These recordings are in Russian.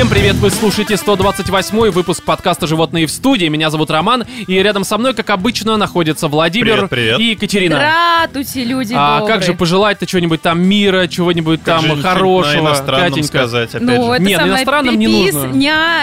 Всем привет, вы слушаете 128-й выпуск подкаста «Животные в студии». Меня зовут Роман, и рядом со мной, как обычно, находятся Владимир привет. И Екатерина. Здравствуйте, люди добрые. Как же пожелать-то чего-нибудь там мира, чего-нибудь как там же хорошего, на иностранном Катенька? сказать, опять Ну, же. это Нет, на самое иностранном не пипис, нужно.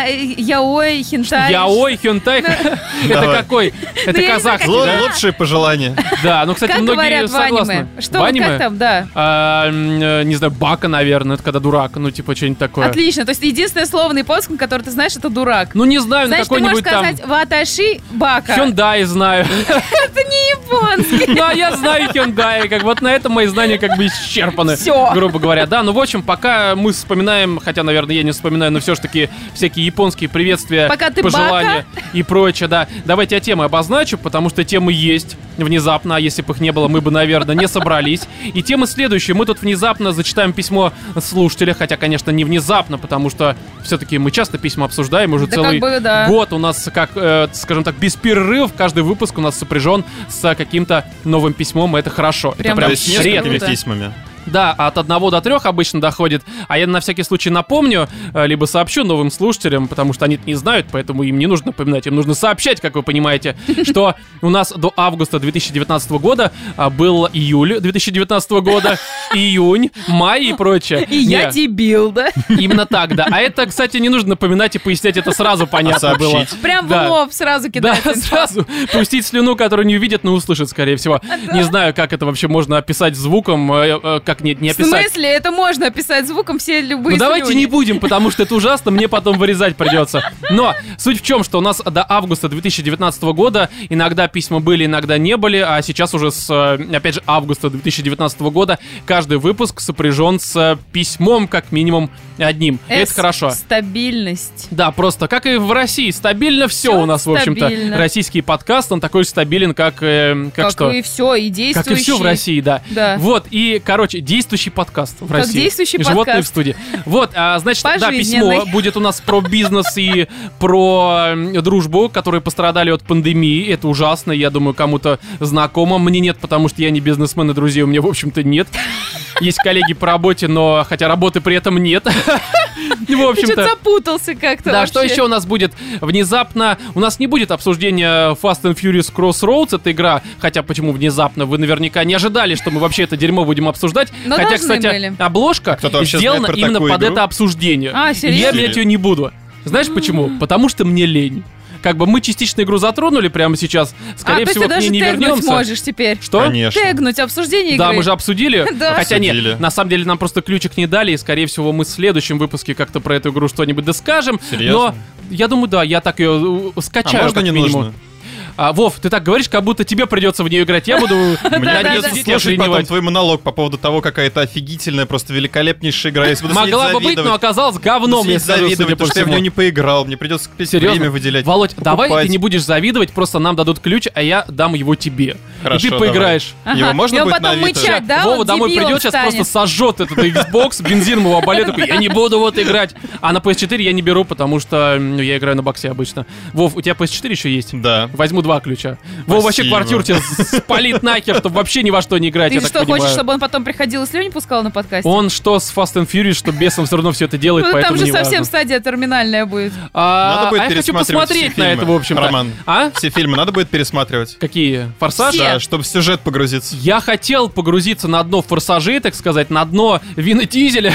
яой, хентай. Яой, хентай. Это Давай. какой? Это я не казахский, знаю, да? Лучшие пожелания. Да, ну, кстати, Как многие говорят в согласны. аниме? Что, В аниме? как там, да. Не знаю, бака, наверное, это когда дурак, ну, типа, что-нибудь такое. Отлично, то есть единственное слово на японском, которое ты знаешь, это дурак. Ну, не знаю, Значит, ты можешь какой-нибудь там... сказать «ваташи бака». Hyundai знаю. Это не японский. Ну, а я знаю Hyundai, как вот на этом мои знания как бы исчерпаны, Всё. грубо говоря. Да, ну, в общем, пока мы вспоминаем, хотя, наверное, я не вспоминаю, но все ж таки всякие японские приветствия, Пока ты пожелания и прочее, да. Давайте я темы обозначу, потому что темы есть внезапно, а если бы их не было, мы бы, наверное, не собрались. И тема следующая. Мы тут внезапно зачитаем письмо слушателя, хотя, конечно, не внезапно, потому что все-таки мы часто письма обсуждаем, уже Да целый как бы, да. год у нас, как, скажем так, без перерыва, каждый выпуск у нас сопряжен с каким-то новым письмом, и это хорошо. Прям это прям То есть несколькими редко. письмами. Да, от 1 до 3 обычно доходит. А я на всякий случай напомню, либо сообщу новым слушателям, потому что они не знают, поэтому им не нужно напоминать, им нужно сообщать, как вы понимаете, что у нас до августа 2019 года был июль 2019 года, июнь, май и прочее. И я Не, дебил, да? именно так, да. А это, кстати, не нужно напоминать и пояснять, это сразу понятно было. Сообщить. Прям в Да. лоб сразу Да, кидается. сразу пустить слюну, которую не увидят, но услышат, скорее всего. Не знаю, как это вообще можно описать звуком, как не В описать. смысле? Это можно описать звуком все любые Ну давайте слюни. не будем, потому что это ужасно, мне потом вырезать придется. Но суть в чем, что у нас до августа 2019 года иногда письма были, иногда не были, а сейчас уже с, опять же, августа 2019 года каждый выпуск сопряжен с письмом как минимум одним. И это хорошо. Стабильность. Да, просто как и в России, стабильно все Всё у нас, в общем-то. стабильно. Российский подкаст, он такой же стабилен, как что? и все, и действующий. Как и все в России, да. Да. Вот, и, короче, действующий подкаст в России. действующий Животные подкаст. в студии. Вот, значит, да, Пожизненный. письмо будет у нас про бизнес и про дружбу, которые пострадали от пандемии. Это ужасно, я думаю, кому-то знакомо. Мне нет, потому что я не бизнесмен, и друзей у меня, в общем-то, нет. Есть коллеги по работе, но хотя работы при этом нет. В Ты что-то общем-то... запутался как-то Да, вообще. что еще у нас будет? Внезапно у нас не будет обсуждения Fast and Furious Crossroads, эта игра, хотя почему внезапно? Вы наверняка не ожидали, что мы вообще это дерьмо будем обсуждать. Но Хотя, должны кстати, были. обложка Кто-то вообще сделана знает про именно такую под игру? это обсуждение. А, И серьезно? я менять ее не буду. Знаешь почему? Потому что мне лень. Как бы мы частично игру затронули прямо сейчас, скорее то есть всего, ты к ней даже не тегнуть вернемся. можешь теперь. Что? Конечно. Тегнуть обсуждение игры. Да, мы же обсудили. Да. Хотя нет, Обсудили. на самом деле нам просто ключик не дали, и, скорее всего, мы в следующем выпуске как-то про эту игру что-нибудь доскажем. Серьезно? Но я думаю, да, я так ее скачаю. А можно как не минимум. нужно? Вов, ты так говоришь, как будто тебе придется в нее играть. Я буду Мне надеюсь, придется сидеть и слушать потом охреневать. твой монолог по поводу того, какая это офигительная, просто великолепнейшая игра. Я буду сидеть Могла бы быть, завидовать. но оказалась говном, Буду я сидеть скажу, судя завидовать, по потому что я в всему. нее не поиграл. Мне придется время Серьезно? выделять. Володь, давай покупать. ты не будешь завидовать, просто нам дадут ключ, а я дам его тебе. Хорошо, и ты поиграешь. Ага. Его можно И он будет потом на Авито? мычать, да? Вова он домой дебилом придет, сейчас станет. просто сожжет этот Xbox, бензином его обольет, такой, я не буду вот играть. А на PS4 я не беру, потому что я играю на боксе обычно. Вов, у тебя PS4 еще есть? Да. Возьму 2 ключа. Вова вообще Спасибо. квартиру тебе спалит нахер, чтобы вообще ни во что не играть, Ты я так что, понимаю. хочешь, чтобы он потом приходил и слюни пускал на подкасте? Он что с Fast and Furious, что бесом все равно все это делает, Ну, поэтому там же не совсем важно. стадия терминальная будет. Надо будет я хочу пересматривать посмотреть все на фильмы. это, в общем-то. Роман. А? Все фильмы надо будет пересматривать. Какие? Форсаж? Все. Да, чтобы в сюжет погрузиться. Я хотел погрузиться на дно форсажей, так сказать, на дно Вина Дизеля,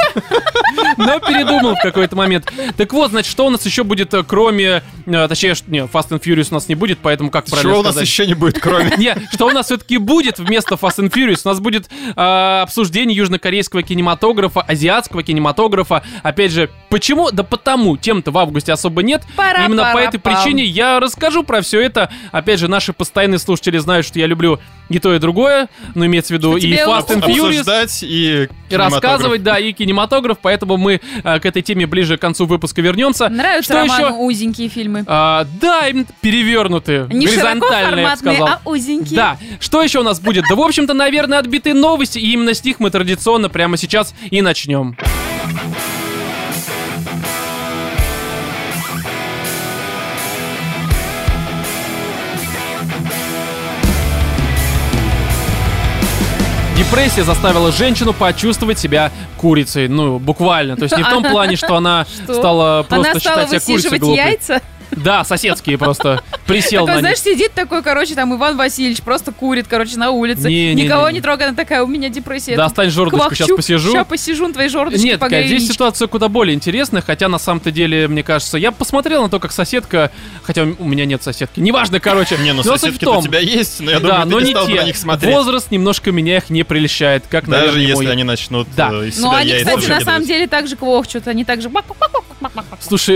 но передумал в какой-то момент. Так вот, значит, что у нас еще будет, кроме... Точнее, не, Fast and Furious у нас не будет, поэтому как правильно Чего у нас сказать? еще не будет, кроме... Не, что у нас все-таки будет вместо Fast and Furious? У нас будет обсуждение южнокорейского кинематографа, азиатского кинематографа. Опять же, почему? Да потому, тем-то в августе особо нет. Пара-пара-пам. Именно по этой причине я расскажу про все это. Опять же, наши постоянные слушатели знают, что я люблю и то, и другое. Ну, имеется в виду Что и тебе Fast and Furious. Обсуждать и И рассказывать, да, и кинематограф, поэтому мы к этой теме ближе к концу выпуска вернемся. Нравятся Что Роману еще? узенькие фильмы. Да, именно перевернутые, Не горизонтальные, я бы широкоформатные, сказал. а узенькие. Да, что еще у нас будет? Да, в общем-то, наверное, отбитые новости, и именно с них мы традиционно прямо сейчас и начнем. Депрессия заставила женщину почувствовать себя курицей. Ну, буквально. То есть не в том плане, что она стала просто Она стала считать себя курицей высиживать глупой. яйца? Да, соседские просто. Присел Такой, на них. знаешь, сидит такой, короче, там Иван Васильевич просто курит, короче, на улице. Не-не-не. Никого не трогает, она такая, у меня депрессия. Достань жердочку, сейчас посижу. Сейчас посижу на твоей жердочке, Нет, погрею Кать, здесь яичко. ситуация куда более интересная, хотя на самом-то деле, мне кажется, я посмотрел на то, как соседка, хотя у меня нет соседки, неважно, короче. Не, ну но суть в соседки-то том, у тебя есть, но я да, думаю, но ты не не стал бы на те. них смотреть. Возраст немножко меня их не прельщает, как, Даже наверное, если мой. они начнут Да. из Ну, себя они, яйца кстати, на выкидывать. самом деле так же квохчут, они так же... Слушай,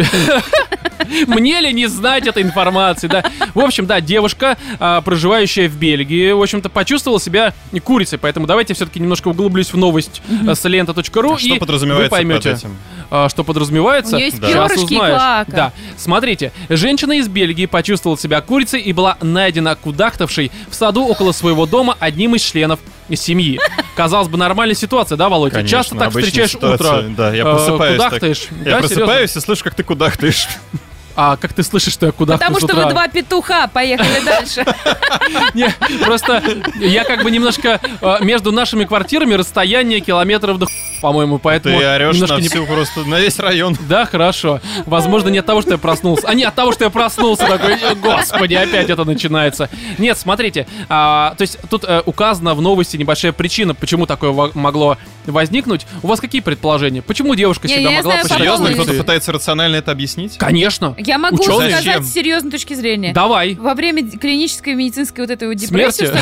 мне ли не знать этой информации, да? В общем, да, девушка, проживающая в Бельгии, в общем-то, почувствовала себя курицей, поэтому давайте все-таки немножко углублюсь в новость с лента.ру, А что и подразумевается вы поймете, под этим? что подразумевается. У нее есть Да. Сейчас перышки и узнаешь. клака. Да, смотрите, женщина из Бельгии почувствовала себя курицей и была найдена кудахтавшей в саду около своего дома одним из членов семьи. Казалось бы, нормальная ситуация, да, Володя? Конечно, Часто так обычная встречаешь ситуация. утро, Да, я просыпаюсь так. кудахтаешь. Я Да, серьезно? просыпаюсь и слышу, как ты кудахтаешь. А как ты слышишь, что я кудахтаю Потому с что утра? вы два петуха, поехали дальше. Не, просто я как бы немножко между нашими квартирами расстояние километров до по-моему, поэтому Ты орешь немножко на не... всю просто, на весь район. Да, хорошо. Возможно, не от того, что я проснулся. А не от того, что я проснулся. Такой, господи, опять это начинается. Нет, смотрите. То есть тут указана в новости небольшая причина, почему такое могло возникнуть. У вас какие предположения? Почему девушка Не, себя я могла знаю, посчитать Серьезно, Подумайте. кто-то пытается рационально это объяснить? Конечно. Я могу Ученые? сказать Зачем? с серьезной точки зрения. Давай. Во время клинической медицинской вот этой вот депрессии Смерти?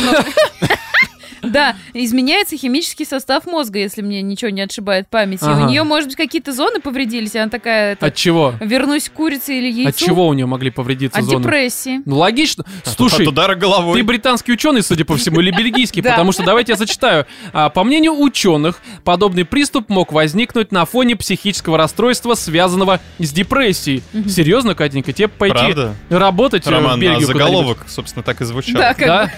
да, изменяется химический состав мозга, если мне ничего не отшибает память. И Ага. у нее, может быть, какие-то зоны повредились, и она такая, От чего? вернусь к курице или яйцу. От чего у нее могли повредиться От зоны? депрессии. Ну, логично. Слушай, От удара головой. ты британский ученый, судя по всему, или бельгийский, Да. потому что давайте я зачитаю. По мнению ученых, подобный приступ мог возникнуть на фоне психического расстройства, связанного с депрессией. Серьезно, Катенька, тебе пойти Правда? работать в Роман, а Бельгию куда-нибудь? заголовок, собственно, так и звучал. Да, как Да? бы.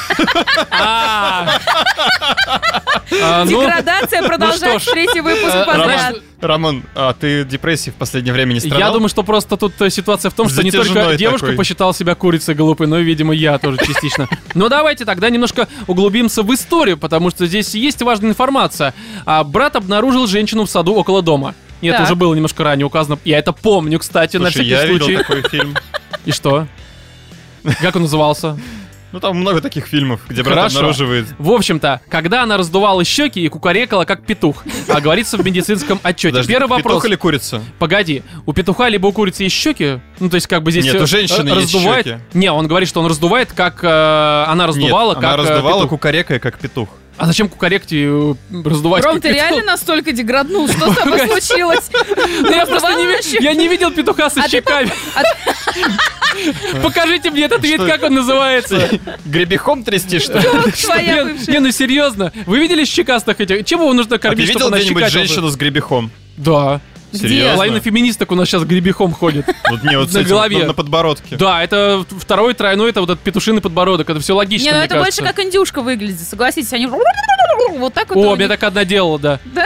Ну, Деградация продолжается, что ж. третий выпуск Роман, подряд. Роман, а ты депрессией в последнее время не страдал? я думаю, что просто тут ситуация в том, что не только Затяжной девушка такой. посчитала себя курицей глупой, но, видимо, я тоже частично. Но давайте тогда немножко углубимся в историю, потому что здесь есть важная информация. Брат обнаружил женщину в саду около дома. И это Так. уже было немножко ранее указано. Я это помню, кстати, на Слушай, всякий я случай. видел такой фильм. И что? Как он назывался? Ну, там много таких фильмов, где брат Хорошо. обнаруживает. В общем-то, когда она раздувала щеки и кукарекала как петух, говорится в медицинском отчете. Подожди, Первый петух вопрос. или курица? Погоди, у петуха либо у курицы есть щеки? Ну, то есть, как бы здесь... Нет, у э, женщины есть раздувает... щеки. Не, он говорит, что он раздувает, как она раздувала, Нет, как она раздувала петух. кукарекая, как петух. А зачем кукаректи раздувать Ром, как ты петух? реально настолько деграднул? Что с тобой случилось? Ну, я просто не, Раздувала щеки? я не видел петуха со А ты щеками. Покажите мне этот вид, Что? как он называется. Гребехом трясти, что ли? Твоя Не, бывшая. ну серьезно. Вы видели щекастых этих? Чем его нужно А ты кормить, чтобы видел она где-нибудь щекатилась? женщину с гребехом? Да. Серьезно? Половина феминисток у нас сейчас гребехом ходит. Вот не, вот с На этим, голове. на подбородке. Да, это второй тройной, это вот этот петушиный подбородок. Это все логично, Не, ну мне это кажется. больше как индюшка выглядит, согласитесь. Они вот так вот. О, у меня них. так одна делала, да. Да.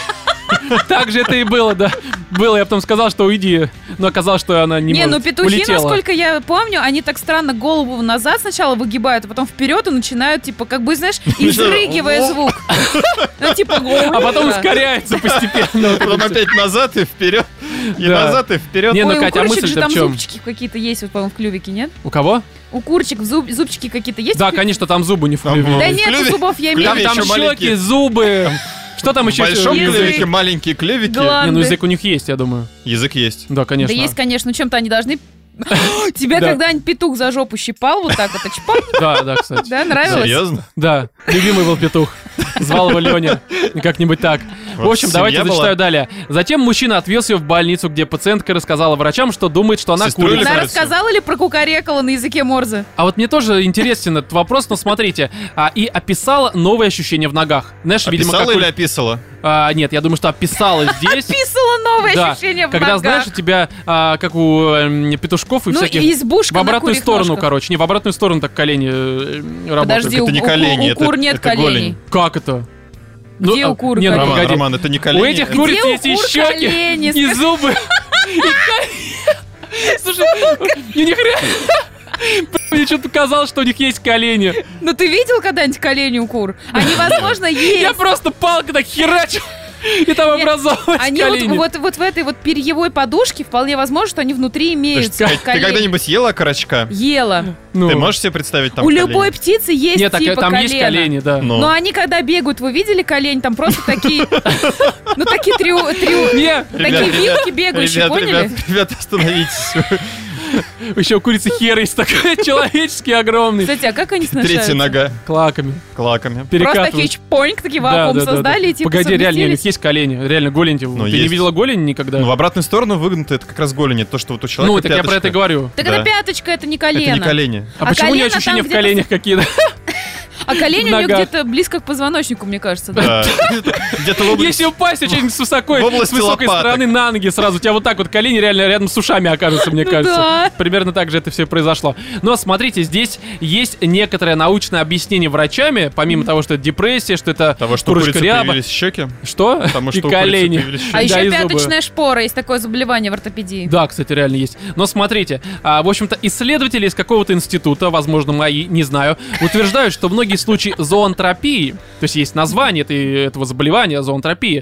Так же это и было, да. Было, я потом сказал, что уйди. Но оказалось, что она не Не, ну может. петухи, Улетела. насколько я помню, они так странно голову назад сначала выгибают, а потом вперед и начинают, типа, как бы, знаешь, изрыгивая звук. Ну, типа, А потом ускоряется постепенно. Потом опять назад и вперед. И Да. назад и вперед. Не, ну, Ой, у Катя, а курочек же мысль-то там в чем? зубчики какие-то есть, вот, по-моему, в клювике, нет? У кого? У курочек зубчики какие-то есть? Да, конечно, там зубы не в клюве. Там, Да в нет клюве- зубов, я в имею в клюве виду. Там еще щеки, маленькие. зубы. Что там В еще? большом Язык. клювике маленькие клювики. Глаз. Не, ну язык у них есть, я думаю. Язык есть. Да, конечно. Да есть, конечно, ну чем-то они должны... Тебя Да. когда-нибудь петух за жопу щипал вот так вот, а чпок, Да, кстати. да, нравилось? Серьезно? Да, любимый был петух. Звал его Леня. Как-нибудь так. В Вот общем, семья давайте была. зачитаю далее. Затем мужчина отвез ее в больницу, где пациентка рассказала врачам, что думает, что она Сестру или курица. Она Красиво. рассказала ли про кукарекала на языке Морзе? А вот мне тоже интересен этот вопрос, но смотрите. И описала новые ощущения в ногах. Знаешь, видимо, Описала как у- или описала? Нет, я думаю, что описала здесь. Писала новые Да, ощущения в когда, ногах. знаешь, у тебя, как у петушков и Ну, всяких... и избушка В обратную на курьих сторону, ножках. короче. Не, в обратную сторону так колени работают. Подожди, Это не колени, у кур это- нет это коленей. голень. Как это? Где у кур не, ну, колени? Роман, погоди. Роман, это не У колени. этих это- куриц у есть и кур щеки, колени? и зубы, и колени. Слушай, у них реально... почему-то казалось, что у них есть колени. Ну ты видел когда-нибудь колени у кур? Они, возможно, есть. Я просто палкой так херачу, и там образовывались Они колени. вот в этой вот перьевой подушке вполне возможно, что они внутри имеются. Ты когда-нибудь ела окорочка? Ела. Ну, Ты можешь себе представить там У колени? любой птицы есть Нет, так, типа там колена. есть колени, да. Ну. Но они когда бегают, вы видели колени? Там просто такие, ну такие Не, такие вилки бегающие, поняли? Ребят, остановитесь. еще у курицы хер есть такой человеческий огромный. Кстати, а как они сношаются? Третья нога Клаками. клаками. Просто такие Перекатывают. чпоньк, такие вакуум создали и типа Погоди, реально, у них совместились. есть колени. Реально, голень. Ты не есть. видела голень никогда? Ну, в обратную сторону выгнуты, это как раз голени. То, что вот у Ну, человека так я про это и пяточка. говорю. Так Да. это пяточка, это не колено. Это не колени. А почему у нее колено ощущения там в коленях какие-то? А колени у нее Нога. где-то близко к позвоночнику, мне кажется, да? Да. Где-то в области- Если упасть очень с высокой, в области с высокой лопаток. стороны на ноги сразу, у тебя вот так вот колени реально рядом с ушами окажутся, мне Ну кажется. да. Примерно так же это все произошло. Но смотрите, здесь есть некоторое научное объяснение врачами, помимо того, что это депрессия, что это Того, что у курочка курицы ряба. появились щеки. Что? Потому что И у курицы колени. появились щеки. А еще Да, и зубы. пяточная шпора, есть такое заболевание в ортопедии. Да, кстати, реально есть. Но смотрите, в общем-то, исследователи из какого-то института, возможно, мои, не знаю, утверждают, что многие случаи зоонтропии, то есть есть название этого заболевания, зоонтропия,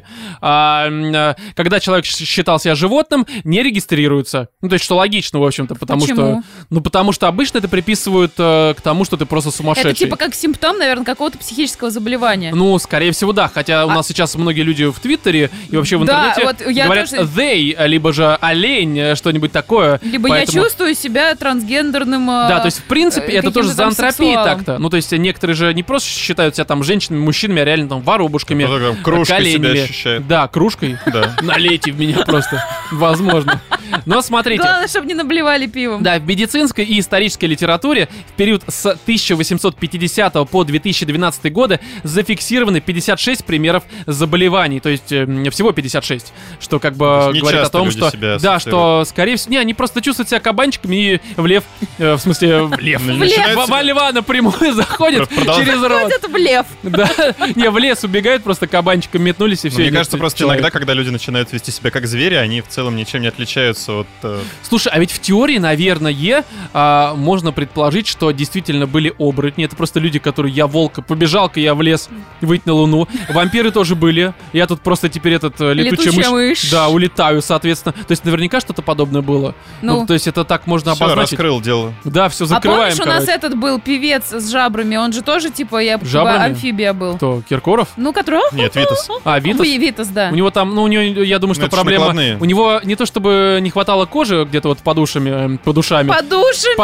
когда человек считал себя животным, не регистрируются. Ну, то есть, что логично, в общем-то, потому Почему? что... Ну, потому что обычно это приписывают к тому, что ты просто сумасшедший. Это типа как симптом, наверное, какого-то психического заболевания. Ну, скорее всего, да. Хотя у нас сейчас многие люди в Твиттере и вообще в Да, интернете вот я говорят тоже- they, либо же олень, что-нибудь такое. Либо Поэтому- я чувствую себя трансгендерным. Да, то есть, в принципе, это тоже каким-то там зоонтропия сексуалом. так-то. Ну, то есть, некоторые же не просто считают себя там женщинами, мужчинами, а реально там воробушками, Кто-то там кружкой себя коленями. ощущает. Да, кружкой. Да. Налейте в меня просто. Возможно. Но смотрите. Главное, чтобы не наблевали пивом. Да, в медицинской и исторической литературе в период с 1850 по 2012 годы зафиксированы 56 примеров заболеваний, то есть всего 56, что как бы То есть не говорит о часто том, люди что себя да, ассоциируют. что скорее всего, не, они просто чувствуют себя кабанчиками и в лев, в смысле в лев, Ну, начинается- во льва напрямую заходят Продолжай. через рот. Ходят в лев. Да, не, в лес убегают, просто кабанчиком метнулись и все. Мне кажется, просто иногда, когда люди начинают вести себя как звери, они в целом ничем не отличаются от... Слушай, а ведь в теории, наверное, можно предположить, что действительно были оборотни. Это просто люди, которые я волк, побежал-ка я в лес выйти на луну. Вампиры тоже были. Я тут просто теперь летучая Летучая мышь. Да, улетаю, соответственно. То есть наверняка что-то подобное было. Ну. То есть это так можно Все, обозначить. раскрыл дело. Да, все А закрываем, помнишь, у нас короче. этот был певец с жабрами, он же тоже, типа, Жабрами? амфибия был. Кто, Киркоров? Ну, который... Нет, Витас. А, Витас? Витас, да. У него там, ну, у него, я думаю, что это ж проблема... накладные. У него не то чтобы не хватало кожи где-то вот под ушами, под ушами. Подушами.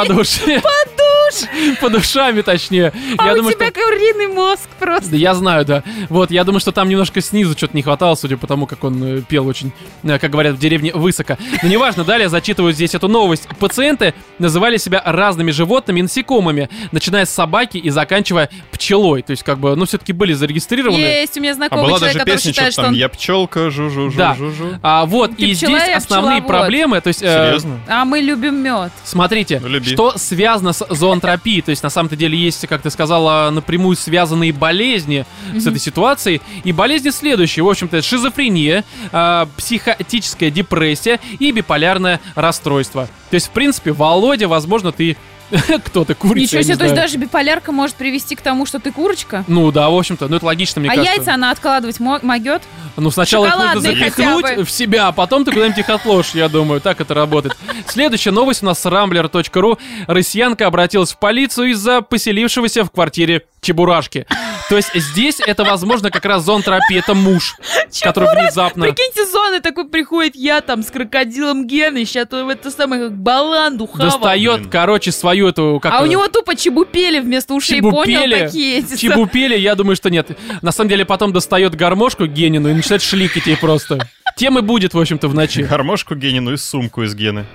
Под ушами, точнее. А Я у думаю, тебя что... куриный мозг просто. Да, я знаю, да. Вот, я думаю, что там немножко снизу что-то не хватало, судя по тому, как он пел очень, как говорят в деревне, высоко. Но неважно, далее зачитываю здесь эту новость. Пациенты называли себя разными животными и насекомыми, начиная с собаки и заканчивая пчелой. То есть, как бы, ну, все-таки были зарегистрированы. Есть у меня А знакомый была человек, даже который песня, считает, что что там он... «Я пчелка, жу-жу-жу-жу-жу». Да. Вот, Ты и пчела, здесь я основные пчеловод. проблемы, то есть... Серьезно? А мы любим мед. Смотрите, Ну, люби. что связано с зоонтропией, то есть на самом-то деле есть, как ты сказала, напрямую связанные болезни с этой ситуацией, и болезни следующие, в общем-то, это шизофрения, психотическая депрессия и биполярное расстройство. То есть, в принципе, Володя, возможно, ты кто-то курица, Ничего я себе, не то есть знаю. даже биполярка может привести к тому, что ты курочка? Ну да, в общем-то, ну это логично, мне А кажется. яйца она откладывать могет? Ну, сначала их нужно Шоколадные запихнуть хотя бы. в себя, а потом ты куда-нибудь их отложишь, я думаю. Так это работает. Следующая новость у нас с rambler.ru. Россиянка обратилась в полицию из-за поселившегося в квартире чебурашки. То есть здесь это, возможно, как раз зоонтропия. Это муж, который внезапно... Прикиньте, зоны такой приходит, я там с крокодилом Геной, сейчас в это самое, как баланду хавал. Достает, Блин. короче, свою эту... Как А у ее, него тупо чебупели вместо ушей, понял, такие эти. Чебупели, я думаю, что нет. На самом деле потом достает гармошку Генину и начинает шликать ей просто. Тем и будет, в общем-то, в ночи. Гармошку Генину и сумку из Гены.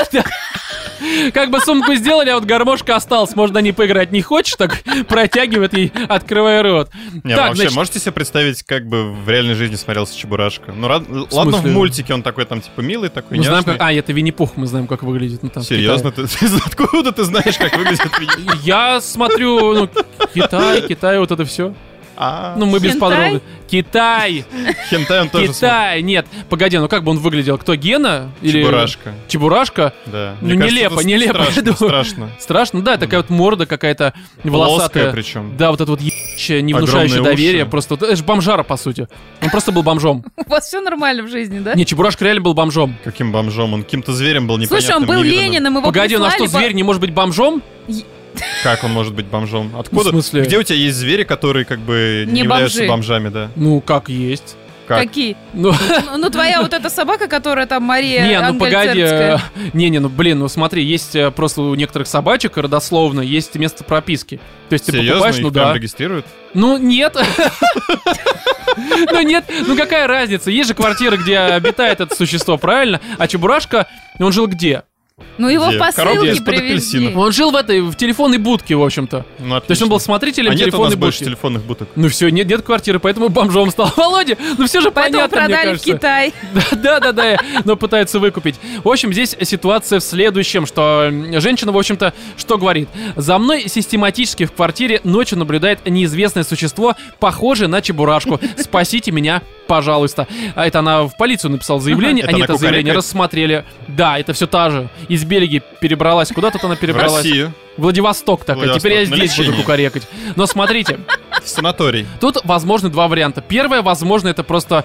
Как бы сумку сделали, а вот гармошка осталась. Можно не поиграть. Не хочешь, так протягивает ей, открывая рот. Не, Так, вообще, значит, можете себе представить, как бы в реальной жизни смотрелся Чебурашка? Ну, ладно, в смысле? мультике он такой там, типа, милый, такой мы знаем, няшный. как... А, это Винни-Пух, мы знаем, как выглядит. Ну, там, в Серьезно? Откуда ты знаешь, как выглядит Винни-Пух? Китае. Я смотрю, ну, Китай, вот это все. А, Ну, мы без Хентай? подробностей. Китай! хентай он тоже Китай! Нет, погоди, ну как бы он выглядел? Кто, Гена? Или... Чебурашка. Чебурашка? Да. Ну, Мне кажется, нелепо, это нелепо. Страшно, страшно. Страшно? Да, такая вот морда какая-то волосатая. Плоская причем. Да, вот это вот ебучее, не внушающее Огромные доверие. уши. Просто, это же бомжара, по сути. Он просто был бомжом. У вас все нормально в жизни, да? Не, Чебурашка реально был бомжом. Каким бомжом? Он каким-то зверем был непонятным. Слушай, он был невиданным. Лениным, его Погоди, ну а что, прислали зверь не может быть бомжом? Как он может быть бомжом? Откуда? В смысле? Где у тебя есть звери, которые как бы не Не являются бомжи. бомжами, да? Ну, как есть. Как? Какие? Ну, Ну, твоя вот эта собака, которая там Мария не, ну погоди. Ангельцерцкая. Не, ну блин, ну смотри, есть просто у некоторых собачек родословно есть место прописки. То есть ты Серьезно? покупаешь, Их ну прям да. регистрируют? Ну нет. Ну нет, ну какая разница? Есть же квартира, где обитает это существо, правильно? А Чебурашка, он жил где? Ну, его Где? в Коробка посылке из-под привезли. апельсинов. Он жил в телефонной будке, в общем-то. Ну, То есть он был смотрителем а нет у телефонной нас больше будки. телефонных будок. Ну все, нет квартиры, поэтому бомжом стал. Володя, ну все же Поэтому понятно, мне продали в кажется. Китай. Да, но пытаются выкупить. В общем, здесь ситуация в следующем, что женщина, в общем-то, что говорит? За мной систематически в квартире ночью наблюдает неизвестное существо, похожее на Чебурашку. Спасите меня, пожалуйста. А это она в полицию написала заявление, Это они она это заявление кукарекает? рассмотрели. Да, это все та же. Из Бельгии перебралась. Куда тут она В перебралась? Россию. Владивосток такая. Теперь я Владивосток, на здесь буду лечение. кукарекать. Но смотрите, В санаторий. тут возможны два варианта. Первое, возможно, это просто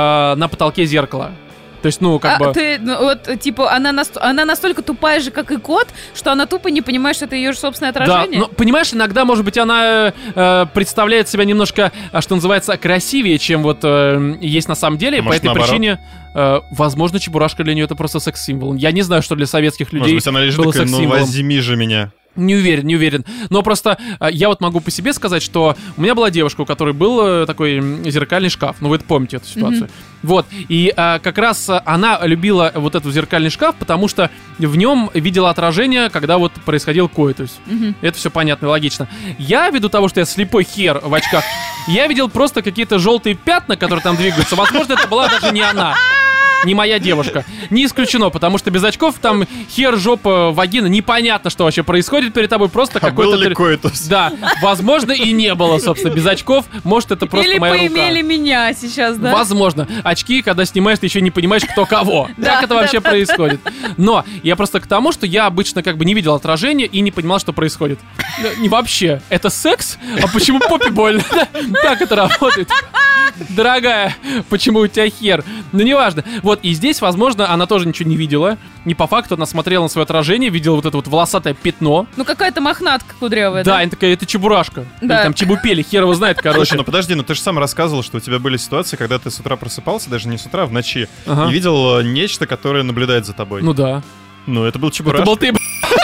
на потолке зеркало. То есть, ну, как бы... Ты, ну, вот, типа, она настолько тупая же, как и кот, что она тупо не понимает, что это ее же собственное Да, отражение. но понимаешь, иногда, может быть, она представляет себя немножко, что называется, красивее, чем вот есть на самом деле. А По может, этой наоборот? причине, возможно, Чебурашка для нее это просто секс-символ. Я не знаю, что для советских людей Может быть, она лежит было такая, ну секс-символом. возьми же меня. Не уверен. Но просто я вот могу по себе сказать, что у меня была девушка, у которой был такой зеркальный шкаф. Ну, вы это помните эту ситуацию. Вот. И как раз она любила вот этот зеркальный шкаф, потому что в нем видела отражение, когда вот происходил коитус. Это все понятно и логично. Я, ввиду того, что я слепой хер в очках, я видел просто какие-то желтые пятна, которые там двигаются. Возможно, это была даже не она. Не моя девушка. Не исключено, потому что без очков там хер, жопа, вагина, непонятно, что вообще происходит перед тобой, просто А был какой-то... ли коитус? Да, возможно, и не было, собственно, без очков. Может, это просто Или моя поимели рука. меня сейчас, да? Возможно. Очки, когда снимаешь, ты еще не понимаешь, кто кого. Да, Как это да, вообще да, происходит. Но я просто к тому, что я обычно как бы не видел отражения и не понимал, что происходит. Не вообще. Это секс? А почему попе больно? Как это работает? Дорогая, почему у тебя хер? Ну, неважно. Вот, и здесь, возможно, она тоже ничего не видела. Не по факту, она смотрела на свое отражение, видела вот это вот волосатое пятно. Ну, какая-то мохнатка кудрявая, Да, да? она такая, это Чебурашка. Или Да. там Чебупели, хер его знает, короче. Слушай, ну подожди, ну ты же сам рассказывал, что у тебя были ситуации, когда ты с утра просыпался, даже не с утра, а в ночи, Ага. и видел нечто, которое наблюдает за тобой. Ну да. Ну, это был Чебурашка. Это был ты,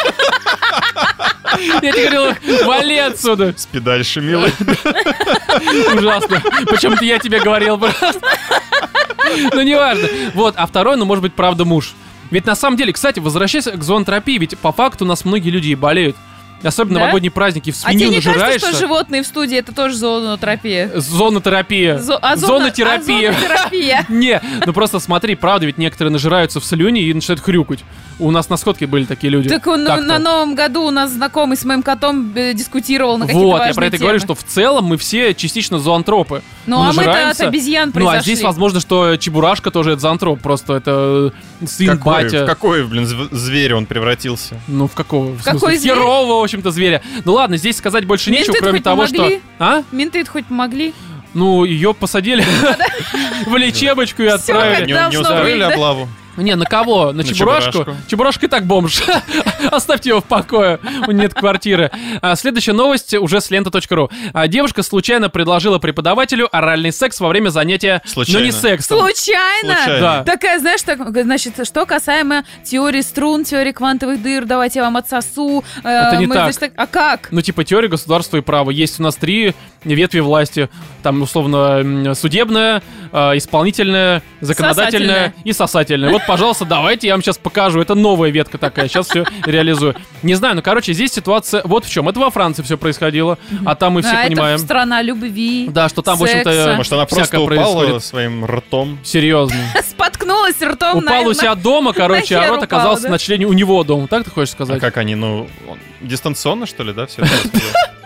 Я тебе говорил, вали отсюда. Спи дальше, милый. Ужасно. Почему-то я тебе говорил просто. Ну, неважно. Вот, а второй, ну, может быть, правда, муж. Ведь на самом деле, кстати, возвращаясь к зоотерапии, ведь по факту у нас многие люди и болеют. Особенно Да? новогодние праздники, в А тебе свинью не кажется, нажираешься. что животные в студии это тоже зоотерапия? Зоотерапия. Зоотерапия. Зоотерапия. Не, ну просто смотри, правда, ведь некоторые нажираются в слюне и начинают хрюкать. У нас на сходке были такие люди. Так он Так-то. на Новом году у нас знакомый с моим котом дискутировал на какие-то Вот, я важные про это темы. говорю, что в целом мы все частично зоантропы. Ну, а мы-то от нажираемся. обезьян Ну, произошли. а здесь возможно, что Чебурашка тоже это зоантроп, просто это сын В батя. какой, блин, зверь он превратился? Ну, в какого? В Какой смысле, зверь? херового, в общем-то, зверя. Ну ладно, здесь сказать больше Менты нечего, кроме хоть того, помогли? что... А? Менты хоть помогли? Ну, ее посадили в лечебочку и Всё, отправили. как Не должно устроили быть, да? облаву? Не, на кого? На Чебурашку? Чебурашку. Чебурашка и так бомж. Оставьте его в покое. У него нет квартиры. Следующая новость уже с лента.ру. Девушка случайно предложила преподавателю оральный секс во время занятия, Случайно. но не сексом. Случайно? Случайно. Да. Такая, знаешь, значит, что касаемо теории струн, теории квантовых дыр, давайте я вам отсосу. Это не так. Значит, а как? Ну, типа, теория государства и права. Есть у нас 3 ветви власти. Там, условно, судебная, исполнительная, законодательная Сосательная. и сосательная. Вот, пожалуйста, давайте я вам сейчас покажу. Это новая ветка такая. Сейчас все реализую. Не знаю, ну, короче, здесь ситуация вот в чем. Это во Франции все происходило. А там мы все понимаем. Это страна любви. Да, что там, в общем-то, секса. Может, она просто всякое упала происходит. своим ртом? Серьезно. Споткнулась ртом Упал у себя дома, короче, а хер рот упал, оказался да? на члене у него дома. Так ты хочешь А сказать? как они, дистанционно, что ли, да, все это происходило?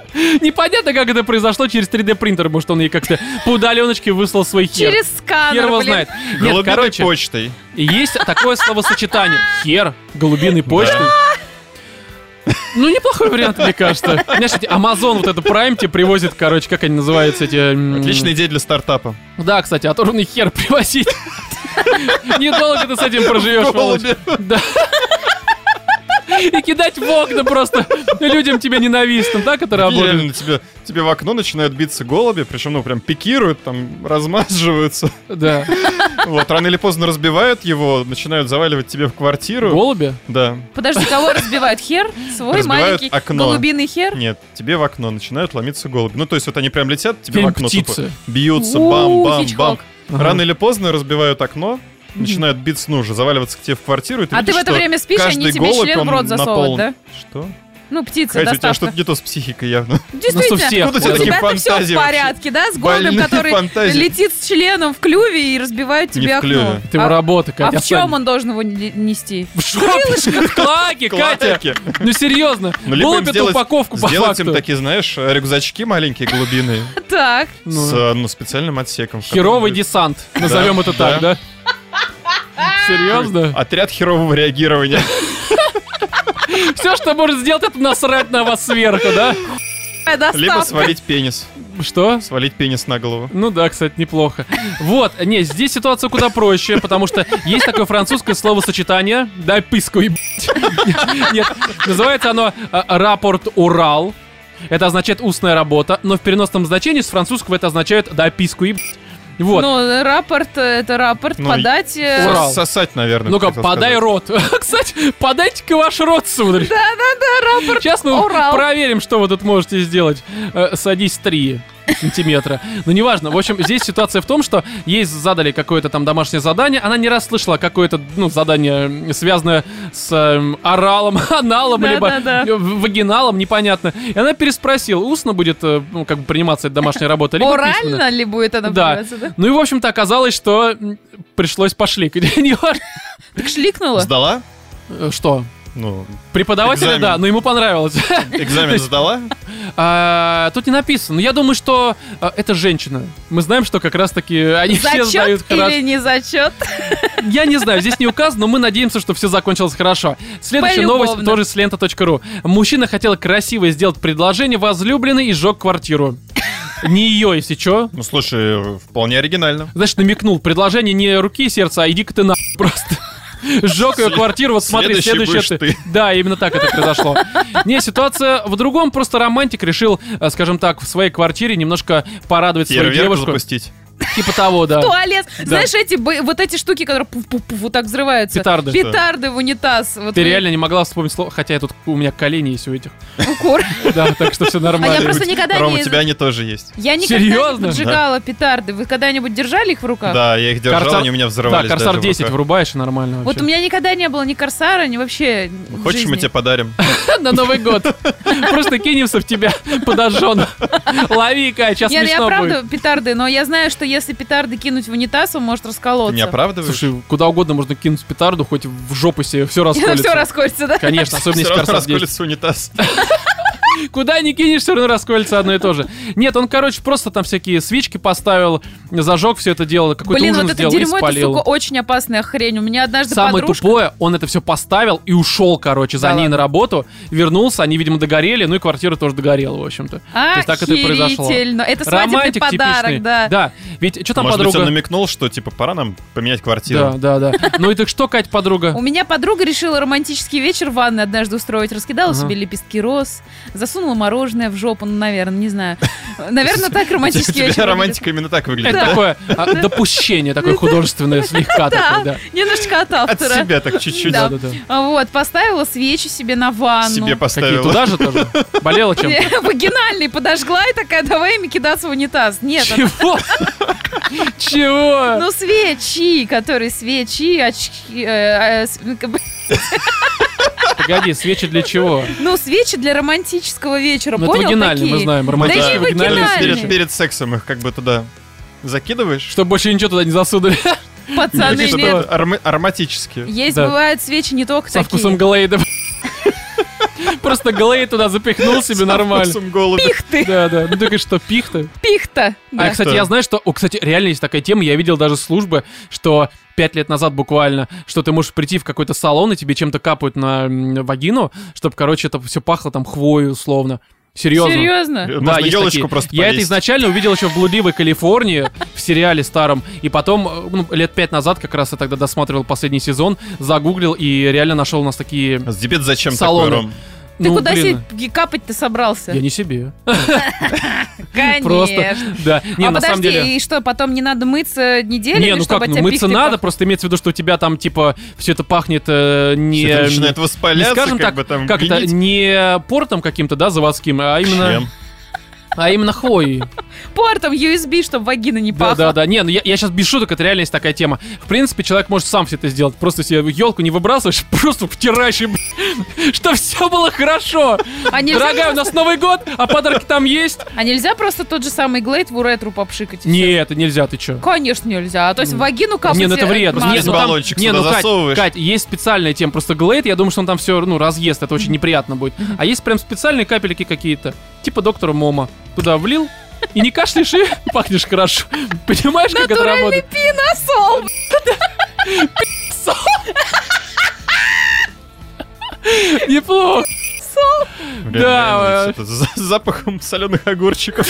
Непонятно, как это произошло через 3D принтер. Может, он ей как-то по удаленочке выслал свой хер. Через сканер, Хер его блин. знает. Нет, Голубиной короче, почтой. есть такое словосочетание. Хер, голубиной почтой. Ну, неплохой вариант, мне кажется. Знаешь, эти Amazon, вот это Prime тебе привозит, короче, как они называются, эти... Отличная идея для стартапа. Да, кстати, оторванный хер привозить. Недолго ты с этим проживешь, Володь. Голуби. Да. И кидать в окна просто людям тебе ненавистным, да, которые работают. Реально, тебе в окно начинают биться голуби, причем, ну, прям пикируют, там, размазываются. Да. Вот, рано или поздно разбивают его, начинают заваливать тебе в квартиру. Голуби? Да. Подожди, кого разбивают? Хер? Свой Разбивают маленький окно. голубиный хер? Нет, тебе в окно начинают ломиться голуби. Ну, то есть вот они прям летят, тебе Фильм в окно «Птицы». тупо бьются, У, бам-бам-бам. Хичкок. Ага. Рано или поздно разбивают окно, начинают биться, ну, уже заваливаться к тебе в квартиру. И ты А ты видишь, в это что время спишь, каждый они тебе голубь, член в он рот засовывают, наполнен. да? Что? Ну, птица, Катя, у тебя доставка. что-то не то с психикой явно. Действительно, у всех, Откуда я у у тебя думаю. такие тебя-то все в фантазии вообще? порядке, да? С голубем, Больные который фантазии. летит с членом в клюве и разбивает Не тебе в окно. клюве. Ты его работа, А Катя. в чем он должен его нести? В жопе, в клаке, Катя. Клаки. Ну, серьезно. Ну, либо им Голубь — это сделать- упаковку по Сделать им факту. такие, знаешь, рюкзачки маленькие, голубиные, Так. Ну, с ну, специальным отсеком. в котором херовый будет десант. Назовем это так, да? Серьезно? Отряд херового реагирования. Все, что может сделать, это насрать на вас сверху, да? Доставка. Либо свалить пенис. Что? Свалить пенис на голову. Ну да, кстати, неплохо. Вот, не, здесь ситуация куда проще, потому что есть такое французское словосочетание, дай писку, ебать. Нет, называется оно рапорт урал. Это означает устная работа, но в переносном значении с французского это означает дай писку, ебать. Вот. Ну, рапорт, это рапорт, Ну, подать... Урал. Сосать, наверное. Ну-ка, хотел подай сказать. рот. Кстати, подайте-ка ваш рот, сударь. Да-да-да, рапорт. Сейчас мы Урал. проверим, что вы тут можете сделать. Садись 3 сантиметра. Ну, неважно. В общем, здесь ситуация в том, что ей задали какое-то там домашнее задание, она не раз слышала какое-то, ну, задание, связанное с оралом, аналом, Да-да-да. либо вагиналом, непонятно. И она переспросила, устно будет, ну, как бы приниматься эта домашняя работа, либо письменно. Орально ли будет она Да. называться, да? Ну и, в общем-то, оказалось, что пришлось пошликать. Неважно. Так шликнула. Сдала? Что? Ну, Преподавателя, Экзамен. да, но ему понравилось. экзамен сдала? Тут не написано. Но я думаю, что это женщина. Мы знаем, что как раз-таки они все сдают Зачет хорошо. или не зачет? Я не знаю, здесь не указано, но мы надеемся, что все закончилось хорошо. Следующая новость Полюбовно. тоже с лента.ру. Мужчина хотел красиво сделать предложение возлюбленной и сжег квартиру. Не ее, если что. Ну, слушай, вполне оригинально. Знаешь, намекнул. Предложение не руки и сердца, а иди-ка ты на просто. Сжег ее квартиру, вот смотри, Следующий следующее будешь ты. Да, именно так это произошло. Не, ситуация в другом, просто романтик решил, скажем так, в своей квартире немножко порадовать свою Фейерверк девушку. запустить. Типа того, да. Туалет. Знаешь, вот эти штуки, которые пуф-пуф-пуф вот так взрываются. Петарды. Петарды в унитаз. Вот Ты вы- реально не могла вспомнить слово, хотя я тут, у меня колени есть у этих. Укор. Да, так что все А нормально. я просто никогда Ром, не... у тебя они тоже есть. Я никогда Серьезно? не поджигала петарды. Вы когда-нибудь держали их в руках? Да, я их держал, Корсар- они у меня Да, взрывались Корсар даже в 10 руках. врубаешь, и нормально Вот вообще. у меня никогда не было ни корсара, ни вообще в Хочешь, мы жизни. тебе подарим? На Новый год. Просто кинемся в тебя подожжен. Лови, Кай, сейчас Нет, я смешно правда будет. петарды, но я знаю, что если петарды кинуть в унитаз, он может Ты расколоться. не оправдываешь? Слушай, куда угодно можно кинуть петарду, хоть в жопу себе, все расколется. Все расколется, да? Конечно, особенно Все если равно Корсар 10. расколется унитаз. Куда ни кинешь, все равно расколется одно и то же. Нет, он, короче, просто там всякие свечки поставил, зажег все это дело, какой-то Блин, ужин вот это сделал и дерьмо, это, спалил. сука, очень опасная хрень. У меня однажды Самое подружка... тупое, он это все поставил и ушел, короче, за Да ней ладно. на работу, вернулся, они, видимо, догорели, ну и квартира тоже догорела, в общем-то. То есть так это и произошло. Охерительно. Это свадебный Романтик подарок, типичный. да. Да, ведь что там Может быть, он подруга? намекнул, что, типа, пора нам поменять квартиру. Да. Ну и так что, Кать, подруга? У меня подруга решила романтический вечер в ванной однажды устроить. Раскидала Ага. себе лепестки роз, засунула мороженое в жопу, ну, наверное, не знаю. Наверное, так У романтический тебя вечер романтика именно так выглядит. Это да? такое допущение, такое художественное, слегка такое, да. выглядит. Немножечко от От автора. себя так чуть-чуть. Да. Да. Вот, поставила свечи себе на ванну. Себе Какие, поставила. туда же тоже? Болела чем-то? Вагинальный подожгла и такая, давай ими кидаться в унитаз. Нет, она- Чего? Чего? ну свечи, которые свечи, очки, Погоди, свечи для чего? ну свечи для романтического вечера, Ну, это понял? вагинальный, такие? мы знаем. Да Романтический не вагинальный вагинальный. свечи. Перед сексом их как бы туда закидываешь. Чтобы больше ничего туда не засунули. Пацаны, Какие-то нет. Ароматические. Есть, Да. бывают свечи не только Со такие. вкусом глейда. Просто Глейд туда запихнул себе нормально. Вкусом голубя. Пихты. Да. Ну только что пихта. Пихта. А, Да. кстати, я знаю, что... Кстати, реально есть такая тема, я видел даже службы, что 5 лет назад буквально, что ты можешь прийти в какой-то салон, и тебе чем-то капают на вагину, чтобы, короче, это все пахло там хвоей условно. Серьезно? Серьезно? Можно есть елочку такие. просто Я это повесить. изначально увидел еще в «Блудливой Калифорнии», в сериале старом, и потом, лет 5 назад, как раз я тогда досматривал последний сезон, загуглил и реально нашел у нас такие А тебе зачем салоны. такой, Ром? Ты куда блин, себе капать-то собрался? я не себе. Конечно. Просто, да. Не, А на самом подожди, деле... и что, потом не надо мыться неделю? Не, ну как, ну мыться надо, просто имеется в виду, что у тебя там, типа, все это пахнет не... Всё это начинает не воспаляться, скажем как так, бы там как это, гнить. не портом каким-то, да, заводским, а именно... Чем? А именно хвоей. Портом USB, чтобы вагина не пахла. Да. Не, ну я сейчас без шуток, это реально есть такая тема. В принципе, человек может сам все это сделать. Просто себе елку не выбрасываешь, просто втираешь, что все было хорошо. А нельзя, Дорогая, у нас Новый год, а подарки там есть? а нельзя просто тот же самый Глейд в уретру попшикать? и всё? Нет, это нельзя, ты чё? Конечно нельзя. То есть в вагину капать... Не, ну это вредно. мазь. Не, ну там- баллончик не, сюда ну, Кать, засовываешь. Кать, есть специальная тема. Просто Глейд, я думаю, что он там все, разъест. Это очень неприятно будет. А есть прям специальные капельки какие-то. Типа доктора Мома. Туда влил, и не кашляешь, и пахнешь хорошо. Понимаешь, как это работает? Пиносол. Неплохо. Да, Реально, с запахом соленых огурчиков.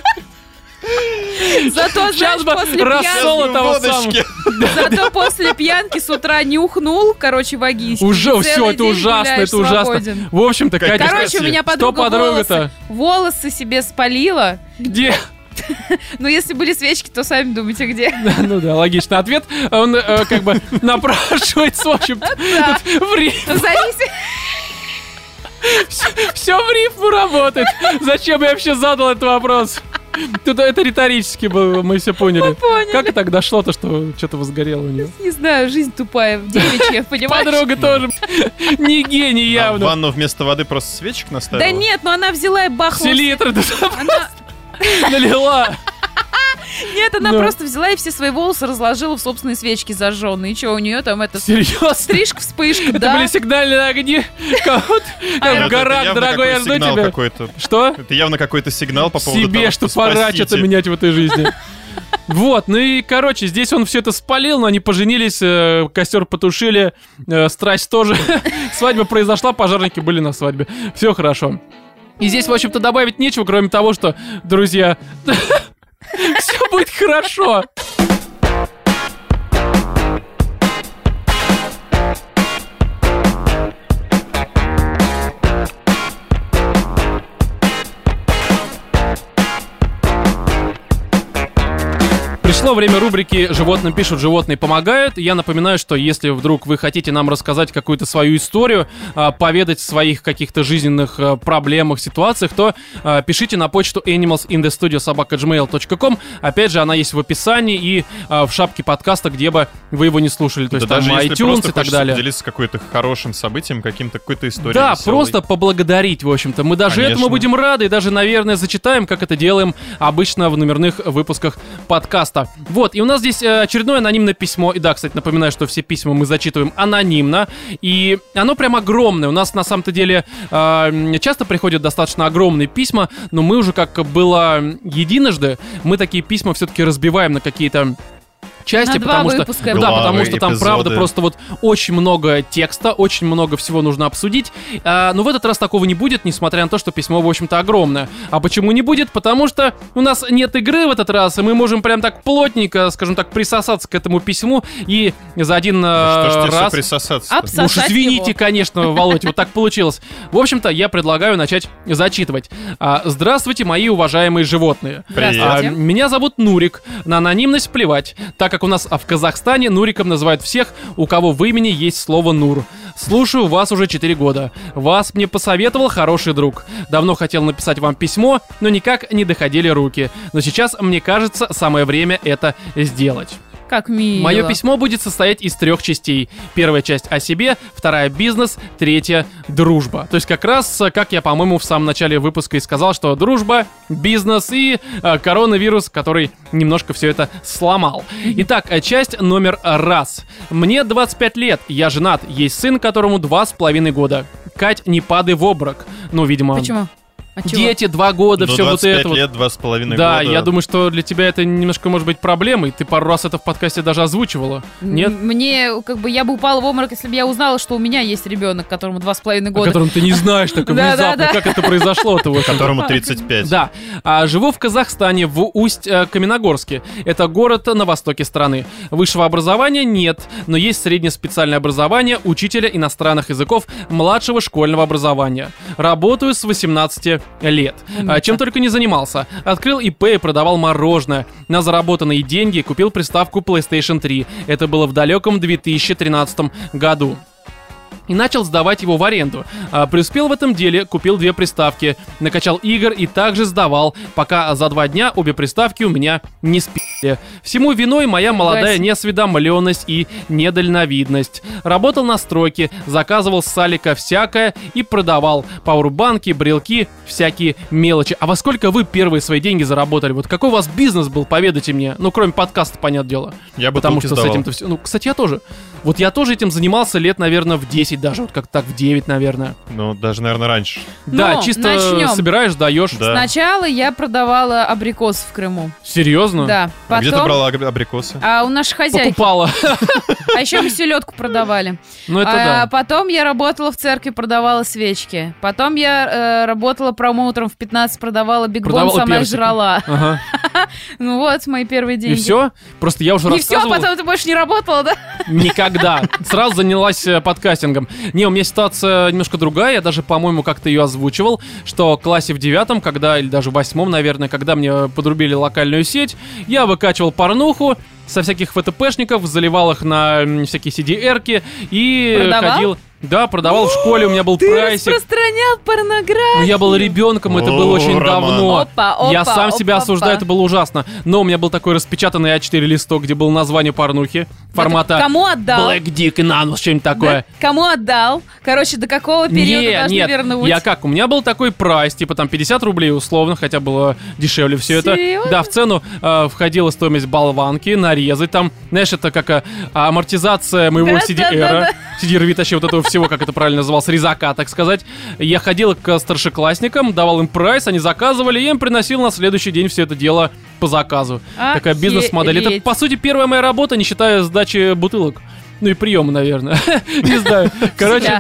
Зато, Сейчас знаешь, бы после рассол пьянки... того Водочки. Зато после пьянки с утра нюхнул, короче, вагинчик. Уже и все, целый это день ужасно, гуляешь это ужасно. свободен. В общем-то, Катя, Короче, у меня что подруга подруга-то? волосы себе спалила. Где? Но если были свечки, то сами думайте, где. Ну да, логичный ответ. Он как бы напрашивается, в общем, Да. в рифму. Зависит. Все в рифму работает. Зачем я вообще задал этот вопрос? Тут это риторически было, мы все поняли. Поняли. Как и так дошло-то, что что-то возгорело у нее? Не знаю, жизнь тупая, девичья, понимаешь? Подруга тоже не гений А в явно. ванну вместо воды просто свечек наставила? Да нет, но она взяла и бахнула. Селитры Она... налила. Нет, она Да. просто взяла и все свои волосы разложила в собственные свечки зажженные. И что, у нее там это... Серьезно? Стрижка, вспышка, Это да. были сигнальные огни. Кого-то Вот в это горах, явно дорогой, я какой жду сигнал тебя. какой-то. Что? Это явно какой-то сигнал по поводу Себе, того, что пора спасите. что-то менять в этой жизни. Вот, ну и, короче, здесь он все это спалил, но они поженились, костер потушили, страсть тоже. Свадьба произошла, пожарники были на свадьбе. Все хорошо. И здесь, в общем-то, добавить нечего, кроме того, что, друзья, все будет хорошо. Пришло время рубрики «Животным пишут, животные помогают». Я напоминаю, что если вдруг вы хотите нам рассказать какую-то свою историю, поведать о своих каких-то жизненных проблемах, ситуациях, то пишите на почту animalsinthestudio@gmail.com. Опять же, она есть в описании и в шапке подкаста, где бы вы его не слушали. То есть Да там даже если iTunes просто и так хочется далее. поделиться какой-то хорошим событием, какой-то историей Да, веселой. просто поблагодарить, в общем-то. Мы даже Конечно. этому будем рады и даже, наверное, зачитаем, как это делаем обычно в номерных выпусках подкаста. Вот, и у нас здесь очередное анонимное письмо. И да, кстати, напоминаю, что все письма мы зачитываем анонимно. И оно прям огромное. У нас, на самом-то деле, часто приходят достаточно огромные письма, но мы уже, как было единожды, мы такие письма все-таки разбиваем на какие-то части, На два потому что выпуска. да, Главы, потому что там эпизоды. правда просто вот очень много текста, очень много всего нужно обсудить. Но в этот раз такого не будет, несмотря на то, что письмо, в общем-то, огромное. А почему не будет? Потому что у нас нет игры в этот раз, и мы можем прям так плотненько, скажем так, присосаться к этому письму и за один Да что ж тебе раз... все присосаться? Абс- Ну уж сосать извините, его. конечно, Володь, вот так получилось. В общем-то, я предлагаю начать зачитывать. Здравствуйте, мои уважаемые животные. Здравствуйте. Меня зовут Нурик. На анонимность плевать, так как у нас в Казахстане Нуриком называют всех, у кого в имени есть слово Нур. Слушаю вас уже 4 года. Вас мне посоветовал хороший друг. Давно хотел написать вам письмо, но никак не доходили руки. Но сейчас, мне кажется, самое время это сделать. Как мило. Мое письмо будет состоять из 3 частей. Первая часть о себе, вторая бизнес, третья дружба. То есть как раз, как я, по-моему, в самом начале выпуска и сказал, что дружба, бизнес и коронавирус, который немножко все это сломал. Итак, часть номер 1. Мне 25 лет, я женат, есть сын, которому 2,5 года. Кать, не падай в обморок. Ну, видимо... Почему? Дети, 2 года, все вот это 25 лет, 2,5 года. Да, я думаю, что для тебя это немножко может быть проблемой. Ты пару раз это в подкасте даже озвучивала. Нет? Мне, я бы упала в обморок, если бы я узнала, что у меня есть ребенок, которому 2,5 года. О котором ты не знаешь так внезапно, как это произошло-то. Которому 35. Да. Живу в Казахстане, в Усть-Каменогорске. Это город на востоке страны. Высшего образования нет, но есть среднее специальное образование учителя иностранных языков младшего школьного образования. Работаю с 18 лет. Чем только не занимался. Открыл ИП и продавал мороженое. На заработанные деньги купил приставку PlayStation 3. Это было в далеком 2013 году. И начал сдавать его в аренду. Преуспел в этом деле, купил 2 приставки, накачал игр и также сдавал, пока за 2 дня обе приставки у меня не спили. Всему виной моя молодая неосведомленность и недальновидность. Работал на стройке, заказывал с Алика всякое и продавал пауэрбанки, брелки, всякие мелочи. А во сколько вы первые свои деньги заработали? Вот какой у вас бизнес был, поведайте мне. Ну, кроме подкаста, понятное дело. Я бы Потому что сдавал. с этим-то все... Ну, кстати, я тоже. Вот я тоже этим занимался лет, наверное, в 10 даже, вот как-так в 9, наверное. Ну, даже, наверное, раньше. Да, Ну, чисто начнем. собираешь, даешь. Да. Сначала я продавала абрикос в Крыму. Серьезно? Да. А где ты Потом... брала абрикосы? А у нашей хозяйки. Покупала. А еще мы селедку продавали. Ну это да. Потом я работала в церкви, продавала свечки. Потом я работала промоутером в 15, продавала бигбон, Продавала сама их персики. жрала. Ага. Ну вот, мои первые деньги. И все? Просто я уже Не все, рассказывал. потом ты больше не работала, да? Никогда. Сразу занялась подкастингом. Не, у меня ситуация немножко другая. Я даже, по-моему, как-то ее озвучивал, что в классе в 9, когда, или даже в 8, наверное, когда мне подрубили локальную сеть, я выкачивал порнуху со всяких ФТПшников, заливал их на всякие CDR-ки и Продавал? ходил... Да, продавал в школе, у меня был Ты прайсик. распространял порнографию. Ну, я был ребенком, это было О, очень Роман. давно. Опа, Я опа, сам себя опа. осуждаю, это было ужасно. Но у меня был такой распечатанный А4 листок, где было название порнухи, формата Кому отдал? Black Dick и Nanus, что-нибудь такое. Да? Кому отдал? Короче, до какого периода должны Нет, вернуть? я как, у меня был такой прайс, типа там 50 рублей условно, хотя было дешевле все это. Серьезно? Да, в цену входила стоимость болванки, нарезы там, знаешь, это как амортизация моего Да, CDR, да. CDR, точнее, вот этого всего, как это правильно называлось, резака, так сказать. Я ходил к старшеклассникам, давал им прайс, они заказывали, я им приносил на следующий день все это дело по заказу. Такая бизнес-модель. Это, Охереть. по сути, первая моя работа, не считая сдачи бутылок. Ну и приема, наверное. Не знаю. Короче, Себя.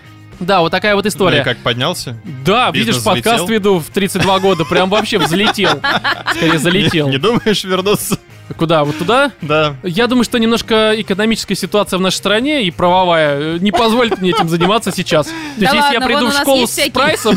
да, вот такая вот Ну и история. как, поднялся? Да, Бизнес видишь, подкаст взлетел? веду в 32 года, прям вообще взлетел. Скорее, залетел. Не думаешь вернуться? Куда, вот туда? Да. Я думаю, что немножко экономическая ситуация в нашей стране и правовая не позволит мне этим заниматься сейчас. То есть, если я ладно, приду вон у в нас школу есть с всякие- прайсом,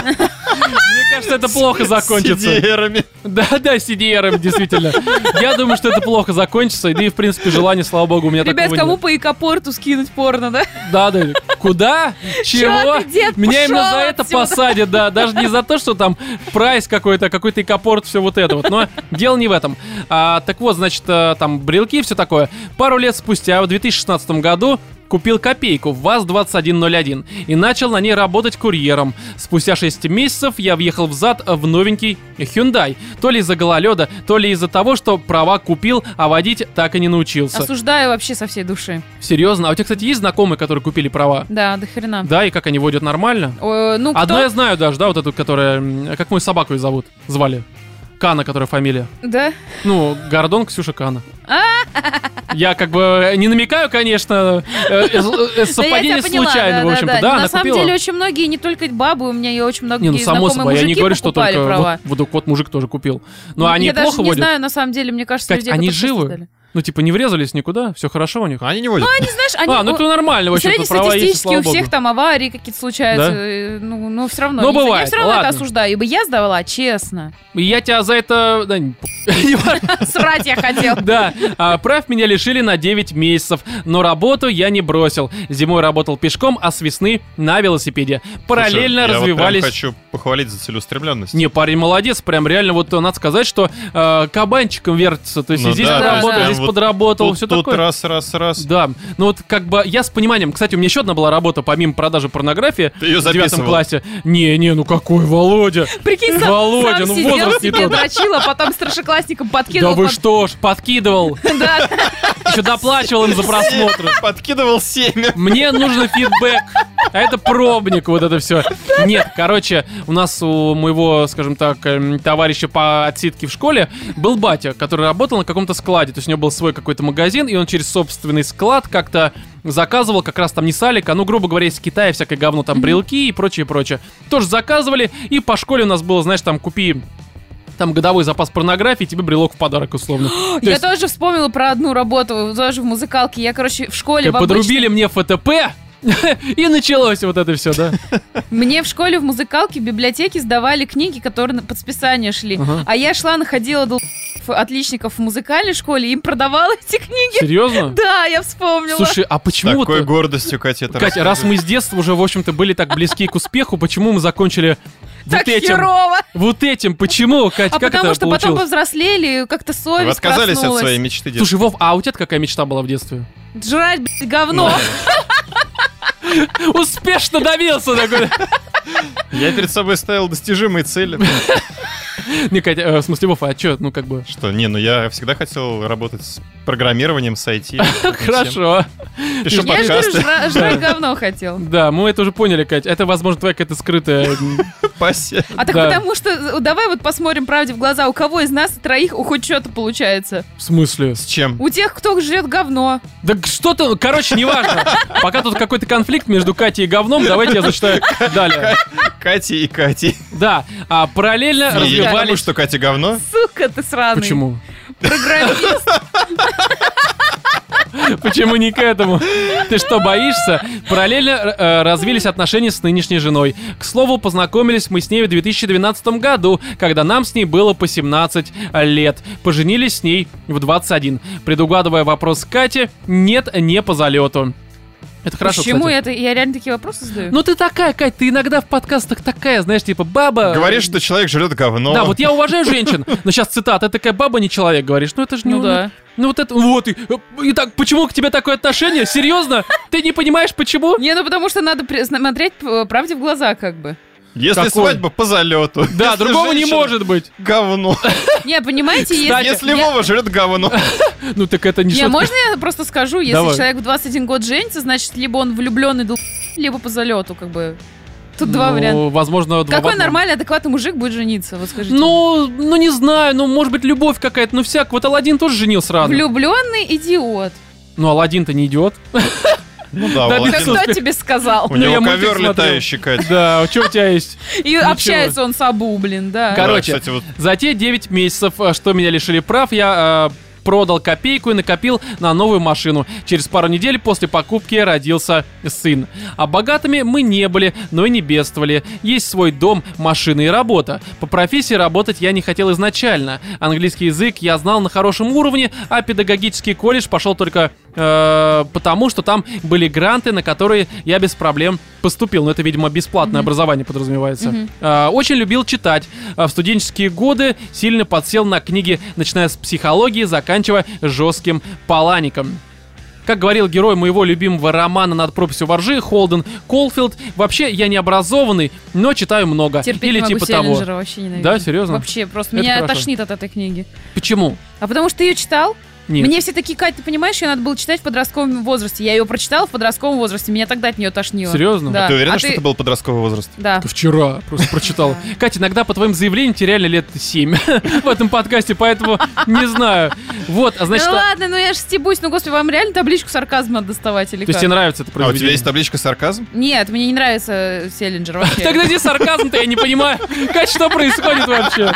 мне кажется, это плохо закончится. С CDR-ами. Да, CDR, действительно. Я думаю, что это плохо закончится, да и, в принципе, желание, слава богу, у меня Ребят, такого кому нет. по икопорту скинуть порно, да? Да. Куда? Чего? ты, дед, Меня именно пошел за это отсюда? посадят, да. Даже не за то, что там прайс какой-то икопорт, все вот это вот. Но дело не в этом. Так вот, значит, там брелки, все такое. Пару лет спустя, в 2016 году, купил копейку ВАЗ-2101 и начал на ней работать курьером. Спустя 6 месяцев я въехал взад в новенький Hyundai. То ли из-за гололеда, то ли из-за того, что права купил, а водить так и не научился. Осуждаю вообще со всей души. Серьезно? А у тебя, кстати, есть знакомые, которые купили права? Да, до хрена. Да, и как они водят нормально? Ну, Одну кто? я знаю даже, да, вот эту, которая... Как мою собаку ее зовут? Звали. Кана, которая фамилия. Да? Ну, Гордон Ксюша Кана. Я как бы не намекаю, конечно, совпадение Да, я тебя поняла, случайно, в общем-то. Да, она На самом купила. деле очень многие, не только бабы, у меня и очень многие Не, ну само знакомые собой, я не мужики говорю, что покупали только права. вот мужик тоже купил. Но они Я плохо даже не водят. знаю, на самом деле, мне кажется, Кать, людей, они которые просто живы? сдали. Ну, типа, не врезались никуда, все хорошо у них. Они не водят. Они, знаешь, они... Ну это нормально, в общем-то, права есть, и Среднестатистически слава у всех богу. там аварии какие-то случаются, Да? но все равно. Ну, Я бывает, все равно ладно. это осуждаю, ибо я сдавала, честно. И я тебя за это... Да, не важно. Срать я хотел. Да, прав меня лишили на 9 месяцев, но работу я не бросил. Зимой работал пешком, а с весны на велосипеде. Параллельно Слушай, развивались... Я вот прям хочу похвалить за целеустремленность. Не, парень молодец, прям реально вот надо сказать, что кабанчиком вертится, то есть Ну и здесь да, да, работа, да. здесь вот подработал, все тут такое. раз. Да, ну вот как бы я с пониманием, кстати, у меня еще одна была работа, помимо продажи порнографии. Ты ее в 9 записывал? классе. Не, ну какой, Володя? Прикинь, Володя, сам ну сидел возраст не себе, тот. дрочил, а потом старшеклассникам Да подкидывал. вы что ж, подкидывал. Да. Еще доплачивал им за просмотры. Подкидывал семя. Мне нужен фидбэк. А это пробник, вот это все. Нет, короче, у нас у моего, скажем так, товарища по отсидке в школе был батя, который работал на каком-то складе. То есть у него был свой какой-то магазин, и он через собственный склад как-то заказывал как раз там не салик, а, ну, грубо говоря, из Китая всякое говно, там брелки и прочее. Тоже заказывали, и по школе у нас было, знаешь, там купи там годовой запас порнографии, тебе брелок в подарок условно. Я тоже вспомнила про одну работу, тоже в музыкалке. Я, короче, в школе в подрубили мне ФТП, и началось вот это все, да? Мне в школе в музыкалке в библиотеке сдавали книги, которые под списание шли. А я шла, находила отличников в музыкальной школе, им продавала эти книги. Серьезно? Да, я вспомнила. Слушай, а почему Такой гордостью, Катя, это Катя, раз мы с детства уже, в общем-то, были так близки к успеху, почему мы закончили Так вот этим? херово. Вот этим, почему, Катя, А как потому это что потом получилось? повзрослели, как-то совесть Вы отказались от проснулась. своей мечты, детства? Слушай, Вов, а у тебя какая мечта была в детстве? Жрать, блядь, говно. Успешно добился такой. Я перед собой ставил достижимые цели. Не, Катя, в смысле, Вов, а что, ну как бы... Что, я всегда хотел работать с программированием, с IT. Хорошо. Пишу Я же говорю, подкасты. жрать говно хотел. Да, мы это уже поняли, Катя. Это, возможно, твоя какая-то скрытая... Пассия. А так Да. потому что, давай вот посмотрим правде в глаза, у кого из нас троих хоть что-то получается. В смысле? С чем? У тех, кто жрет говно. Да что-то, короче, неважно. Пока тут какой-то конфликт между Катей и говном, давайте я зачитаю далее. Катя и Катя. Да, а параллельно Я не думаю, развивались... что Катя говно. Сука ты сраный. Почему? Программист. Почему не к этому? Ты что, боишься? Параллельно развились отношения с нынешней женой. К слову, познакомились мы с ней в 2012 году, когда нам с ней было по 17 лет. Поженились с ней в 21. Предугадывая вопрос Кати, нет, не по залету. Это хорошо, Почему кстати. я реально такие вопросы задаю? Ну ты такая, Кать, ты иногда в подкастах такая, знаешь, типа баба... Говоришь, что человек жрет говно. Да, вот я уважаю женщин, но сейчас цитата, ты такая баба, не человек, говоришь. Ну это же не... Ну да. Ну вот это... Вот, и так, почему к тебе такое отношение? Серьезно? Ты не понимаешь, почему? Не, ну потому что надо смотреть правде в глаза, как бы. Если Какой? свадьба по залету. Да, Если другого не женщина может быть. Говно. Не, понимаете, Если Вова жрет говно. Ну так это не Не, шутка. можно я просто скажу, если Давай. человек в 21 год женится, значит, либо он влюбленный, либо по залету, как бы. Тут два варианта. Возможно, два в Какой одном. нормальный, адекватный мужик будет жениться? Вот скажите. Ну, не знаю, ну, может быть, любовь какая-то, ну, всяк. Вот Аладдин тоже женился рано. Влюбленный идиот. Ну, Аладдин-то не идиот. Ну да, Да, Владимир. без Да кто тебе сказал? У Ну, я него мультик ковер смотрел. летающий, Катя. Да, что у тебя есть? И общается он с Абу, блин, да. Короче, Да, кстати, вот за те 9 месяцев, что меня лишили прав, я продал копейку и накопил на новую машину. Через пару недель после покупки родился сын. А богатыми мы не были, но и не бедствовали. Есть свой дом, машина и работа. По профессии работать я не хотел изначально. Английский язык я знал на хорошем уровне, а педагогический колледж пошел только потому, что там были гранты, на которые я без проблем поступил. Но это, видимо, бесплатное образование подразумевается. Очень любил читать. В студенческие годы сильно подсел на книги, начиная с психологии, заканчивая жестким палаником. Как говорил герой моего любимого романа «Над пропастью воржи» Холден Колфилд, вообще я не образованный, но читаю много. Терпеть Или не могу типа того. Селлинджера, вообще ненавижу. Да, серьезно? Вообще, просто Это меня хорошо. тошнит от этой книги. Почему? А потому что ты ее читал? Нет. Мне все такие, Кать, ты понимаешь, ее надо было читать в подростковом возрасте. Я ее прочитала в подростковом возрасте, меня тогда от нее тошнило. Серьезно? Да. ты уверена, А что это был подростковый возраст? Да. Вчера просто прочитал. Катя, иногда по твоим заявлениям тебе реально лет 7 в этом подкасте, поэтому не знаю. Вот, а значит... Ну ладно, ну я ж стебусь, ну господи, вам реально табличку сарказма надо доставать или То есть как? тебе нравится это А у тебя произведение? есть табличка сарказм? Нет, мне не нравится Селлинджер вообще. Тогда где сарказм-то, я не понимаю. Катя, что происходит вообще?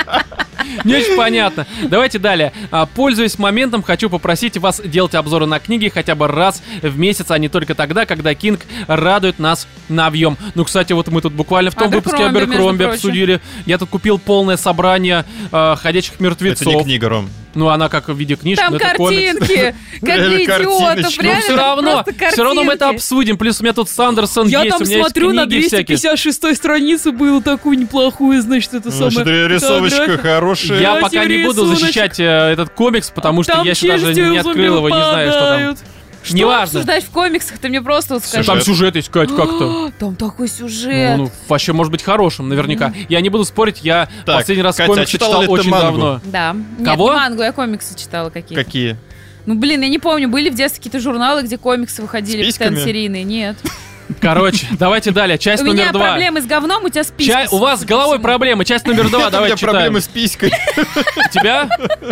Не очень понятно. Давайте далее. Пользуясь моментом, хочу попросить вас делать обзоры на книги хотя бы раз в месяц, а не только тогда, когда Кинг радует нас на объем. Ну, кстати, вот мы тут буквально в том выпуске Аберкромби, между Аберкромби прочим. обсудили. Я тут купил полное собрание ходячих мертвецов. Это не книга, Ром. Ну, она как в виде книжки, Там но это комикс. картинки, как для идиотов, Ну, реально. Все равно, просто все равно мы это картинки. обсудим. Плюс у меня тут Сандерсон Я есть, там у меня смотрю, на есть книги всякие. 256 странице было такую неплохую, значит, это Значит, самое... рисовочка фотография. хорошая. Я Я пока тебе не буду рисуночек. защищать этот комикс, потому что Там я еще даже челюсти не у открыл его, не знаю, что там. выпадают. Что Неважно. обсуждать в комиксах, ты мне просто вот скажи. Там сюжет есть, Кать, как-то. Там такой сюжет. Ну, вообще, может быть, хорошим, наверняка. Я не буду спорить, я Так, последний раз Катя, а комиксы читала читал ли ты очень мангу? давно. Да. Кого? Нет, не мангу, я комиксы читала какие-то. Какие? Ну, блин, я не помню, были в детстве какие-то журналы, где комиксы выходили, С письками? постоянно серийные? Нет. Короче, давайте далее. Часть У номер меня 2. проблемы с говном, у тебя список. У вас с головой проблемы. Часть номер 2, У меня давайте читаем. проблемы с писькой. У тебя?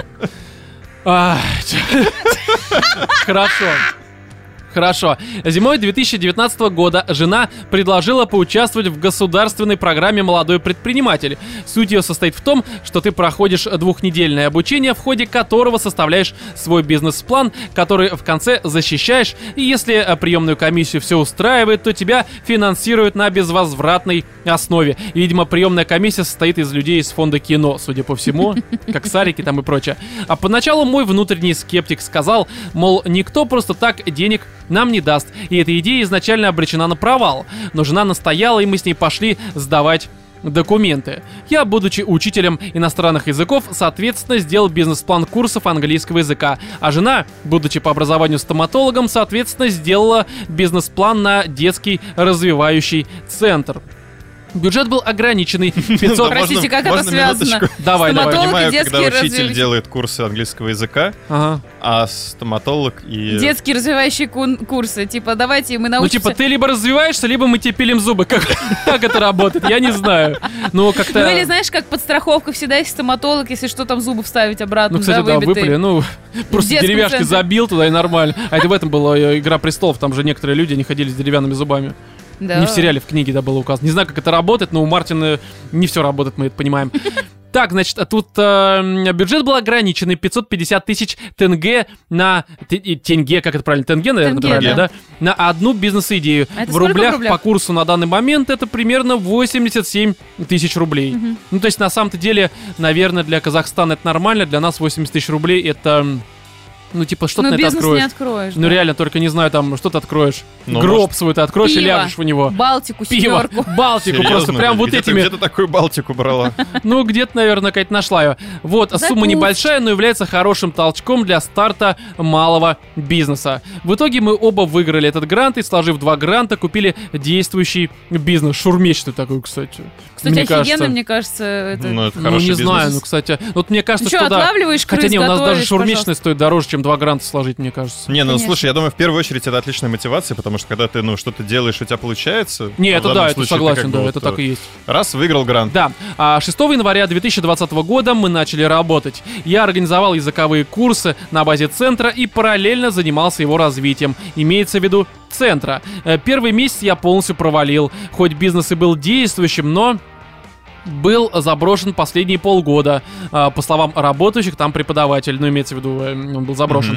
Ах, Хорошо. Хорошо. Зимой 2019 года жена предложила поучаствовать в государственной программе «Молодой предприниматель». Суть ее состоит в том, что ты проходишь двухнедельное обучение, в ходе которого составляешь свой бизнес-план, который в конце защищаешь, и если приемную комиссию все устраивает, то тебя финансируют на безвозвратной основе. И, видимо, приемная комиссия состоит из людей из фонда кино, судя по всему, как Сарики там и прочее. А поначалу мой внутренний скептик сказал, мол, никто просто так денег нам не даст, и эта идея изначально обречена на провал. Но жена настояла, и мы с ней пошли сдавать документы. Я, будучи учителем иностранных языков, соответственно, сделал бизнес-план курсов английского языка, а жена, будучи по образованию стоматологом, соответственно, сделала бизнес-план на детский развивающий центр. Бюджет был ограниченный. 500... Простите, как это можно связано? минуточку? Давай, Стоматолог давай. и Понимаю, детский когда учитель развивающий. делает курсы английского языка, Ага. а стоматолог и... Детские развивающие курсы. Типа, давайте мы Ну, научимся... типа, ты либо развиваешься, либо мы тебе пилим зубы. Как это работает? Я не знаю. Ну, как-то... Ну или знаешь, как подстраховка всегда есть стоматолог, если что, там зубы вставить обратно, Ну, кстати, да, выбитые. выпали. Ну, просто детском деревяшки центре. забил туда и нормально. А это в этом была «Игра престолов». Там же некоторые люди, они ходили с деревянными зубами. Да. Не в сериале, в книге, да, было указано. Не знаю, как это работает, но у Мартина не все работает, мы это понимаем. Так, значит, тут бюджет был ограниченный, 550 тысяч тенге на... Тенге, как это правильно? Тенге, наверное, Тенге, правильно, да. да? На одну бизнес-идею. А это В сколько в рублях рублях? по курсу на данный момент это примерно 87 тысяч рублей. Ну, то есть, на самом-то деле, наверное, для Казахстана это нормально, для нас 80 тысяч рублей это... Ну, типа, что ты Ну, на это бизнес откроешь? не откроешь. Ну, да. реально, только не знаю, там, что ты откроешь. Ну, Гроб может, свой ты откроешь и Пиво. ляжешь в него. Балтику, Пиво, семерку. Балтику, просто серьезно, прям вот где этими... Где ты такую Балтику брала? Ну, где-то, наверное, какая-то нашла ее. Вот, сумма Закусочки. небольшая, но является хорошим толчком для старта малого бизнеса. В итоге мы оба выиграли этот грант и, сложив 2 гранта, купили действующий бизнес. Шурмечный такой, кстати. Кстати, мне офигенно, кажется. мне кажется, это... Ну, это Ну, хороший не бизнес. знаю, ну, кстати. Вот мне кажется, Ну что, что да. отлавливаешь Хотя крыс, не, у нас даже готовишь, шурмечный пожалуйста. стоит дороже, чем 2 гранта сложить, мне кажется. Не, ну Конечно. слушай, я думаю, в первую очередь это отличная мотивация, потому что когда ты, ну, что-то делаешь, у тебя получается. Не, в это данном да, это случае ты согласен, как да, бы это вот, так и есть. Раз, выиграл грант. Да, а 6 января 2020 года мы начали работать. Я организовал языковые курсы на базе центра и параллельно занимался его развитием. Имеется в виду центра. Первый месяц я полностью провалил. Хоть бизнес и был действующим, но... был заброшен последние полгода. По словам работающих, там преподаватель, ну, имеется в виду, он был заброшен.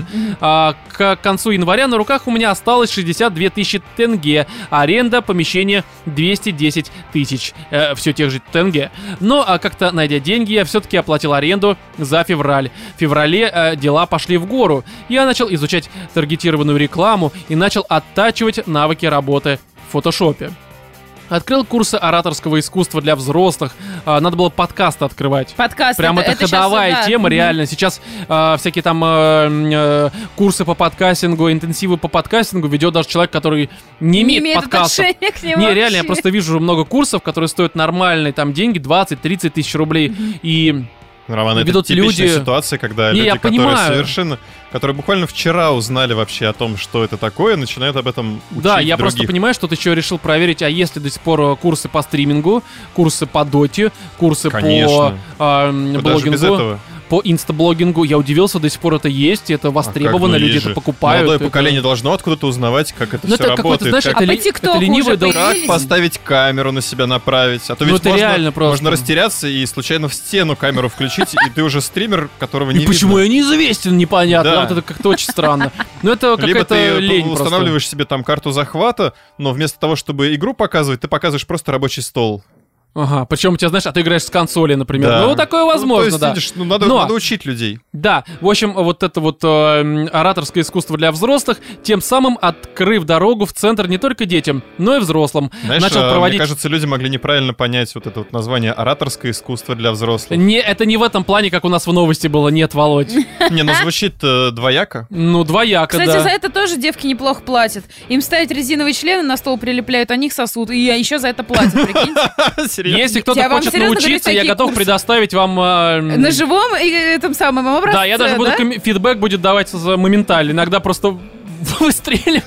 К концу января на руках у меня осталось 62 тысячи тенге, а аренда помещения 210 тысяч, все тех же тенге. Но как-то, найдя деньги, я все-таки оплатил аренду за февраль. В феврале дела пошли в гору. Я начал изучать таргетированную рекламу и начал оттачивать навыки работы в фотошопе. Открыл курсы ораторского искусства для взрослых. Надо было подкасты открывать. Подкаст. Прям это ходовая щас, да. тема, реально. Сейчас всякие там курсы по подкастингу, интенсивы по подкастингу ведет даже человек, который не имеет подкастов. отношения к нему Не, реально, я вообще. просто вижу много курсов, которые стоят нормальные там деньги, 20-30 тысяч рублей. И Роман, это ведут типичная люди- ситуация, когда Не, люди, я которые понимаю. совершенно... Которые буквально вчера узнали вообще о том, что это такое, начинают об этом учить да, я просто других. понимаю, что ты еще решил проверить, а есть ли до сих пор курсы по стримингу, курсы по доте, курсы Конечно. по Вот даже без блогингу, этого. по инстаблогингу. Я удивился, до сих пор это есть, это востребовано, А как, ну, люди есть это же. покупают. Молодое это- поколение должно откуда-то узнавать, как это Ну, все это какой-то, работает. знаешь, как... А это по ли- ТикТоку это ленивый уже дол- появились? Как поставить камеру на себя направить? А то Ну, ведь это реально просто. можно растеряться и случайно в стену камеру включить, и ты уже стример, которого не И почему видно. я неизвестен, непонятно. Да. Вот это как-то очень странно. Ну, это Либо какая-то ты лень просто. устанавливаешь себе там карту захвата, но вместо того, чтобы игру показывать, ты показываешь просто рабочий стол. Ага, причем у тебя, знаешь, ты играешь с консоли, например. Да. Ну, такое возможно, то есть, да. видишь, надо учить людей. Да, в общем, вот это вот ораторское искусство для взрослых, тем самым открыв дорогу в центр не только детям, но и взрослым. Знаешь, Начал проводить... мне кажется, люди могли неправильно понять вот это вот название «ораторское искусство для взрослых». Это не в этом плане, как у нас в новости было, нет, Володь. Не, ну звучит двояко. Ну, двояко, Кстати, да. за это тоже девки неплохо платят. Им ставят резиновые члены на стол, прилепляют, они их сосут. И еще за это платят, прикиньте. Серьезно? Если кто-то Я вам хочет серьезно говорю, научиться, я такие готов курсы. предоставить вам... На живом и этом самом образце, Да, я даже буду фидбэк будет давать моментально. Иногда просто выстреливать.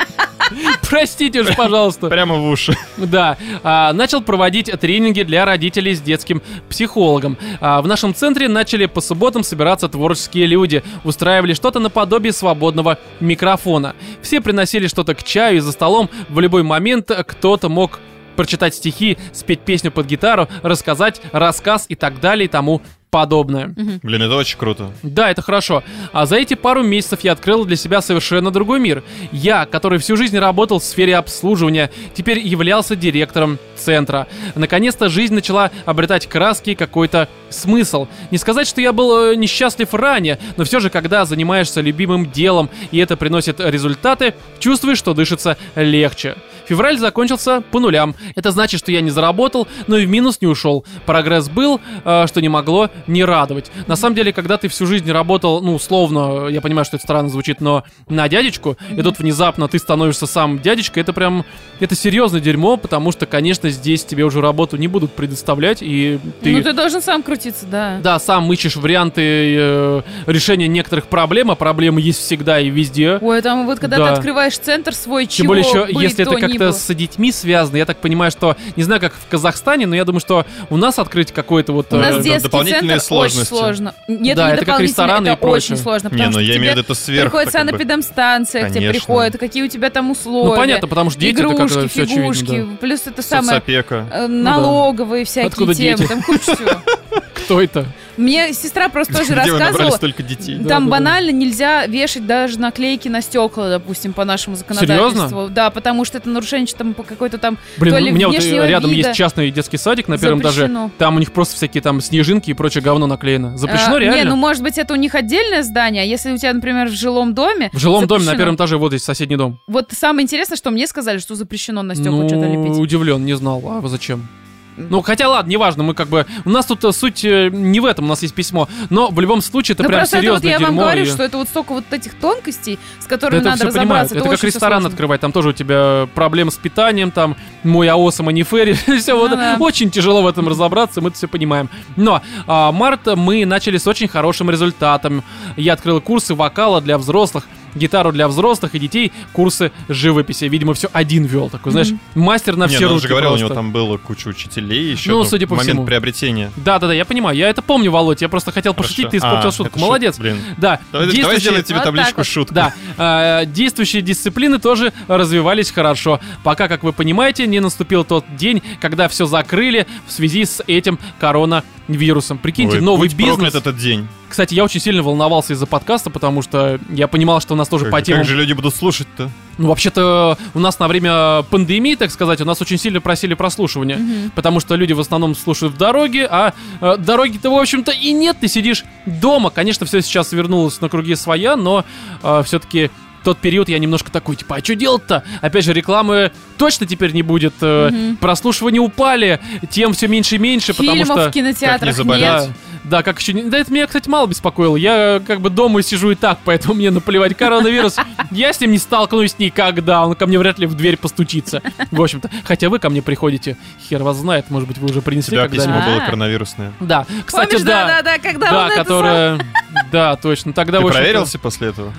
Простите уж, пожалуйста. Прямо в уши. Да, начал проводить тренинги для родителей с детским психологом. В нашем центре начали по субботам собираться творческие люди, устраивали что-то наподобие свободного микрофона. Все приносили что-то к чаю, и за столом в любой момент кто-то мог прочитать стихи, спеть песню под гитару, рассказать рассказ и так далее и тому подобное. Блин, это очень круто. Да, это хорошо. А за эти пару месяцев я открыл для себя совершенно другой мир. Я, который всю жизнь работал в сфере обслуживания, теперь являлся директором центра. Наконец-то жизнь начала обретать краски и какой-то смысл. Не сказать, что я был несчастлив ранее, но все же, когда занимаешься любимым делом и это приносит результаты, чувствуешь, что дышится легче. Февраль закончился по нулям. Это значит, что я не заработал, но и в минус не ушел. Прогресс был, что не могло не радовать. На самом деле, когда ты всю жизнь работал, ну, условно, я понимаю, что это странно звучит, но на дядечку, и тут внезапно ты становишься сам дядечкой, это прям, это серьезное дерьмо, потому что, конечно, здесь тебе уже работу не будут предоставлять, и ты... Ну, ты должен сам крутиться, да. Да, сам ищешь варианты решения некоторых проблем, а проблемы есть всегда и везде. Ой, там вот когда Да. ты открываешь центр свой, Тем чего более еще, бы если то это ни как-то было. с детьми связано, я так понимаю, что, не знаю, как в Казахстане, но я думаю, что у нас открыть какой-то вот... У нас Да, детский дополнительные центр очень сложности. сложно. Нет, Да, не это как дополнительно, рестораны это и прочее. очень сложно, Не, потому ну что я имею в тебе виду это сверху. приходится как бы. санэпидемстанция к тебе Конечно. приходит, какие у тебя там условия. Ну, понятно, потому что дети, это игрушки, как-то всё очевидно, фигушки, плюс это самое Соцопека. налоговые всякие Откуда темы, дети? там куча всего. Кто это? Мне сестра просто тоже Где вы набрали рассказывала, столько детей? там Да. банально нельзя вешать даже наклейки на стекла, допустим, по нашему законодательству. Серьезно? Да, потому что это нарушение там по какой-то там Блин, то ли у меня вот внешнего рядом вида. есть частный детский садик на первом этаже. Запрещено. Там у них просто всякие там снежинки и прочее говно наклеено. Запрещено реально? Не, ну может быть это у них отдельное здание, а если у тебя, например, в жилом доме... В жилом доме на запрещено. первом этаже вот есть соседний дом. Вот самое интересное, что мне сказали, что запрещено на стекла Ну, что-то лепить. удивлен, не знал. А вы зачем? Ну, хотя ладно, неважно, мы как бы... У нас тут суть не в этом, у нас есть письмо. Но в любом случае это Ну, прям просто это вот серьезное я вам дерьмо. говорю, и- что это вот столько вот этих тонкостей, с Да которыми это надо все понимаю. разобраться. Это как очень всё ресторан сложно. открывать. Там тоже у тебя проблемы с питанием, там мой аос, манифери. Все вот да. очень тяжело в этом разобраться, мы это все понимаем. Но март мы начали с очень хорошим результатом. Я открыл курсы вокала для взрослых, гитару для взрослых и детей, курсы живописи. Видимо, все один вел. Такой, знаешь, мастер на Не, все ну он руки же говорил, у просто. него там было куча учителей еще. Ну, судя по в момент всему. приобретения. Да, я понимаю. Я это помню, Володь. Я просто хотел пошутить, ты испортил А, шутку. это Молодец. Блин. Да, Давай действующие- сделаем тебе Вот так табличку вот. шутку. Да, действующие дисциплины тоже развивались хорошо. Пока, как вы понимаете, не наступил тот день, когда все закрыли в связи с этим коронавирусом. Прикиньте, Ой, новый будь бизнес. проклят этот день. Кстати, я очень сильно волновался из-за подкаста, потому что я понимал, что у нас тоже по Как темам... же люди будут слушать-то? Ну, вообще-то, у нас на время пандемии, так сказать, у нас очень сильно просили прослушивания. Потому что люди в основном слушают в дороге, а дороги-то, в общем-то, и нет. Ты сидишь дома. Конечно, все сейчас вернулось на круги своя, но все-таки... тот период я немножко такой, типа, а что делать-то? Опять же, рекламы точно теперь не будет. Прослушивания упали, тем все меньше и меньше, потому Фильмов что... в кинотеатрах как не заболеть? нет. Да, как еще... Да, это меня, кстати, мало беспокоило. Я как бы дома сижу и так, поэтому мне наплевать. Коронавирус, я с ним не столкнусь никогда. Он ко мне вряд ли в дверь постучится. В общем-то. Хотя вы ко мне приходите. Хер вас знает, может быть, вы уже принесли Да, письмо когда-нибудь. было коронавирусное. Да, кстати, Помнишь, да. да, когда Да, он это которая... Да, точно. Тогда, Ты в общем-то, проверился после этого?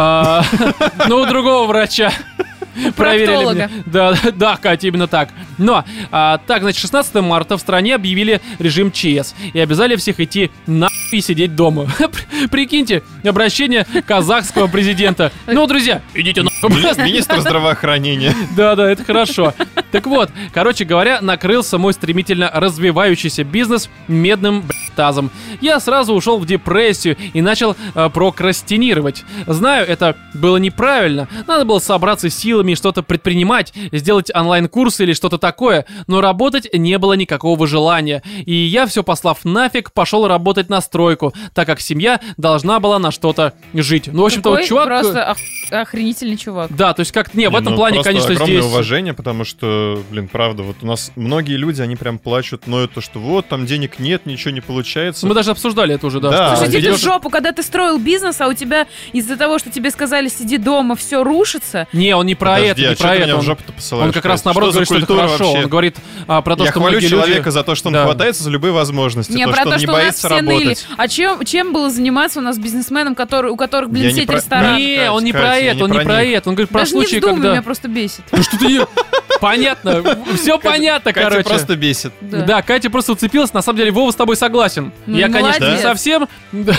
Ну, у другого врача. Проверили проктолога. мне. Да, Катя, именно так. Но, так, значит, 16 марта в стране объявили режим ЧС и обязали всех идти нахуй и сидеть дома. Прикиньте, обращение казахского президента. Ну, друзья, идите нахуй. Министр здравоохранения. Да, это хорошо. Так вот, короче говоря, накрылся мой стремительно развивающийся бизнес медным тазом. Я сразу ушел в депрессию и начал прокрастинировать. Знаю, это было неправильно. Надо было собраться силами и что-то предпринимать, сделать онлайн-курсы или что-то такое, но работать не было никакого желания. И я, все послав нафиг, пошел работать на стройку, так как семья должна была на что-то жить. Ну, в общем-то, вот чувак... Просто охренительный чувак. Да, то есть как... Не, в этом плане, конечно, огромное здесь... уважение, потому что, правда, вот у нас многие люди, они прям плачут, ноют то, что вот, там денег нет, ничего не получается. Мы даже обсуждали это уже, да. Да. Слушай, иди идёшь- в жопу, когда ты строил бизнес, а у тебя из-за того, что тебе сказали сиди дома, все рушится. Не, он не про Подожди, это, не а чё про ты это. меня в Он, жопу-то посылаешь? он как раз Что наоборот за говорит, что это культура хорошо. вообще? Он говорит про то, Я что хвалю многие человека люди... за то, что он Да. хватается за любые возможности, Не, то, про что то, он не что у нас боится все ныли. работать. А чем было заниматься у нас бизнесменам, у которых, блин, Я не сеть про- ресторанов? Не, он не Катя, про я это, не он не про про них. это. Он говорит про Даже не случаи, вздумай, когда... меня просто бесит. Ну что ты... Понятно, все понятно, Катя короче. просто бесит. Да, Катя просто уцепилась. На самом деле, Вова с тобой согласен. Ну, Я, конечно, не молодец. совсем... Да.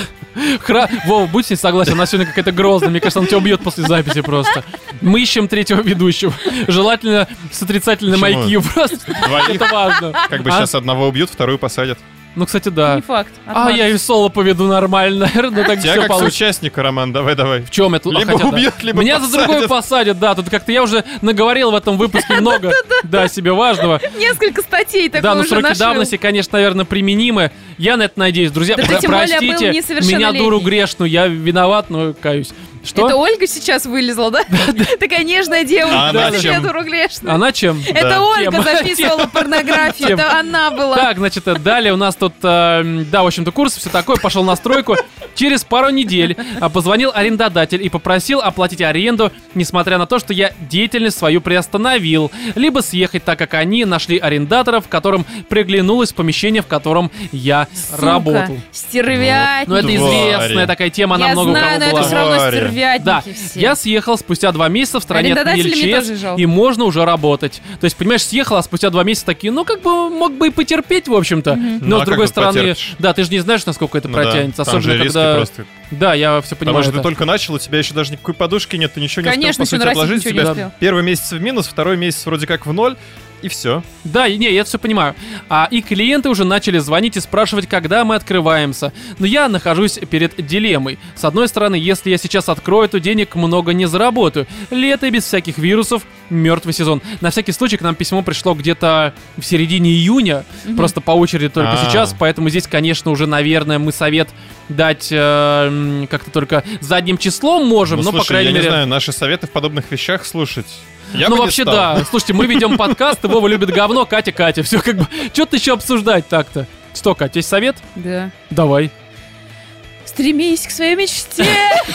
Вова, будь с ней согласен, она сегодня какая-то грозная. Мне кажется, он тебя убьет после записи просто. Мы ищем третьего ведущего. Желательно с отрицательным Почему? IQ просто. Двоих. Это важно. Как бы А? сейчас одного убьют, вторую посадят. Ну, кстати, да. Не факт. А, я и соло поведу нормально, наверное, так Тебя все как получится. соучастника, Роман, давай. В чем это? Либо Хотя, да. убьют, либо Меня за другое посадят. посадят, да. Тут как-то я уже наговорил в этом выпуске много, да, себе важного. Несколько статей Да, такой но уже сроки нашил. давности, конечно, наверное, принимы. Я на это надеюсь. Друзья, Да ты тем более был простите, меня несовершеннолетний. дуру грешную, я виноват, но каюсь. Что? Это Ольга сейчас вылезла, да? Такая нежная девушка. А она да, чем? я дура грешная. Она чем? Это Да. Ольга Тема. записывала порнографию, Тема. это она была. Так, значит, далее у нас тут, да, в общем-то, курс, все такое, пошел на стройку. Через пару недель позвонил арендодатель и попросил оплатить аренду, несмотря на то, что я деятельность свою приостановил. Либо съехать, так как они нашли арендаторов, которым приглянулось помещение, в котором я Сука, работал. Стервятники. Ну, это Твари. известная такая тема, она Я много у знаю, но кого это была. все равно Твари. стервятники Да, все. я съехал спустя 2 месяца, в стране отменили Арендодателей мне ЧС, тоже жалко. и можно уже работать. То есть, понимаешь, съехал, а спустя 2 месяца такие, ну, как бы, мог бы и потерпеть, в общем-то. Ну, Но, а с как другой тут стороны, потерпишь? да, ты же не знаешь, насколько это Ну да, протянется. там Особенно, же риски когда... просто. Да, я все понимаю. Потому что ты это. только начал, у тебя еще даже никакой подушки нет, ты ничего не Конечно, успел, еще по сути, нарастить отложить. У ничего не тебя успел. первый месяц в минус, второй месяц вроде как в ноль, и все. Да, не, я это все понимаю. И клиенты уже начали звонить и спрашивать, когда мы открываемся. Но я нахожусь перед дилеммой. С одной стороны, если я сейчас открою, то денег много не заработаю. Лето без всяких вирусов, мертвый сезон. На всякий случай к нам письмо пришло где-то в середине июня, просто по очереди только А. сейчас, поэтому здесь, конечно, уже, наверное, мы совет дать как-то только задним числом можем, Ну, но, слушай, по крайней я мере... не знаю, наши советы в подобных вещах слушать. Я Ну, бы не вообще, стал. да. Слушайте, мы ведем подкаст, и Вова любит говно, Катя. Все как бы... Что-то еще обсуждать так-то. Что, Катя, есть совет? Да. Давай. Стремись к своей мечте.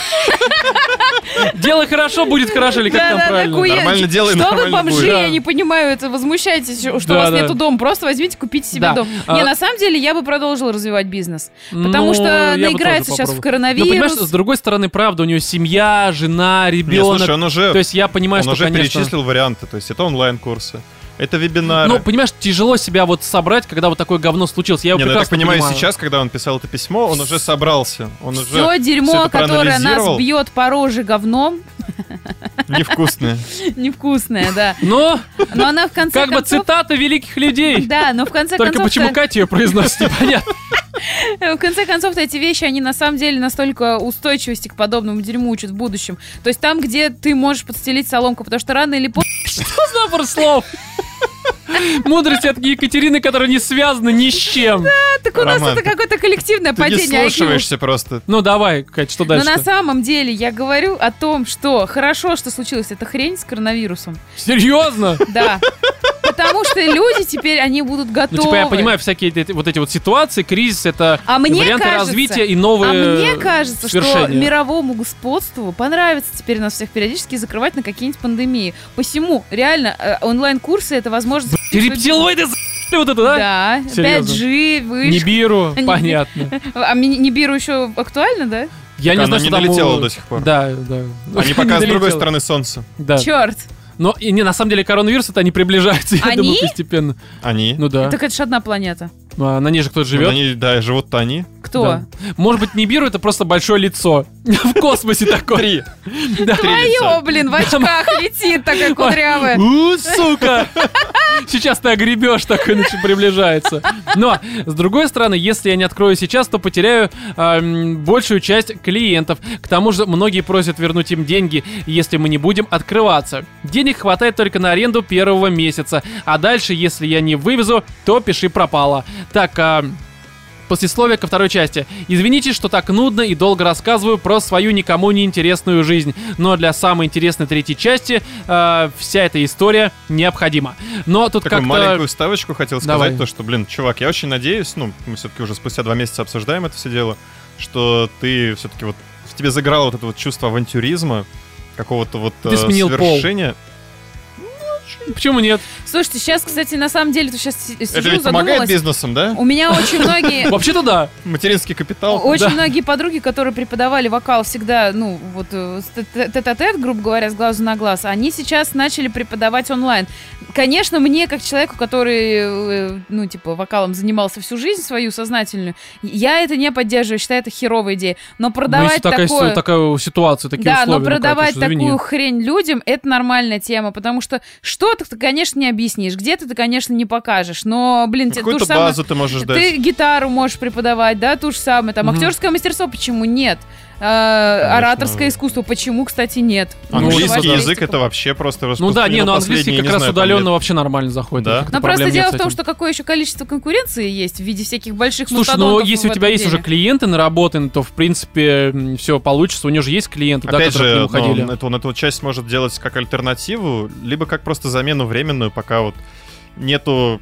Делай хорошо, будет хорошо, или как там правильно? куе- Нормально делай, Что вы, нормально бомжи, будет. я Да. не понимаю, это возмущаетесь, что у Да, вас да. нету дома. Просто возьмите, купите себе Да. дом. А- Не, на самом деле, я бы продолжила развивать бизнес. Ну, Потому что я бы наиграется тоже сейчас в попробовал. коронавирус. Ну, понимаешь, с другой стороны, правда, у нее семья, жена, Не, ребенок. слушай, он уже, То есть я понимаю, он что, уже конечно... перечислил варианты. То есть это онлайн-курсы, это вебинары. Ну, понимаешь, тяжело себя вот собрать, когда вот такое говно случилось. Я его Не, ну я так прекрасно понимаю, сейчас, когда он писал это письмо, он уже собрался. Он уже Все всё дерьмо, это которое нас проанализировал. бьет по роже говном, Невкусное. невкусное, да. Но, Но она в конце как бы концов... цитата великих людей. Да, но в конце Только концов... почему Катя ее произносит, непонятно. В конце концов, эти вещи, они на самом деле настолько устойчивости к подобному дерьму учат в будущем. То есть там, где ты можешь подстелить соломку, потому что рано или поздно... Что за набор слов? Мудрость от Екатерины, которая не связана ни с чем. Так у нас Роман, это какое-то коллективное Ты не падение IQ. слушаешься просто. Ну давай, Кать, что Но дальше? на самом деле я говорю о том, что хорошо, что случилась эта хрень с коронавирусом. Серьезно? Да. Потому что люди теперь, они будут готовы. Ну, типа, я понимаю, всякие вот эти вот ситуации, кризис, это А мне варианты кажется- развития и новые мне кажется, что свершения. мировому господству понравится теперь нас всех периодически закрывать на какие-нибудь пандемии. Посему, реально, онлайн-курсы — это возможность... Рептилоиды за***ли вот это, да? Да, Серьезно? 5G, вышка. Нибиру, Нибиру. понятно. А Нибиру еще актуально, да? Я не Она знаю, не что там... долетела до сих пор. Да, да. Они пока с другой долетела. стороны солнца. Да. Черт. Но, и не, на самом деле, коронавирус, это они приближаются, я Они? думаю, постепенно. Они? Ну да. Так это же одна планета. На ней же кто-то Вот живет. они, да, живут-то они. Кто? Да. Может быть, Нибиру это просто большое лицо. В космосе такое. 3. Да. Твое, блин, в очках летит такая кудрявая. Сука! Сейчас ты огребешь, такой приближается. Но, с другой стороны, если я не открою сейчас, то потеряю большую часть клиентов. К тому же, многие просят вернуть им деньги, если мы не будем открываться. Денег хватает только на аренду первого месяца. А дальше, если я не вывезу, то пиши пропало. Так, послесловие ко второй части. Извините, что так нудно и долго рассказываю про свою никому не интересную жизнь, но для самой интересной третьей части вся эта история необходима. Но тут такую как-то... маленькую ставочку хотел сказать, Давай. то, что, чувак, я очень надеюсь, мы все-таки уже спустя 2 месяца обсуждаем это все дело, что ты все-таки вот в тебе заиграло вот это вот чувство авантюризма, какого-то вот Ты сменил совершения. Почему нет? Слушайте, сейчас, кстати, на самом деле, сейчас сижу, Это ведь помогает задумалась. бизнесом, да? У меня очень многие... Вообще-то да. Материнский капитал. Очень многие подруги, которые преподавали вокал всегда, тет-а-тет, грубо говоря, с глазу на глаз, они сейчас начали преподавать онлайн. Конечно, мне, как человеку, который, вокалом занимался всю жизнь свою сознательную, я это не поддерживаю, считаю, это херовая идея. Но продавать такая ситуация, такие условия. Да, но продавать Катюш, извини. такую хрень людям, это нормальная тема, потому что что-то ты, конечно, не объяснишь, где-то ты, конечно, не покажешь, но, тебе Какую-то базу ты можешь дать. Ты гитару можешь преподавать, да, ту же самую, там, актерское мастерство, почему нет? Ораторское искусство, почему, кстати, нет? Английский язык — это вообще просто распустили. Английский как раз удаленно вообще нормально заходит. Да? Но просто дело в том, что какое еще количество конкуренции есть в виде всяких больших Слушай, мастодонтов если у тебя есть уже клиенты наработаны, то, в принципе, все получится. У него же есть клиенты, опять которые к нему ходили. Он эту часть может делать как альтернативу, либо как просто замену временную, пока вот нету...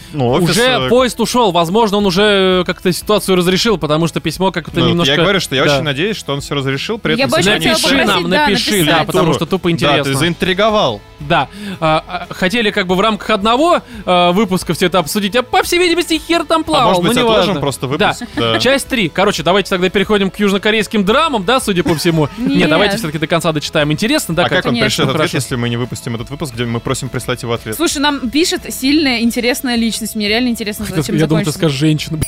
Уже поезд ушел, возможно, он уже как-то ситуацию разрешил, потому что письмо как-то немножко... Я говорю, что я очень надеюсь, что он все разрешил, при этом... Напиши, потому что тупо интересно. Да, ты заинтриговал. Да, хотели как бы в рамках одного выпуска все это обсудить, а по всей видимости хер там плавал, может быть, отложим просто выпуск. Да. Часть 3. Короче, давайте тогда переходим к южнокорейским драмам, да, судя по всему. Нет, давайте все-таки до конца дочитаем. Интересно, да? А как он пришлет ответ, если мы не выпустим этот выпуск, где мы просим прислать его ответ? Слушай, нам пишет сильная, интересная личность. Мне реально интересно, зачем закончится. Я думаю, ты скажешь женщина.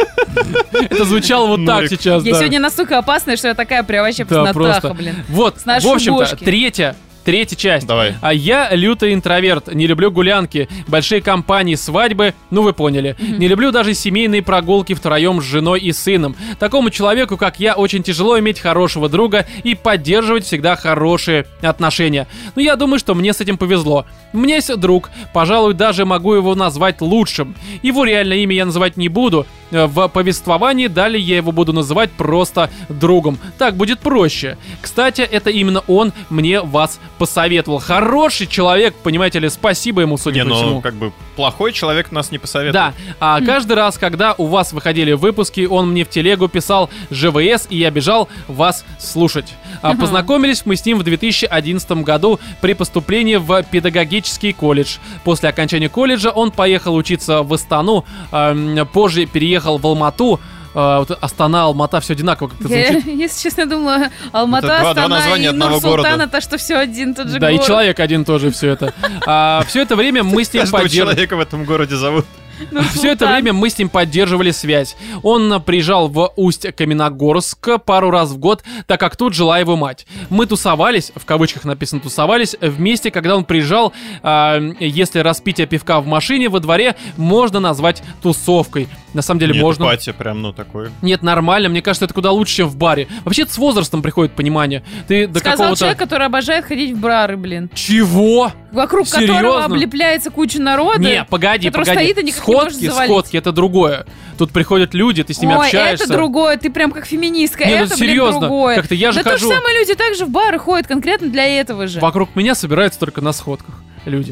Это звучало вот так сейчас, да. Я сегодня настолько опасная, что я такая прям вообще паснотаха, блин. Вот, в общем-то, третья часть. Давай. А я лютый интроверт, не люблю гулянки, большие компании, свадьбы, вы поняли. Не люблю даже семейные прогулки втроем с женой и сыном. Такому человеку, как я, очень тяжело иметь хорошего друга и поддерживать всегда хорошие отношения. Но я думаю, что мне с этим повезло. У меня есть друг, пожалуй, даже могу его назвать лучшим. Его реальное имя я называть не буду. В повествовании далее я его буду называть просто другом. Так будет проще. Кстати, это именно он мне вас посоветовал. Хороший человек, понимаете ли, спасибо ему, судя по всему. как бы плохой человек нас не посоветует. Да, а каждый раз, когда у вас выходили выпуски, он мне в телегу писал ЖВС, и я бежал вас слушать. Познакомились мы с ним в 2011 году при поступлении в педагогический колледж. После окончания колледжа он поехал учиться в Астану, позже переехал в Алмату. Астана, Алмата, все одинаково как-то звучит. Я, если честно, думала, Алмата, Астана и Нур-Султан, это что все один тот же город. Да, и человек один тоже все это. Все это время мы с ним поддерживали... человека в этом городе зовут. Все это время мы с ним поддерживали связь. Он приезжал в Усть-Каменогорск пару раз в год, так как тут жила его мать. Мы тусовались, в кавычках написано тусовались, вместе, когда он приезжал. Если распитие пивка в машине во дворе можно назвать тусовкой. На самом деле можно. Нет, пати прям, такой. Нет, нормально, мне кажется, это куда лучше, чем в баре. Вообще, это с возрастом приходит понимание. Ты до сказал человек, который обожает ходить в бары, блин. Чего? Вокруг которого облепляется куча народа. Не, погоди. Стоит и никак не может завалить. Сходки, это другое. Тут приходят люди, ты с ними общаешься. Это другое, ты прям как феминистка. Это, серьезно, другое. Как-то я же хожу. То же самое люди также в бары ходят конкретно для этого же. Вокруг меня собираются только на сходках люди.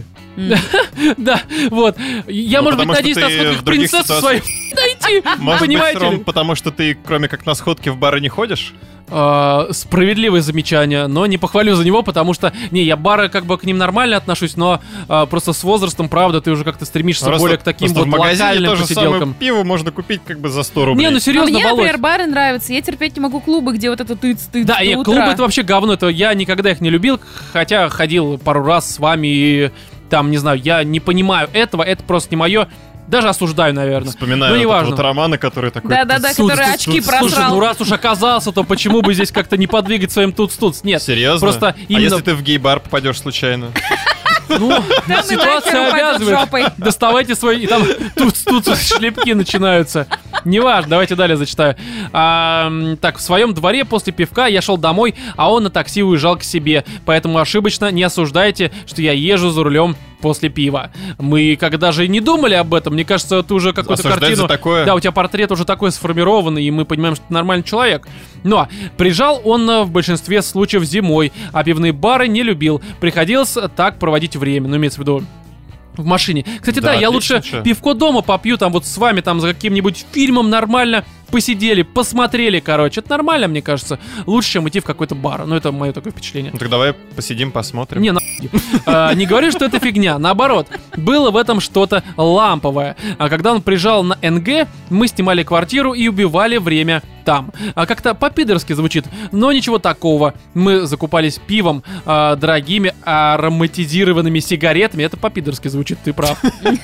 Да, вот. Я, может быть, надеюсь на сходках принцессу свою найти. Понимаете ли? Потому что ты, кроме как на сходки, в бары не ходишь? Справедливое замечание, но не похвалю за него, потому что, я бары как бы к ним нормально отношусь, но просто с возрастом, правда, ты уже как-то стремишься более к таким вот локальным посиделкам. Пиво можно купить как бы за 100 рублей. Не, серьезно, мне, например, бары нравятся, я терпеть не могу клубы, где вот это тыц-тыц. Да, клубы это вообще говно, это я никогда их не любил, хотя ходил пару раз с вами и там, не знаю, я не понимаю этого, это просто не мое. Даже осуждаю, наверное. Вспоминаю вот Романа, который такой... Да-да-да, который очки просрал. Слушай, раз уж оказался, то почему бы здесь как-то не подвигать своим туц-туц? Нет. Серьезно? Просто именно... А если ты в гей-бар попадешь случайно? Ну, Там и нахер ситуация упадет обязывает. жопой. Доставайте свои... И там тут шлепки начинаются. Неважно, давайте далее зачитаю. Так, в своем дворе после пивка я шел домой, а он на такси уезжал к себе. Поэтому ошибочно не осуждайте, что я езжу за рулем после пива. Мы когда же не думали об этом, мне кажется, ты уже какую-то Осуждать картину... за такое? Да, у тебя портрет уже такой сформированный, и мы понимаем, что ты нормальный человек. Но приезжал он в большинстве случаев зимой, а пивные бары не любил. Приходилось так проводить время, ну, имеется в виду в машине. Кстати, да, я отлично, лучше чё? пивко дома попью, там вот с вами, там за каким-нибудь фильмом нормально посидели, посмотрели, короче. Это нормально, мне кажется. Лучше, чем идти в какой-то бар. Ну, это мое такое впечатление. Ну так давай посидим, посмотрим. Не, не говорю, что это фигня. Наоборот, было в этом что-то ламповое. А когда он приезжал на НГ, мы снимали квартиру и убивали время там. А как-то по-пидорски звучит, но ничего такого. Мы закупались пивом, дорогими ароматизированными сигаретами. Это по-пидорски звучит, ты прав.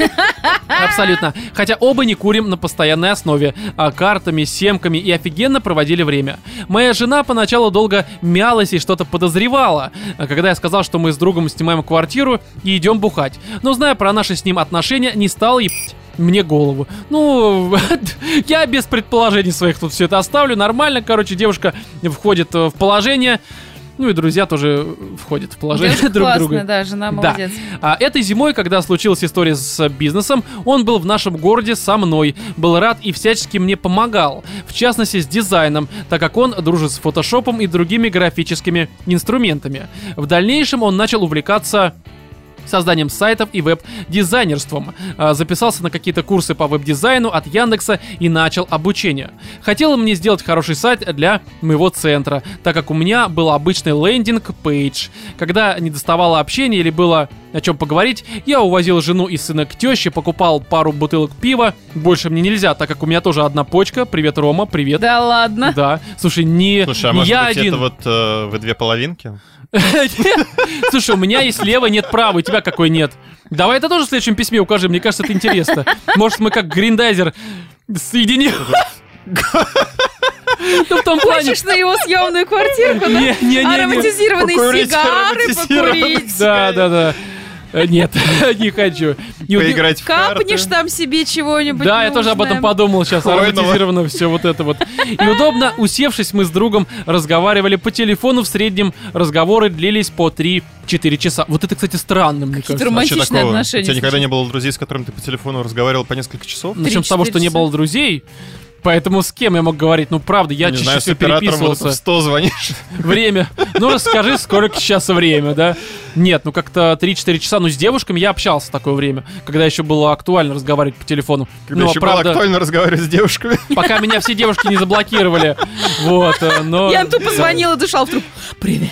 Абсолютно. Хотя оба не курим на постоянной основе, картами, семками и офигенно проводили время. Моя жена поначалу долго мялась и что-то подозревала, когда я сказал, что мы с другом снимаем квартиру и идем бухать. Но зная про наши с ним отношения, не стала ебать мне голову. Ну, я без предположений своих тут все это оставлю. Нормально, короче, девушка входит в положение. Ну и друзья тоже входят в положение Девушка друг классная, друга. да, жена молодец. Да. Этой зимой, когда случилась история с бизнесом, он был в нашем городе со мной, был рад и всячески мне помогал, в частности с дизайном, так как он дружит с фотошопом и другими графическими инструментами. В дальнейшем он начал увлекаться созданием сайтов и веб-дизайнерством. Записался на какие-то курсы по веб-дизайну от Яндекса и начал обучение. Хотел мне сделать хороший сайт для моего центра, так как у меня был обычный лендинг-пейдж. Когда не доставало общения или было о чем поговорить, я увозил жену и сына к теще, покупал пару бутылок пива. Больше мне нельзя, так как у меня тоже одна почка. Привет, Рома, привет. Да ладно. Да. Слушай, не Слушай, а не может я быть один. это вот вы две половинки? Слушай, у меня есть левый, нет правый, у тебя какой нет? Давай это тоже в следующем письме укажи, мне кажется, это интересно. Может, мы как Гриндайзер соединим? Ну, в том плане... Хочешь на его съемную квартирку, да? Не. Ароматизированные Покурить сигары ароматизированные покурить. Да. Нет, не хочу. Поиграть в карты? Капнешь там себе чего-нибудь. Да, я тоже об этом нужное. подумал сейчас, Хвойного. ароматизировано все вот это вот. И удобно, усевшись, мы с другом разговаривали по телефону, в среднем разговоры длились по 3-4 часа. Вот это, кстати, странно, мне Какие-то кажется. А что романтичные такого? отношения. У тебя никогда слушай. не было друзей, с которыми ты по телефону разговаривал по несколько часов? Начнем с того, 3-4 что не часа. было друзей. Поэтому с кем я мог говорить? Ну, правда, я Не чаще знаю, с всего оператором вот переписывался. в 100 звонишь. Время. Ну, расскажи, сколько сейчас время, да? Нет, ну как-то 3-4 часа. Ну, с девушками я общался в такое время, когда еще было актуально разговаривать по телефону. Когда Ну, еще было правда, актуально разговаривать с девушками. пока меня все девушки не заблокировали. Вот, но... Я тупо звонила, дышал в трубку. Привет.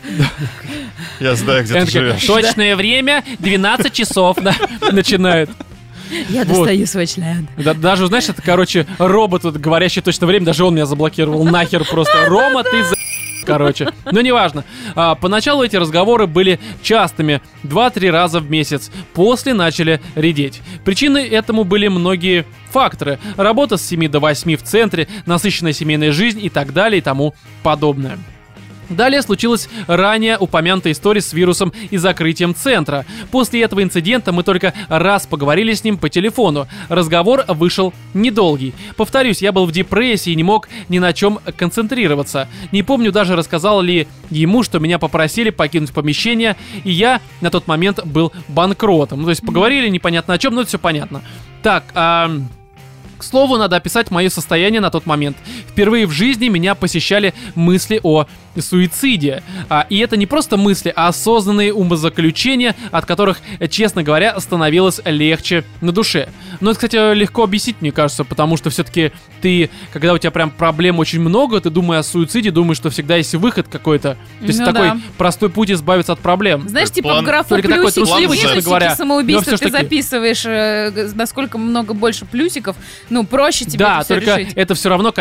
Я знаю, где Она ты такая, живешь. точное время 12 часов, да, начинает. Я Вот. достаю свой член. Даже, знаешь, это, короче, робот, вот, говорящий точное время, даже он меня заблокировал. Нахер просто. Рома, ты за... Короче, но неважно. Поначалу эти разговоры были частыми, 2-3 раза в месяц. После начали редеть. Причиной этому были многие факторы. Работа с 7 до 8 в центре, насыщенная семейная жизнь и так далее и тому подобное. Далее случилась ранее упомянутая история с вирусом и закрытием центра. После этого инцидента мы только раз поговорили с ним по телефону. Разговор вышел недолгий. Повторюсь, я был в депрессии и не мог ни на чем концентрироваться. Не помню даже, рассказал ли ему, что меня попросили покинуть помещение, и я на тот момент был банкротом. То есть поговорили непонятно о чем, но это все понятно. Так, к слову, надо описать мое состояние на тот момент. Впервые в жизни меня посещали мысли о суициде. И это не просто мысли, а осознанные умозаключения, от которых, честно говоря, становилось легче на душе. Но это, кстати, легко объяснить, мне кажется, потому что все-таки ты, когда у тебя прям проблем очень много, ты, думая о суициде, думаешь, что всегда есть выход какой-то. То есть Ну такой да. простой путь избавиться от проблем. Знаешь, типа План- в графу Только такой плюсики, трусливый, честно говоря. минусики, самоубийства Но всё ж ты таки- записываешь, насколько много больше плюсиков, ну, проще тебе Да, это всё только решить. это все равно, конечно, такой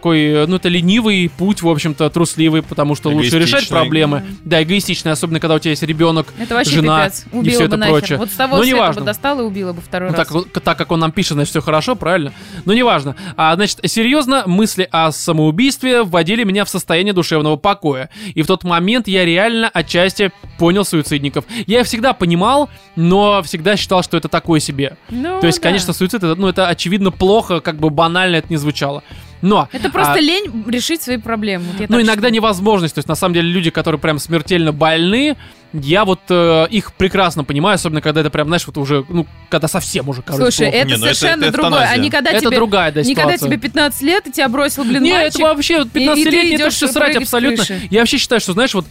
такой, ну, это ленивый путь, в общем-то, трусливый, потому что лучше решать Эгоистичный. проблемы. Да, эгоистичный, особенно когда у тебя есть ребенок, Это вообще жена пипец. и Убила все бы это нахер. прочее. Вот с того Ну, света неважно. бы достала и убила бы второй Ну, раз. так как он нам пишет, значит, все хорошо, правильно? Но неважно. Значит, серьезно, мысли о самоубийстве вводили меня в состояние душевного покоя. И в тот момент я реально отчасти понял суицидников. Я их всегда понимал, но всегда считал, что это такое себе. Ну, То есть, да. конечно, суицид, это очевидно плохо, как бы банально это не звучало. Но... Это просто лень решить свои проблемы. Вот я Ну, так иногда считаю. невозможность. То есть, на самом деле, люди, которые прям смертельно больны, я вот их прекрасно понимаю, особенно когда это прям, знаешь, вот уже, ну, когда совсем уже, короче, Слушай, плохо. это Не, ну это совершенно другое. эвтаназия. А никогда Это тебе... другая, да, Никогда ситуация. тебе 15 лет, и тебя бросил, блин, Не, мальчик. это вообще вот и ты 15-летний, это идёшь все срать прыгать с абсолютно. крыши. Я вообще считаю, что, знаешь, вот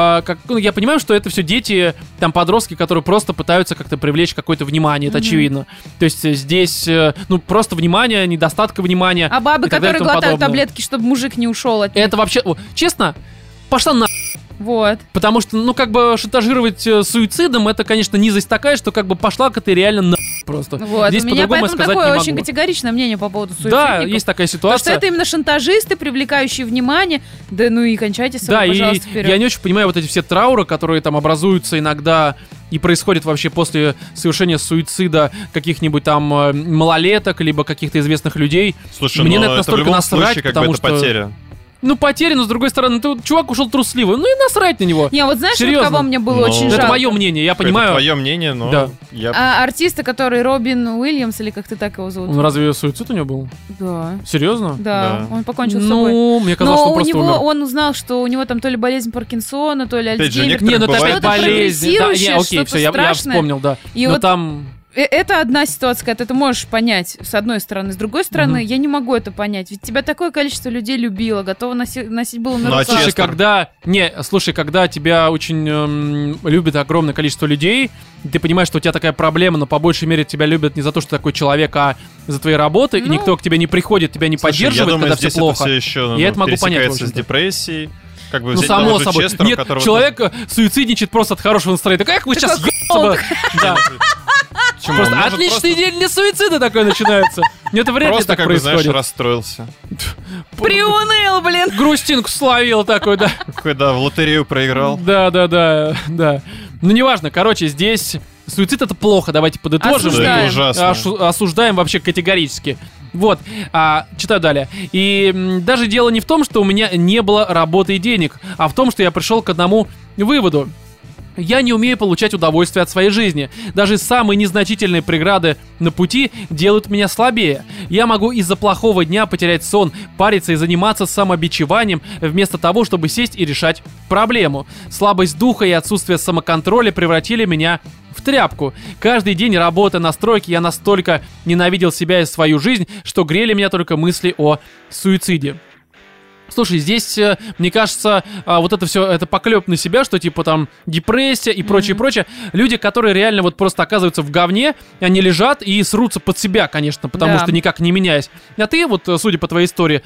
я понимаю, что это все дети, там, подростки, которые просто пытаются как-то привлечь какое-то внимание, это очевидно. То есть здесь, ну, просто внимание, недостатка внимания. А бабы, и так далее которые и тому глотают подобное. таблетки, чтобы мужик не ушел от них. Это вообще, честно, пошла на... Вот. Потому что, ну, как бы шантажировать суицидом, это, конечно, низость такая, что как бы пошла-ка ты реально на просто. Вот. Здесь У меня по-другому поэтому сказать такое не очень могу. категоричное мнение по поводу суицидников. Да, есть такая Потому что ситуация. это именно шантажисты, привлекающие внимание. Да ну и кончайте с Да, собой, и пожалуйста, вперед. я не очень понимаю вот эти все трауры, которые там образуются иногда и происходят вообще после совершения суицида каких-нибудь там малолеток, либо каких-то известных людей. Слушай, Мне ну на это это в настолько любом насрать, случае как бы потому это что- потеря. Ну, потеря, но с другой стороны, чувак ушел трусливый, ну и насрать на него. Не, вот знаешь, вот Серьезно? кого мне было Ну, очень Это жалко? мое мнение, я Это понимаю. твое мнение, но Да. я... Артиста, который Робин Уильямс, или как ты так его зовут? Он разве суицид у него был? Да. Серьезно? Да, Да. он покончил с собой. Ну, мне казалось, что Но он у просто него, умер. он узнал, что у него там то ли болезнь Паркинсона, то ли Опять же, Альцгеймер. Не, ну это Бывает опять болезнь. Да, не, прогрессирующее, окей, что-то все, я страшное. вспомнил, да. И Но вот там... Это одна ситуация, когда ты можешь понять, с одной стороны. С другой стороны, я не могу это понять. Ведь тебя такое количество людей любило, готово носить было на Ну, а руках. Слушай, Честер? когда тебя очень любит огромное количество людей, ты понимаешь, что у тебя такая проблема, но по большей мере тебя любят не за то, что ты такой человек, а за твои работы, и Ну. никто к тебе не приходит, тебя не Слушай, поддерживает, я думаю, когда все здесь плохо. это все еще Я это могу понять, в пересекается с общем-то. депрессией. Как бы Ну, взять само того же собой. Честера, у Нет, которого человек суицидничает просто от хорошего настроения. Как вы сейчас ебаться бы? Да. Почему? Просто Он может отличный день для суицида такой начинается. Это вряд ли Просто, так как бы, знаешь, происходит. расстроился. Приуныл, блин! Грустинку словил такой, да. Когда в лотерею проиграл. Да. Ну, неважно. Короче, здесь суицид — это плохо. Давайте подытожим. Осуждаем. Это ужасно. Осуждаем вообще категорически. Вот, читаю далее. И даже дело не в том, что у меня не было работы и денег, а в том, что я пришел к одному выводу. Я не умею получать удовольствие от своей жизни. Даже самые незначительные преграды на пути делают меня слабее. Я могу из-за плохого дня потерять сон, париться и заниматься самобичеванием, вместо того, чтобы сесть и решать проблему. Слабость духа и отсутствие самоконтроля превратили меня в тряпку. Каждый день работая на стройке я настолько ненавидел себя и свою жизнь, что грели меня только мысли о суициде. Слушай, здесь, мне кажется, вот это все, это поклеп на себя, что типа там депрессия и прочее. Люди, которые реально вот просто оказываются в говне, они лежат и срутся под себя, конечно, потому Да. что никак не меняясь. А ты вот, судя по твоей истории,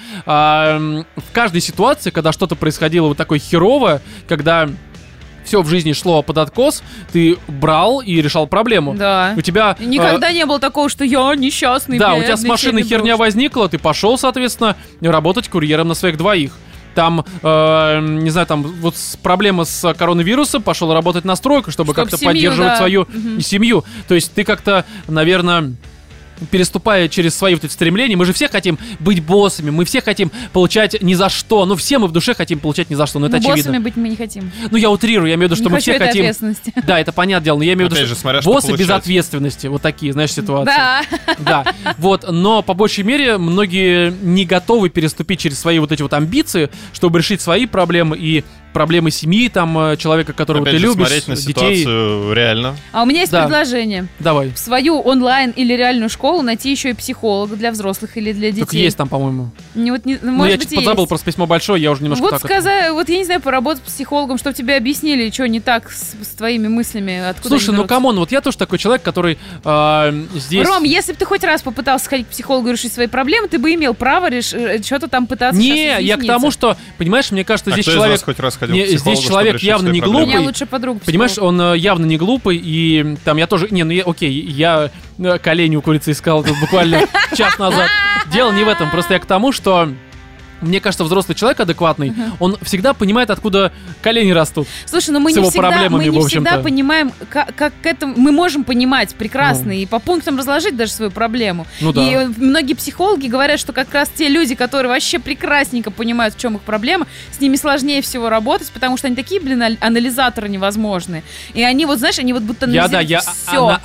в каждой ситуации, когда что-то происходило вот такое херовое, когда все в жизни шло под откос, ты брал и решал проблему. Да. У тебя... Никогда не было такого, что я несчастный, Да, у бедный, тебя с машиной всеми херня брошен. возникла, ты пошел, соответственно, работать курьером на своих двоих. Там, не знаю, там вот проблема с коронавирусом, пошел работать на стройку, чтобы Чтоб как-то семью, поддерживать да. свою Мгм. семью. То есть ты как-то, наверное, переступая через свои вот эти стремления, мы же все хотим быть боссами, мы все хотим получать ни за что. Ну, все мы в душе хотим получать ни за что, но это Ну, очевидно. боссами быть мы не хотим. Ну, я утрирую, я имею в виду, что Не мы хочу все этой хотим... ответственности. Да, это понятное дело, но я имею в виду, Опять что же, смотря что боссы без получать. ответственности. Вот такие, знаешь, ситуации. Да. Да, вот, но по большей мере многие не готовы переступить через свои вот эти вот амбиции, чтобы решить свои проблемы и проблемы семьи, там, человека, которого Опять ты же, любишь, смотреть на детей. ситуацию реально. А у меня есть Да. предложение. Давай. В свою онлайн или реальную школу найти еще и психолога для взрослых или для детей. Так есть там, по-моему. Не, вот не, Ну, может я быть, чуть и подзабыл, есть. просто письмо большое, я уже немножко Вот так... сказать, вот я не знаю, поработать с психологом, чтобы тебе объяснили, что не так с твоими мыслями, откуда Слушай, они ну берутся. камон, вот я тоже такой человек, который здесь... Ром, если бы ты хоть раз попытался сходить к психологу и решить свои проблемы, ты бы имел право что-то там пытаться Не, сейчас я к изъясниться. тому, что, понимаешь, мне кажется, А здесь кто из человек... вас хоть раз ходил Не, к здесь психологу, человек чтобы решить явно свои не У проблемы? меня глупый. лучшая подруга Понимаешь, психолог. он явно не глупый, и там я тоже... Не, ну я, окей, я колени у курицы искал тут буквально час назад. Дело не в этом, просто я к тому, что мне кажется, взрослый человек адекватный, он всегда понимает, откуда колени растут. Слушай, но мы С не его всегда, проблемами, мы не в общем-то. всегда понимаем, как к этому... Мы можем понимать прекрасно и по пунктам разложить даже свою проблему. Ну да. И многие психологи говорят, что как раз те люди, которые вообще прекрасненько понимают, в чем их проблема, с ними сложнее всего работать, потому что они такие, анализаторы невозможные. И они вот, знаешь, они вот будто анализируют все.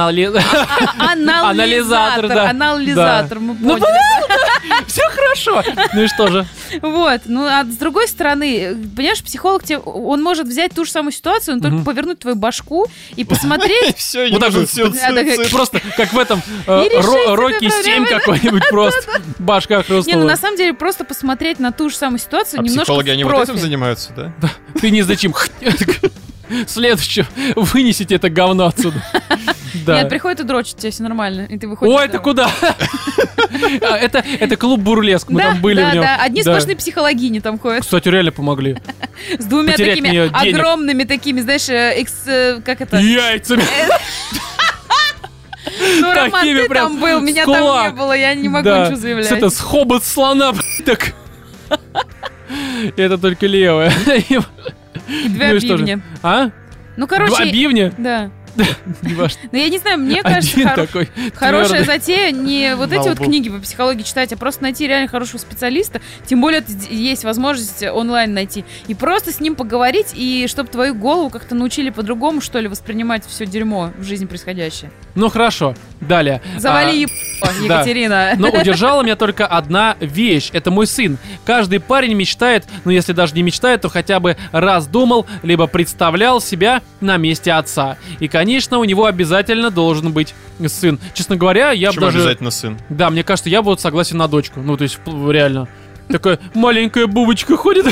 Анализатор, да. Анализатор, мы Ну, поняли. все хорошо. Ну и что же? Вот, ну а с другой стороны, понимаешь, психолог тебе, он может взять ту же самую ситуацию, но только повернуть твою башку и посмотреть. Все, не Вот так может вот. суицид. Просто как в этом решить Рокки это 7 проблема. какой-нибудь просто. Башка Не, ну хрустнула. на самом деле просто посмотреть на ту же самую ситуацию А немножко психологи, они в вот этим профиль. занимаются, да? Ты не зачем. Следующее. Вынесите это говно отсюда. Да. Нет, приходит и дрочит, тебе все нормально, и ты выходишь. Ой, это куда? Это клуб «Бурлеск», мы Да, там были в да, нем. да, одни Да. сплошные психологини там ходят. Кстати, реально помогли. С двумя Потерять такими мне денег. огромными такими, знаешь, как это? Яйцами. Ну, Роман, такими ты прям там был, меня с там не кулак. было, я не могу Да. ничего заявлять. Это с хобот слона, блядь, так. Это только левое. И две Ну и что же? бивня. А? Ну, Два короче, бивня? да. Не важно. Ну, я не знаю, мне кажется, Один такой хорошая твёрдый. затея не вот На эти вот лбу. книги по психологии читать, а просто найти реально хорошего специалиста. Тем более есть возможность онлайн найти. И просто с ним поговорить, и чтобы твою голову как-то научили по-другому, что ли, воспринимать все дерьмо в жизни происходящее. Ну хорошо, далее. Завали да. Екатерина. Но удержала меня только одна вещь. Это мой сын. Каждый парень мечтает, ну если даже не мечтает, то хотя бы раз думал, либо представлял себя на месте отца. И, конечно, у него обязательно должен быть сын. Честно говоря, я бы Почему даже... обязательно сын? Да, мне кажется, я бы вот согласен на дочку. Ну, то есть, реально. Такая маленькая бубочка ходит.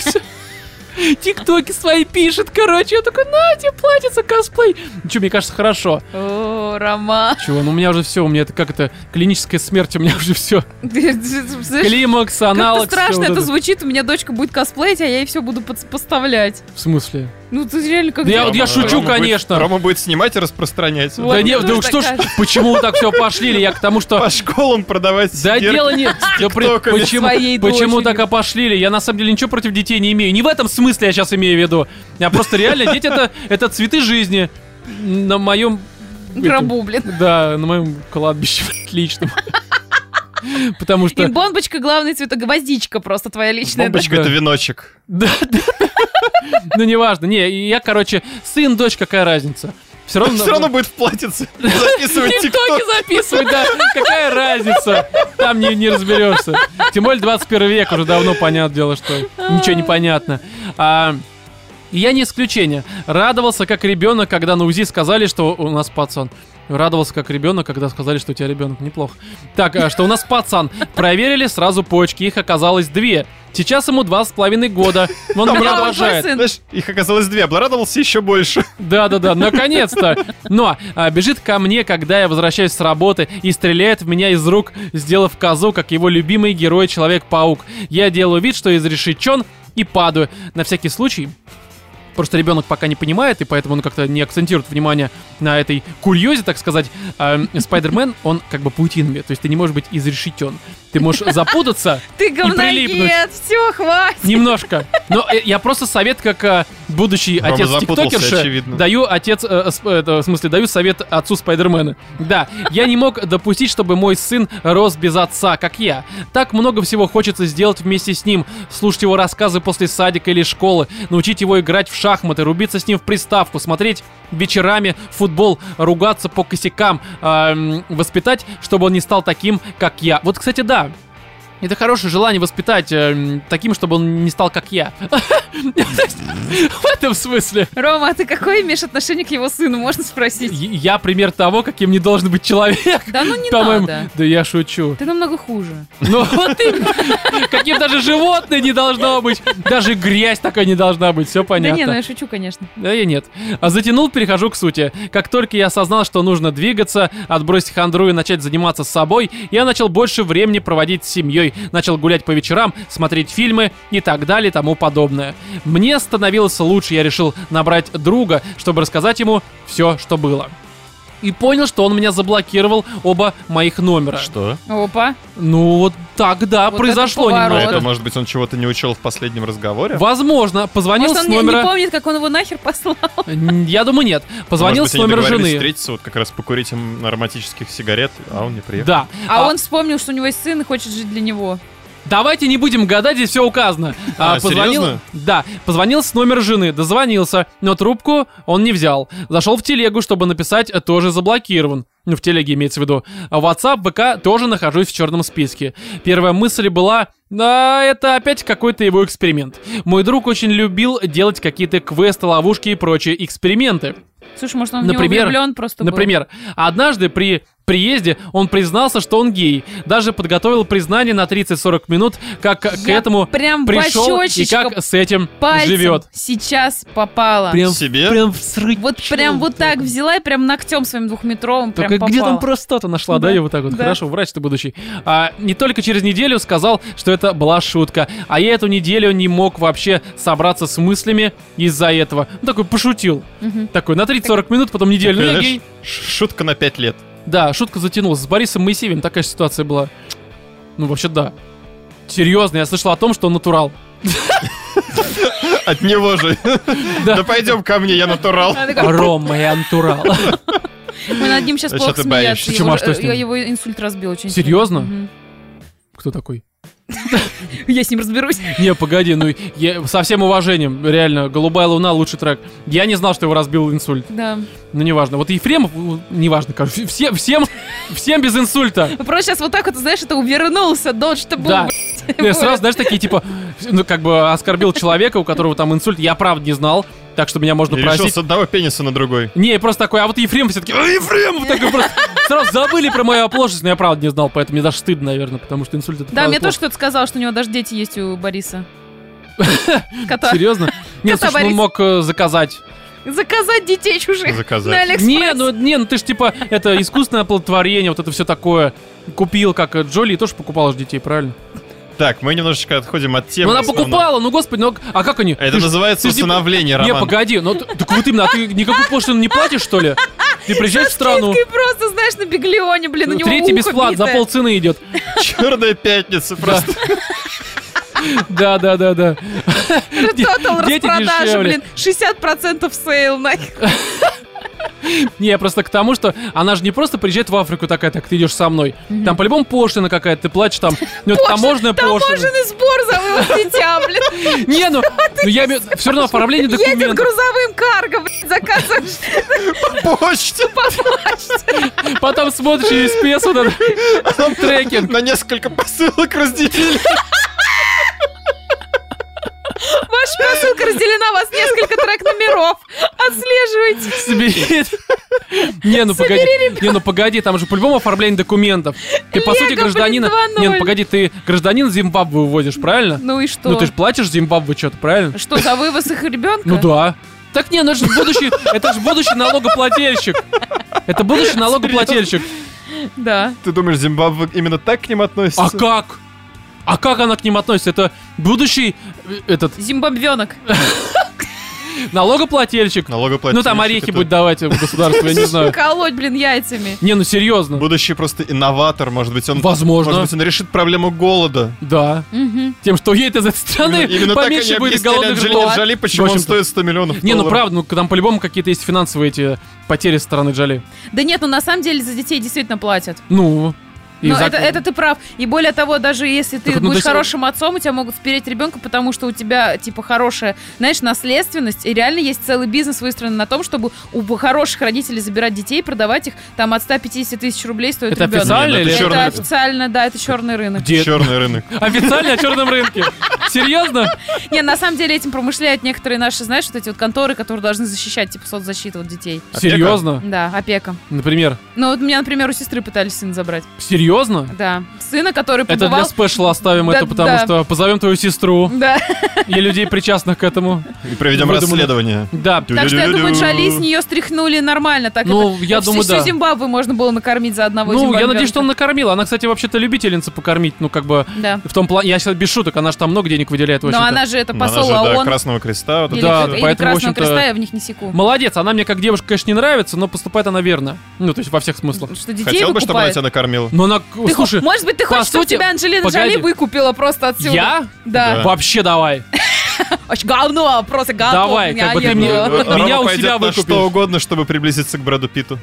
Тиктоки свои пишет, короче. Я такой, на, тебе платится косплей. Че, мне кажется, хорошо. О, Рома. Чего, ну у меня уже все, у меня это как это, клиническая смерть, у меня уже все. Знаешь, Климакс, как-то аналог. страшно всё вот это звучит, у меня дочка будет косплеить, а я ей все буду поставлять. В смысле? Ну, ты реально как... Да я- делаешь? я шучу, Рома будет- конечно. Рома будет снимать и распространять. Вот, да мне нет, да тоже что так ж, кажется. почему так все пошли? Я к тому, что... По школам продавать Да стикерки. дело нет. Да тиктоками. Своей почему дочерью. так опошлили? Я на самом деле ничего против детей не имею. Не в этом смысле я сейчас имею в виду. Я просто реально, дети это цветы жизни. На моем... Гробу, блин. Да, на моем кладбище личном. Потому И что... бомбочка, главный цвет, гвоздичка просто твоя личная. да? Бомбочка — это веночек. Да. Ну, неважно. Не, я, короче, сын, дочь, какая разница? Все равно будет в платьице записывать тикток. ТикТоки записывать, да. Какая разница? Там не разберешься. Тем более 21 век, уже давно понятное дело, что ничего не понятно. И я не исключение. Радовался как ребенок, когда на УЗИ сказали, что у нас пацан. Радовался как ребенок, когда сказали, что у тебя ребенок. Неплохо. Так, что у нас пацан. Проверили сразу почки, их оказалось 2. Сейчас ему 2,5 года. Он меня Браво, обожает. твой сын. Знаешь, их оказалось 2, обрадовался еще больше. Да-да-да, наконец-то. Но бежит ко мне, когда я возвращаюсь с работы, и стреляет в меня из рук, сделав козу, как его любимый герой Человек-паук. Я делаю вид, что изрешечен, и падаю. На всякий случай... Просто ребенок пока не понимает, и поэтому он как-то не акцентирует внимание на этой курьезе, так сказать. Спайдермен, он как бы паутинами, то есть ты не можешь быть изрешетен. Ты можешь запутаться Ты прилипнуть. говноед, все, хватит. немножко. Но я просто совет, как будущий Рома отец запутался, тиктокерши, очевидно. даю совет отцу Спайдермена. Да, я не мог допустить, чтобы мой сын рос без отца, как я. Так много всего хочется сделать вместе с ним. Слушать его рассказы после садика или школы, научить его играть в шахматы, рубиться с ним в приставку, смотреть вечерами футбол, ругаться по косякам, воспитать, чтобы он не стал таким, как я. Вот, кстати, да. Это хорошее желание воспитать таким, чтобы он не стал как я. В этом смысле. Рома, а ты какое имеешь отношение к его сыну, можно спросить? Я пример того, каким не должен быть человек. Да ну не По-моему, надо. да я шучу. Ты намного хуже. Ну вот именно. Каким даже животное не должно быть. Даже грязь такая не должна быть. Все Да не, ну понятно. я шучу, конечно. Да я нет. А затянул, перехожу к сути. Как только я осознал, что нужно двигаться, отбросить хандру и начать заниматься собой, я начал больше времени проводить с семьей, начал гулять по вечерам, смотреть фильмы и так далее, тому подобное. Мне становилось лучше, я решил набрать друга, чтобы рассказать ему все, что было. и понял, что он меня заблокировал оба моих номера. Что? Опа. Ну, вот так, да, Вот произошло это поворот. А немного. это, может быть, он чего-то не учел в последнем разговоре? Возможно, позвонил Может, с он не номера... помнит, как он его нахер послал? Я думаю, нет. Позвонил Может с быть, они номера договорились жены. встретиться, вот как раз покурить им ароматических сигарет, а он не приехал. Да. А он вспомнил, что у него есть сын и хочет жить для него. Давайте не будем гадать, здесь все указано. Серьезно? Да, позвонил с номера жены, дозвонился, но трубку он не взял. Зашел в телегу, чтобы написать «тоже заблокирован». Ну, в телеге имеется в виду. А в WhatsApp, ВК тоже нахожусь в черном списке. Первая мысль была: да, это опять какой-то его эксперимент. Мой друг очень любил делать какие-то квесты, ловушки и прочие эксперименты. Слушай, может, он в него влюблен просто был? Например, однажды при приезде он признался, что он гей. Даже подготовил признание на 30-40 минут, как к этому прям пришел и бочечка как с этим пальцем живет. сейчас попала. Себе? Прям всрычал. Вот прям вот так взяла и прям ногтем своим 2-метровым прям Только попала. где там простату нашла, да, Да, я вот так вот. да. Хорошо, врач ты будущий. Не только через неделю сказал, что это была шутка, а я эту неделю не мог вообще собраться с мыслями из-за этого. Ну, такой пошутил. Мгм. Такой на 30-40 минут, потом неделю. Ну, я Знаешь, гей. шутка на 5 лет. Да, шутка затянулась. С Борисом Моисеевым такая же ситуация была. Ну, вообще, да. Серьезно, я слышал о том, что он натурал. От него же. Да пойдем ко мне, я натурал. Она такая, Рома, я натурал. мы над ним сейчас А плохо чё ты боишься? смеяться. Почему? А что с ним? Его инсульт разбил очень Серьезно? сильно. Мгм. Кто такой? Я с ним разберусь. Не, погоди, ну, со всем уважением, реально, «Голубая луна» лучший трек. Я не знал, что его разбил инсульт. Да. Ну, неважно. Вот Ефремов, неважно, короче, всем без инсульта. Просто сейчас вот так вот, знаешь, это увернулся, что был, Да. блядь. Я сразу, знаешь, такие, типа, ну, как бы оскорбил человека, у которого там инсульт. Я правда не знал, так что меня можно Перешел просить. с одного пениса на другой. Не, просто такой, а вот Ефремов все таки Ефремов! Такой просто сразу забыли про мою оплошность, но я правда не знал, поэтому мне даже стыдно, наверное, потому что инсульт это Да, правда мне тоже плохо. кто-то сказал, что у него даже дети есть у Бориса. Кота. Серьезно? Нет, Кота слушай, ну Борис. мог заказать. Заказать детей чужих Заказать. на Алиэкспресс. Не, ну ты ж типа, это искусственное оплодотворение, вот это все такое. Купил, как Джоли, тоже покупала же детей, правильно? Так, мы немножечко отходим от темы. Ну она основной. покупала, ну господи, ну а как они? Это Ты ж- называется ты ж не- усыновление, Не, Роман. погоди, ну так вот именно, а ты никакую пошлину не платишь, что ли? Ты приезжаешь в страну, Скидкой просто, знаешь, на Биглионе, блин, у него третий ухо бесплатно, за битое. полцены идет. Черная пятница просто. Да. Total Дети распродажа, дешевле. блин, 60% сейл, нахер. Не, я просто к тому, что она же не просто приезжает в Африку такая, так, ты идешь со мной. Там по-любому пошлина какая-то, ты платишь там, ну, это таможенная пошлина. Таможенный сбор за вывоз дитя, блин. Не, ну я все равно оформление Едет документов. грузовым карго, блин, заказываешь. Почта. Потом смотришь через спец вот этот, потом трекинг. На несколько посылок разделили. Ваша посылка разделена, у вас несколько трек-номеров. Отслеживайте. Собери. Не, ну погоди. Не, ну погоди, там же по-любому оформление документов. Ты, по сути, Лего, гражданина... блин, 2:0. Не, ну погоди, ты гражданин Зимбабве увозишь, правильно? Ну и что? Ну ты же платишь Зимбабве что-то, правильно? Что, за вывоз их ребенка? Ну да. Так не, ну это же будущий налогоплательщик. Это будущий налогоплательщик. Да. Ты думаешь, Зимбабве именно так к ним относится? А как? А как она к ним относится? Это будущий этот Зимбабвенок. налогоплательщик. Налогоплательщик. Ну там орехи это будет давать в государство, я не знаю. Колоть, блин, яйцами. Не, ну серьезно. Будущий просто инноватор, может быть, он... Возможно. Может быть, он решит проблему голода. Да. Мгм. Тем, что уедет из этой страны, Именно так они поменьше будет объясняли голодных Анджелине жертв. Джоли, почему В он общем-то. стоит 100 миллионов Не, ну долларов. правда, ну там по-любому какие-то есть финансовые эти потери со стороны Джоли. Да нет, ну на самом деле за детей действительно платят. Ну. и Ну, за- это ты прав. И более того, даже если ты Так, ну, будешь до сих- хорошим отцом, у тебя могут впереть ребенка, потому что у тебя, типа, хорошая, знаешь, наследственность. И реально есть целый бизнес выстроен на том, чтобы у хороших родителей забирать детей, продавать их. Там от 150 тысяч рублей стоит Это ребенок. официально Нет, или это Это черный- официально, да, это черный рынок. Где? Черный рынок. Официально о черном рынке. Серьезно? Не, на самом деле этим промышляют некоторые наши, знаешь, вот эти вот конторы, которые должны защищать, типа, соцзащиту вот детей. Опека? Серьезно? Да, опека. Например. Ну, вот меня, например, у сестры пытались сына забрать. Серьезно? Да. Сына, который Это для побывал... спешла оставим Да, это, потому да. что позовем твою сестру Да. и людей, причастных к этому. И проведем Выдумано. расследование. Да. Так что я думаю, Джоли с нее стряхнули нормально. Так Ну, это, я думаю, всю да. Зимбабве можно было накормить за одного Ну, я зимбабвенка. надеюсь, что он накормил. Она, кстати, вообще-то любительница покормить. Ну, как бы, Да. в том плане, я сейчас без шуток, она же там много денег денег выделяет, в Но общем-то. она же это Она посол же, да, ООН. Красного Креста. Вот Или, это Да, всё. или поэтому, в Красного общем-то, Креста, я в них не секу. Молодец, она мне как девушка, конечно, не нравится, но поступает она верно. Ну, то есть во всех смыслах. Что детей Хотел бы, чтобы она выкупает. тебя накормила. Но она, Ты слушай, может быть, ты по хочешь, чтобы сути- тебя Анджелина погоди. Джоли выкупила просто отсюда? я? Да. Да. Вообще давай. Очень говно, просто говно. Давай, меня как бы ты не мне- было. Меня Рома у пойдет себя на выкупишь. что угодно, чтобы приблизиться к Брэду Питту.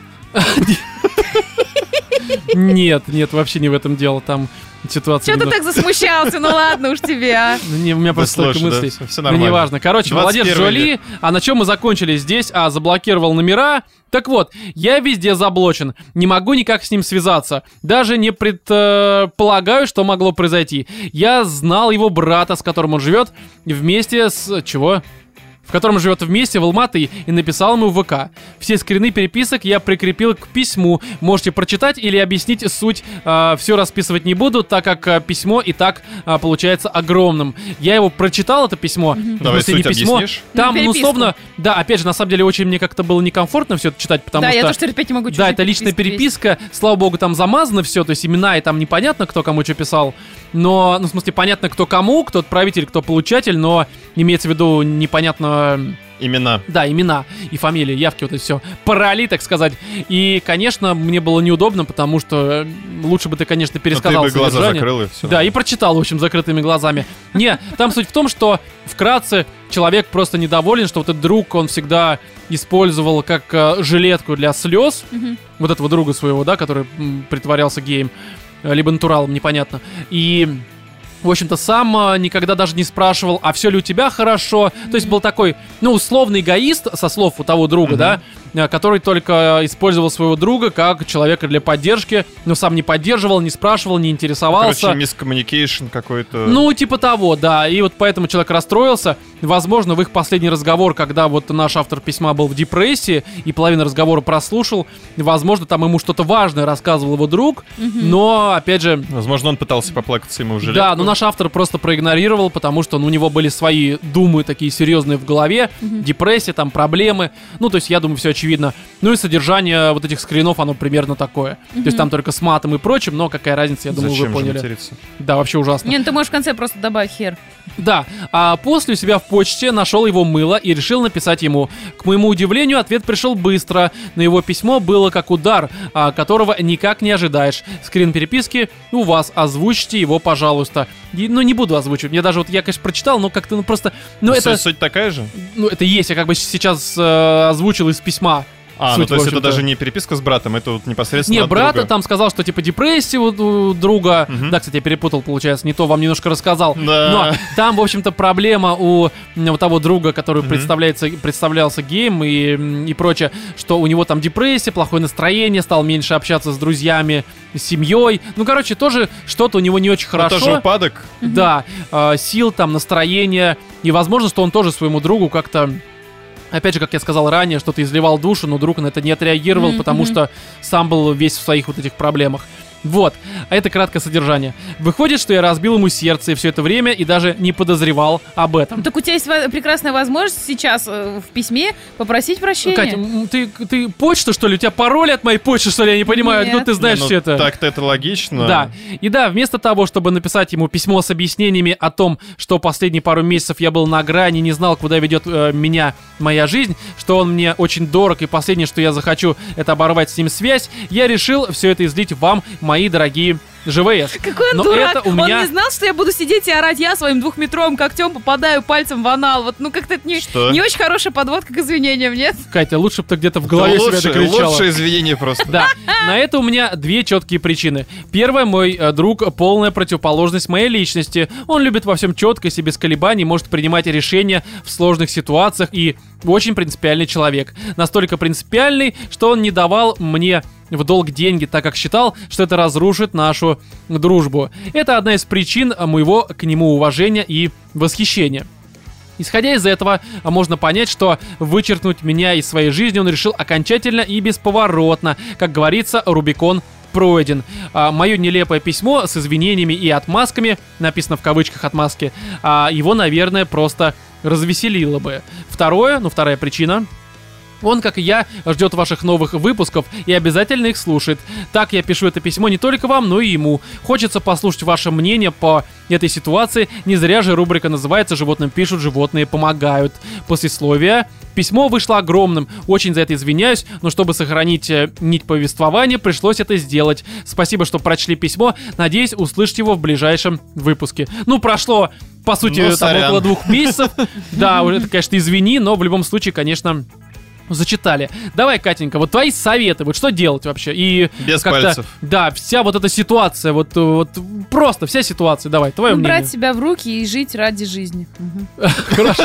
Нет, вообще не в этом дело. Там ситуация... Чё ты немного- так засмущался? Ну ладно уж тебе, а. Не, у меня просто столько слушай, да, мыслей. всё Ну, нормально. неважно. Короче, молодец, 21 Джоли. век. А на чем мы закончили здесь? Заблокировал номера. Так вот, я везде заблочен. Не могу никак с ним связаться. Даже не предполагаю, что могло произойти. Я знал его брата, с которым он живет вместе с... Чего? В котором он живет вместе в Алматы, и написал ему в ВК. Все скрины переписок я прикрепил к письму. Можете прочитать или объяснить суть. Все расписывать не буду, так как письмо и так получается огромным. Я его прочитал, это письмо. В Давай смысле, не суть письмо. объяснишь. Там, Ну, переписку. условно, да, опять же, на самом деле, очень мне как-то было некомфортно все это читать, потому Да, что... я тоже терпеть не могу. Да, чужие это личная переписки переписка, слава богу, там замазано все, то есть имена и там непонятно, кто кому что писал, но, ну, в смысле, понятно, кто кому, кто отправитель, кто получатель, но имеется в виду непонятно... Имена. Да, имена и фамилии, явки, вот это все. Пароли, так сказать. И, конечно, мне было неудобно, потому что лучше бы ты, конечно, Но ты пересказал бы глаза содержание. закрыл и все. Да, и прочитал, в общем, закрытыми глазами. Не, там суть в том, что вкратце человек просто недоволен, что вот этот друг, он всегда использовал как жилетку для слез. Мгм. Вот этого друга своего, да, который притворялся геем. Либо натуралом, непонятно. И... В общем-то, сам никогда даже не спрашивал, а все ли у тебя хорошо. То есть был такой, ну, условный эгоист, со слов у того друга, да, который только использовал своего друга как человека для поддержки, но сам не поддерживал, не спрашивал, не интересовался. Короче, мискоммуникейшн какой-то. Ну, типа того, да. И вот поэтому человек расстроился. Возможно, в их последний разговор, когда вот наш автор письма был в депрессии и половину разговора прослушал, возможно, там ему что-то важное рассказывал его друг, но, опять же... Возможно, он пытался поплакаться ему в жилетку. Да, но наш автор просто проигнорировал, потому что у него были свои думы такие серьезные в голове, депрессия, там проблемы. Ну, то есть, я думаю, все очевидно. Ну и содержание вот этих скринов, оно примерно такое. То есть там только с матом и прочим, но какая разница, я думаю, Зачем вы же поняли. материться? Да, вообще ужасно. Не, ну ты можешь в конце просто добавить хер. Да, а после у себя в почте нашел его мыло и решил написать ему. К моему удивлению, ответ пришел быстро, но его письмо было как удар, которого никак не ожидаешь. Скрин переписки у вас, озвучьте его, пожалуйста. Ну, не буду озвучивать, мне даже вот, я, конечно, прочитал, но как-то, ну, просто... Ну, это, Суть такая же? ну, это есть, я как бы сейчас озвучил из письма. А, Суть, ну то есть в это общем-то. даже не переписка с братом, это вот непосредственно Не, от брат друга. там сказал, что типа депрессия у друга. Мгм. Да, кстати, я перепутал, получается, не то вам немножко рассказал. Да. Но там, в общем-то, проблема у вот того друга, который Мгм. представлялся геем и прочее, что у него там депрессия, плохое настроение, стал меньше общаться с друзьями, с семьей. Ну, короче, тоже что-то у него не очень Ну, хорошо. тоже упадок. Да, сил там, настроения. И возможно, что он тоже своему другу как-то... Опять же, как я сказал ранее, что-то изливал душу, но друг на это не отреагировал, потому что сам был весь в своих вот этих проблемах. Вот, а это краткое содержание. Выходит, что я разбил ему сердце все это время и даже не подозревал об этом. Ну, так у тебя есть прекрасная возможность сейчас в письме попросить прощения. Катя, ты почта, что ли? У тебя пароль от моей почты, что ли? Я не понимаю. Нет. Ну, ты знаешь Не, ну, все это. Так-то это логично. Да. И да, вместо того, чтобы написать ему письмо с объяснениями о том, что последние пару месяцев я был на грани, не знал, куда ведет меня моя жизнь, что он мне очень дорог, и последнее, что я захочу, это оборвать с ним связь, я решил все это излить вам, мои дорогие ЖВС. Какой он Но дурак. это у меня... Он не знал, что я буду сидеть и орать. Я своим 2-метровым когтем попадаю пальцем в анал. Вот, ну, как-то это Что? не очень хорошая подводка к извинениям, нет? Катя, лучше бы ты где-то в голове себя докричала. Лучшее извинение просто. Да, на это у меня две четкие причины. Первая, мой друг полная противоположность моей личности. Он любит во всем четкость и без колебаний, может принимать решения в сложных ситуациях и очень принципиальный человек. Настолько принципиальный, что он не давал мне в долг деньги, так как считал, что это разрушит нашу дружбу. Это одна из причин моего к нему уважения и восхищения. Исходя из этого, можно понять, что вычеркнуть меня из своей жизни он решил окончательно и бесповоротно. Как говорится, Рубикон пройден. Мое нелепое письмо с извинениями и отмазками, написано в кавычках отмазки, его, наверное, просто развеселило бы. Вторая причина. Он, как и я, ждет ваших новых выпусков и обязательно их слушает. Так я пишу это письмо не только вам, но и ему. Хочется послушать ваше мнение по этой ситуации. Не зря же рубрика называется «Животным пишут, животные помогают». Послесловие. Письмо вышло огромным. Очень за это извиняюсь, но чтобы сохранить нить повествования, пришлось это сделать. Спасибо, что прочли письмо. Надеюсь, услышать его в ближайшем выпуске. Ну, прошло, по сути, там около 2 месяцев. Да, уже, конечно, извини, но в любом случае, конечно... Зачитали. Давай, Катенька, вот твои советы, вот что делать вообще? И без пальцев. Да, вся вот эта ситуация, вот просто вся ситуация, давай, твое мнение. Брать себя в руки и жить ради жизни. Хорошо.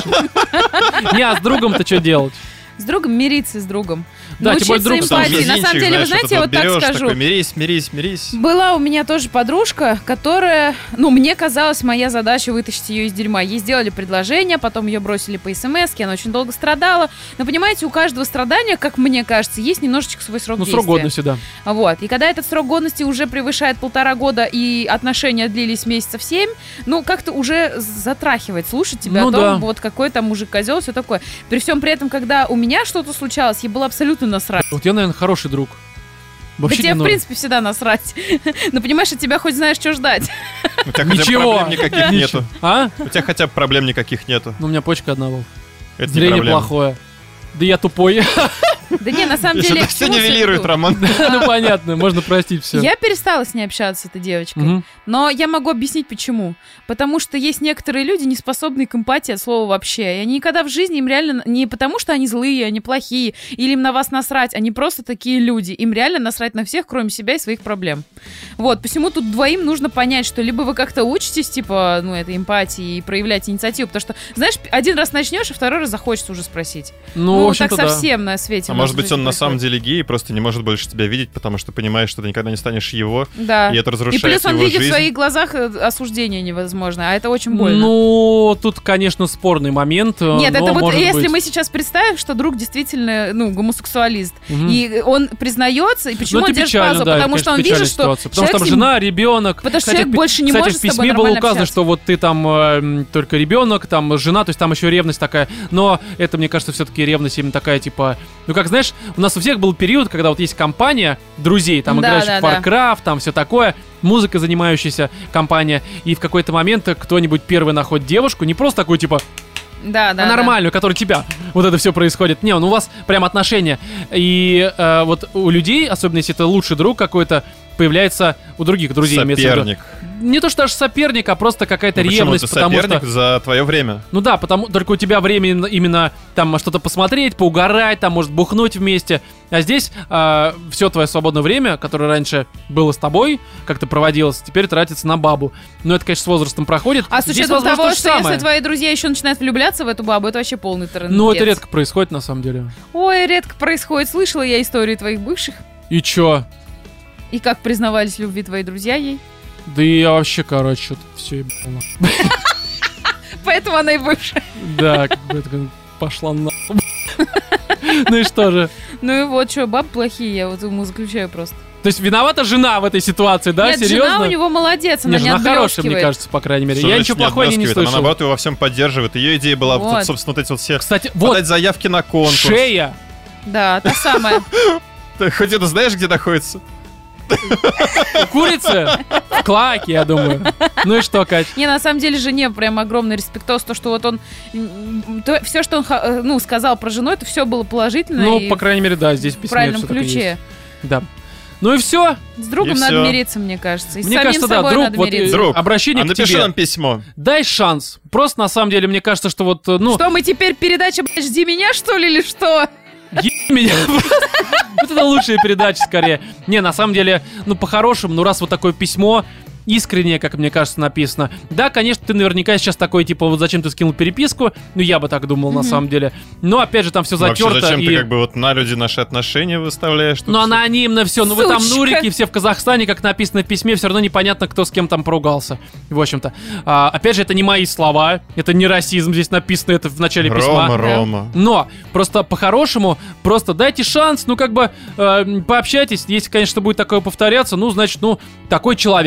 Не, а с другом-то что делать? С другом мириться с другом. Да, тем более друг эмпатии. На самом деле, вы знаете, я вот так скажу. Такой, мирись. Была у меня тоже подружка, которая, мне казалось, моя задача вытащить ее из дерьма. Ей сделали предложение, потом ее бросили по смс-ке, она очень долго страдала. Но понимаете, у каждого страдания, как мне кажется, есть немножечко свой срок действия. Срок годности, да. Вот. И когда этот срок годности уже превышает 1,5 года и отношения длились месяцев 7, как-то уже затрахивает слушать тебя о том, да. вот какой там мужик-козел, все такое. При всем при этом, когда у меня что-то случалось, ей было абсолютно насрать. Вот я, наверное, хороший друг. Вообще да тебе, в принципе, всегда насрать. Но понимаешь, от тебя хоть знаешь, что ждать. У тебя хотя бы проблем никаких нету. А? У тебя хотя бы проблем никаких нету. Ну, у меня почка одна, Вов. Это зрение плохое. Да я тупой. Да не, на самом деле... Все нивелирует, Роман. Ну, понятно, можно простить все. Я перестала с ней общаться, с этой девочкой. Но я могу объяснить, почему. Потому что есть некоторые люди, не способные к эмпатии от слова вообще. И они никогда в жизни, им реально... Не потому, что они злые, они плохие, или им на вас насрать. Они просто такие люди. Им реально насрать на всех, кроме себя и своих проблем. Вот, посему тут двоим нужно понять, что либо вы как-то учитесь, типа, этой эмпатии и проявлять инициативу. Потому что, знаешь, один раз начнешь, а второй раз захочется уже спросить. Ну, в общем-то, так совсем на свете. А может быть, он на самом деле гей и просто не может больше тебя видеть, потому что понимаешь, что ты никогда не станешь его, да. И это разрушает его жизнь. И плюс он видит жизнь. В своих глазах осуждение невозможно, а это очень больно. Ну, тут, конечно, спорный момент. Нет, это вот если быть... мы сейчас представим, что друг действительно, гомосексуалист, и он признается, и почему он держит паузу? Да, потому что он видит, что потому что там жена, ребенок. Потому что человек больше не может с тобой в письме было указано, общаться. что вот ты там только ребенок, там жена, то есть там еще ревность такая. Но это, мне кажется, все-таки ревность именно такая, типа... как знаешь, у нас у всех был период, когда вот есть компания друзей, там играющих в Warcraft, там все такое, музыкой занимающаяся компания, и в какой-то момент кто-нибудь первый находит девушку, не просто такую, типа... нормальную, которая тебя. Вот это все происходит. Не, у вас прям отношения. И вот у людей, особенно если это лучший друг какой-то, появляется у других друзей. Соперник. Не то, что даже соперник, а просто какая-то ревность. Почему? Ты соперник за твое время. Ну да, только у тебя время именно там что-то посмотреть, поугарать, там, может, бухнуть вместе. А здесь все твое свободное время, которое раньше было с тобой, как-то проводилось, теперь тратится на бабу. Но это, конечно, с возрастом проходит. А с учетом того, что если твои друзья еще начинают влюбляться в эту бабу, это вообще полный трендец. Ну, это редко происходит, на самом деле. Ой, редко происходит. Слышала я истории твоих бывших. И чё? И как признавались в любви твои друзья ей? Да и я вообще, короче, все ебало. Поэтому она и бывшая. Да, как бы это пошла нахуй. Ну и что же? Ну и вот, что, бабы плохие, я вот ему заключаю просто. То есть виновата жена в этой ситуации, да? Нет, Серьезно? жена у него молодец, она не жена хорошая, мне кажется, по крайней мере. Я ничего плохого не слышал. Она, наоборот, его во всем поддерживает. Ее идея была, вот. Собственно, вот эти вот все... Кстати, подать заявки на конкурс. Шея. Да, та самая. Ты хоть это знаешь, где находится? Курица? В клаке, я думаю. Ну и что, Кать? Не, на самом деле жене прям огромный респектос, то, что вот он... Все, что он сказал про жену, это все было положительно. Ну, по крайней мере, да, здесь в письме в правильном ключе. Да. Ну и все. С другом надо мириться, мне кажется. И мне кажется, да, друг, вот друг, обращение к тебе. напиши нам письмо. Дай шанс. Просто, на самом деле, мне кажется, что вот, Что, мы теперь передача, блядь, «Жди меня», что ли, или что? меня. Вот это лучшая передача, скорее. Не, на самом деле, по-хорошему, раз вот такое письмо искреннее, как мне кажется, написано. Да, конечно, ты наверняка сейчас такой, типа, вот зачем ты скинул переписку? Ну, я бы так думал, на самом деле. Но, опять же, там все затерто. Вообще, зачем ты как бы вот на люди наши отношения выставляешь? Ну, анонимно все. Ну, вы там нурики, все в Казахстане, как написано в письме, все равно непонятно, кто с кем там поругался. В общем-то. Опять же, это не мои слова. Это не расизм, здесь написано это в начале письма. Рома. Но, просто по-хорошему, просто дайте шанс, пообщайтесь. Если, конечно, будет такое повторяться, значит, такой человек. Опять же,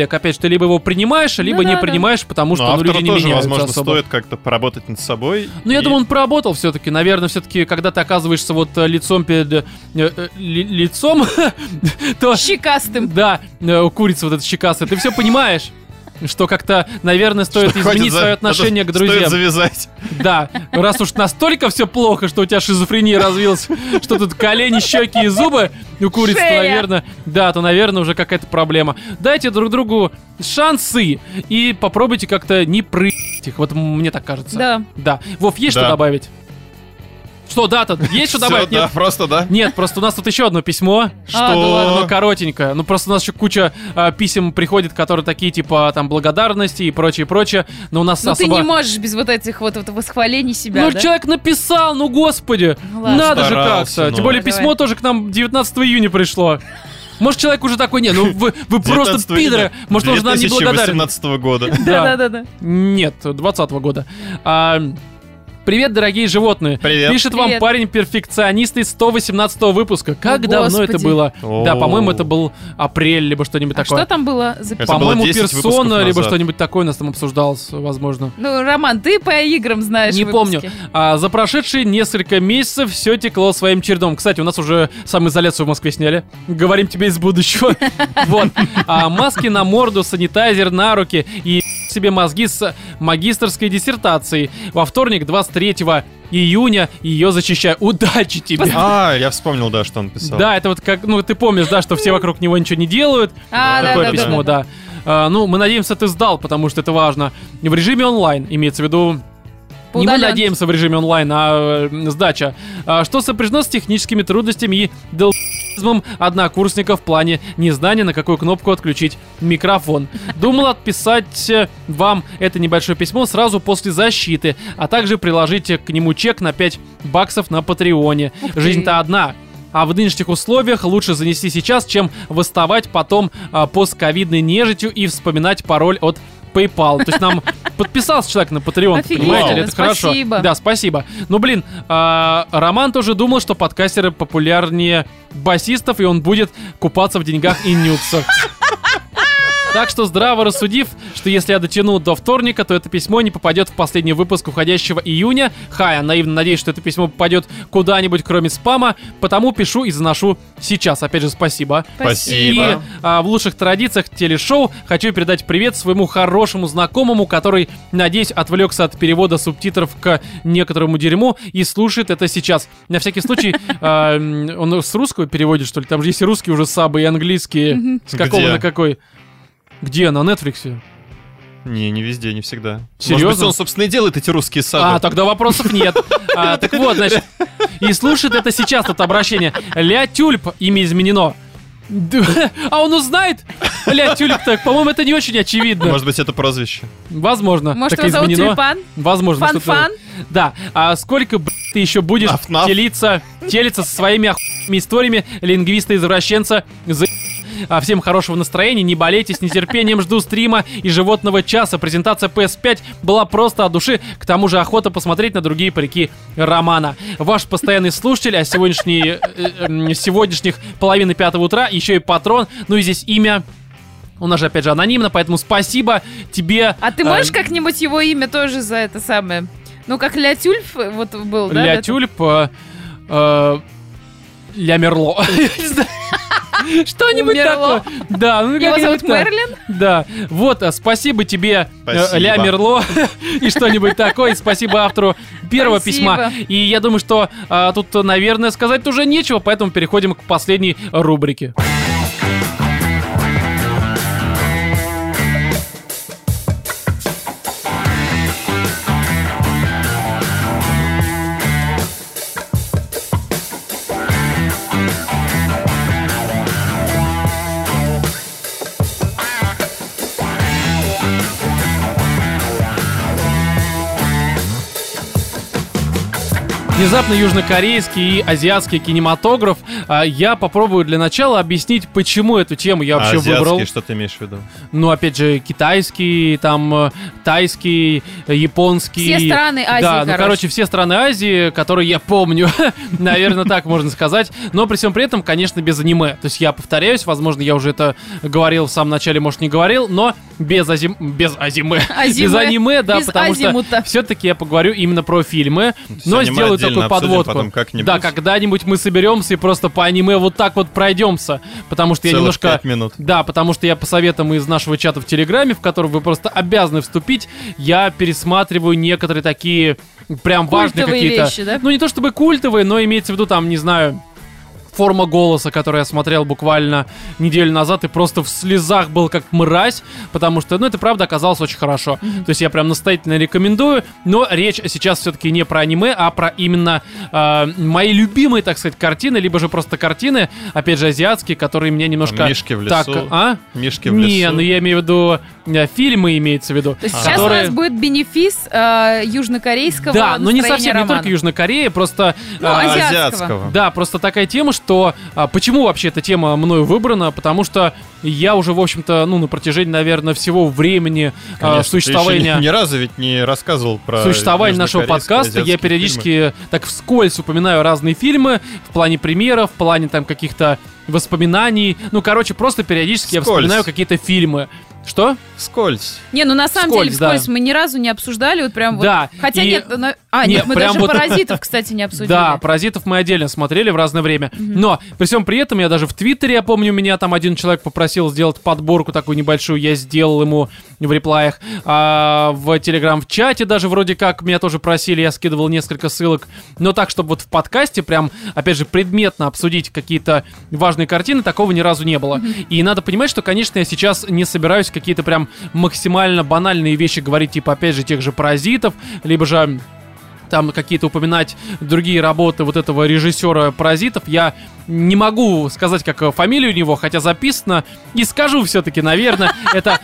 ты либо его принимаешь, либо не принимаешь, потому что автору люди не тоже, меняются возможно, особо. стоит как-то поработать над собой. Ну, я думаю, он поработал все-таки. Наверное, все-таки, когда ты оказываешься вот лицом перед... лицом, то... Щекастым. Да, у курицы вот эта щекастая. Ты все понимаешь, что как-то, наверное, стоит Что изменить хватит свое отношение к Стоит друзьям. завязать. Да, раз уж настолько все плохо, что у тебя шизофрения развилась, что тут колени, щеки и зубы у курицы, то, Шея. наверное, да, то, наверное, уже какая-то проблема. Дайте друг другу шансы и попробуйте как-то не прыгать их. Вот мне так кажется. Да. Да. Вов, есть Да. что добавить? Что, да-то? Есть что Всё, добавить? да, Нет? просто да. Нет, просто у нас тут еще одно письмо. да ладно. Оно коротенькое. Ну, просто у нас еще куча писем приходит, которые такие, типа, там, благодарности и прочее. Но у нас Ну ты особо... не можешь без вот этих вот восхвалений себя, Ну, да? человек написал, ну, господи. Ну, ладно. Надо же Старался, как-то. ну. Тем более Давай. письмо тоже к нам 19 июня пришло. Может, человек уже такой, не, ну вы просто 19 пидоры. июня Может, он уже нам не благодарен. 2018 года. Да. Нет, 20-го года. Привет, дорогие животные. Привет. Пишет вам Привет. парень-перфекционист из 118-го выпуска. Как О, давно это Господи. было? О. Да, по-моему, это был апрель, либо что-нибудь А такое. что там было за Это письмо? было По-моему, 10 выпусков персона, либо назад. что-нибудь такое у нас там обсуждалось, возможно. Ну, Роман, ты по играм знаешь Не выпуски. помню. За прошедшие несколько месяцев все текло своим чередом. Кстати, у нас уже самоизоляцию в Москве сняли. Говорим тебе из будущего. Вот. Маски на морду, санитайзер на руки и себе мозги с магистерской диссертацией. Во вторник, 23 июня, ее защищаю. Удачи тебе! Я вспомнил, да, что он писал. Да, это вот как, ну, ты помнишь, да, что все вокруг него ничего не делают. Такое письмо, да. Ну, мы надеемся, ты сдал, потому что это важно. В режиме онлайн, имеется в виду... По Не мы удаленке. надеемся в режиме онлайн, а сдача. Что сопряжено с техническими трудностями и долбизмом однокурсника в плане незнания, на какую кнопку отключить микрофон. Думал отписать вам это небольшое письмо сразу после защиты, а также приложить к нему чек на $5 на Патреоне. Ух ты. Жизнь-то одна. А в нынешних условиях лучше занести сейчас, чем восставать потом постковидной нежитью и вспоминать пароль от PayPal. То есть нам подписался человек на Patreon, Офигенно, понимаете? Это хорошо. спасибо. Да, спасибо. Ну, блин, Роман тоже думал, что подкастеры популярнее басистов, и он будет купаться в деньгах и нюцах. Так что, здраво рассудив, что если я дотяну до вторника, то это письмо не попадет в последний выпуск уходящего июня. Я наивно надеюсь, что это письмо попадет куда-нибудь, кроме спама, потому пишу и заношу сейчас. Опять же, спасибо. Спасибо. И в лучших традициях телешоу хочу передать привет своему хорошему знакомому, который, надеюсь, отвлекся от перевода субтитров к некоторому дерьму и слушает это сейчас. На всякий случай, он с русского переводит, что ли? Там же есть и русские уже сабы, и английские. С какого Где? на какой? Где? На Нетфликсе? Не везде, не всегда. Серьезно? Может быть, он, собственно, и делает эти русские сабы. Тогда вопросов нет. Так вот, значит, и слушает это сейчас, тут обращение. Ля Тюльп, имя изменено. А он узнает? Ля Тюльп, так, по-моему, это не очень очевидно. Может быть, это прозвище. Возможно. Может, так его зовут изменено. Тюльпан? Возможно. что-то- Фан-фан? Да. А сколько, ты еще будешь Наф-наф. телиться со своими охуенными историями лингвиста-извращенца? Всем хорошего настроения, не болейте, с нетерпением жду стрима и животного часа. Презентация PS5 была просто от души, к тому же охота посмотреть на другие парики Романа. Ваш постоянный слушатель, а сегодняшних половины 5 утра, еще и патрон, ну и здесь имя... У нас же, опять же, анонимно, поэтому спасибо тебе. А ты можешь как-нибудь его имя тоже за это самое? Ну, как Ля Тюльп вот был, да? Ля это? Тюльп, Ля Мерло. Что-нибудь Умерло. такое. Да, ну Его как-нибудь зовут так. Мерлин? Да, вот, спасибо тебе, Спасибо. Ля Мерло, и что-нибудь такое. Спасибо автору первого Спасибо. письма. И я думаю, что тут, наверное, сказать уже нечего, поэтому переходим к последней рубрике. Внезапно южнокорейский и азиатский кинематограф. Я попробую для начала объяснить, почему эту тему я вообще выбрал. Азиатский, что ты имеешь в виду? Ну, опять же, китайский, там, тайский, японский. Все страны Азии, да, ну, короче, все страны Азии, которые я помню. Наверное, так можно сказать. Но при всем при этом, конечно, без аниме. То есть я повторяюсь, возможно, я уже это говорил в самом начале, может, не говорил, но без аниме, да, без потому азимута. что все-таки я поговорю именно про фильмы, но аниме сделаю отдельно такую обсудим подводку. потом как-нибудь. Да, когда-нибудь мы соберемся и просто по аниме вот так вот пройдемся, потому что я Целых немножко... 5 минут. Да, потому что я по советам из нашего чата в Телеграме, в который вы просто обязаны вступить, я пересматриваю некоторые такие прям важные Культовые какие-то... вещи, да? Ну, не то чтобы культовые, но имеется в виду там, не знаю... «Форма голоса», который я смотрел буквально неделю назад и просто в слезах был как мразь, потому что, ну, это правда оказалось очень хорошо. То есть я прям настоятельно рекомендую, но речь сейчас все-таки не про аниме, а про именно мои любимые, так сказать, картины, либо же просто картины, опять же, азиатские, которые меня немножко... Мишки в лесу. Так, Мишки в лесу. Не, ну я имею в виду фильмы, имеется в виду. То есть сейчас у нас будет бенефис южнокорейского Да, но не настроения совсем, романа. не только Южной Кореи, просто... Ну, азиатского. Да, просто такая тема, что почему вообще эта тема мною выбрана? Потому что я уже, в общем-то, ну, на протяжении, наверное, всего времени Конечно, существования... Ты еще ни разу ведь не рассказывал про существования нашего южнокорейские, подкаста, я азиатские периодически фильмы. так вскользь упоминаю разные фильмы в плане премьеров, в плане там каких-то воспоминаний. Ну, короче, просто периодически я Вскользь. вспоминаю какие-то фильмы. Что? Вскользь. Не, ну на самом Вскользь, деле вскользь да. мы ни разу не обсуждали, вот прям Да, вот. Хотя и- нет, нет, нет, мы прям даже вот- «Паразитов», кстати, не обсудили. Да, «Паразитов» мы отдельно смотрели в разное время. Но при всем при этом я даже в Твиттере, я помню, меня там один человек попросил сделать подборку такую небольшую, я сделал ему в реплаях. А в Телеграм в чате даже вроде как меня тоже просили, я скидывал несколько ссылок. Но так, чтобы вот в подкасте прям, опять же, предметно обсудить какие-то важные картины, такого ни разу не было. И надо понимать, что, конечно, я сейчас не собираюсь какие-то прям максимально банальные вещи говорить, типа, опять же, тех же «Паразитов», либо же там какие-то упоминать другие работы вот этого режиссера «Паразитов». Я не могу сказать, как фамилию у него, хотя записано, и скажу все-таки, наверное, это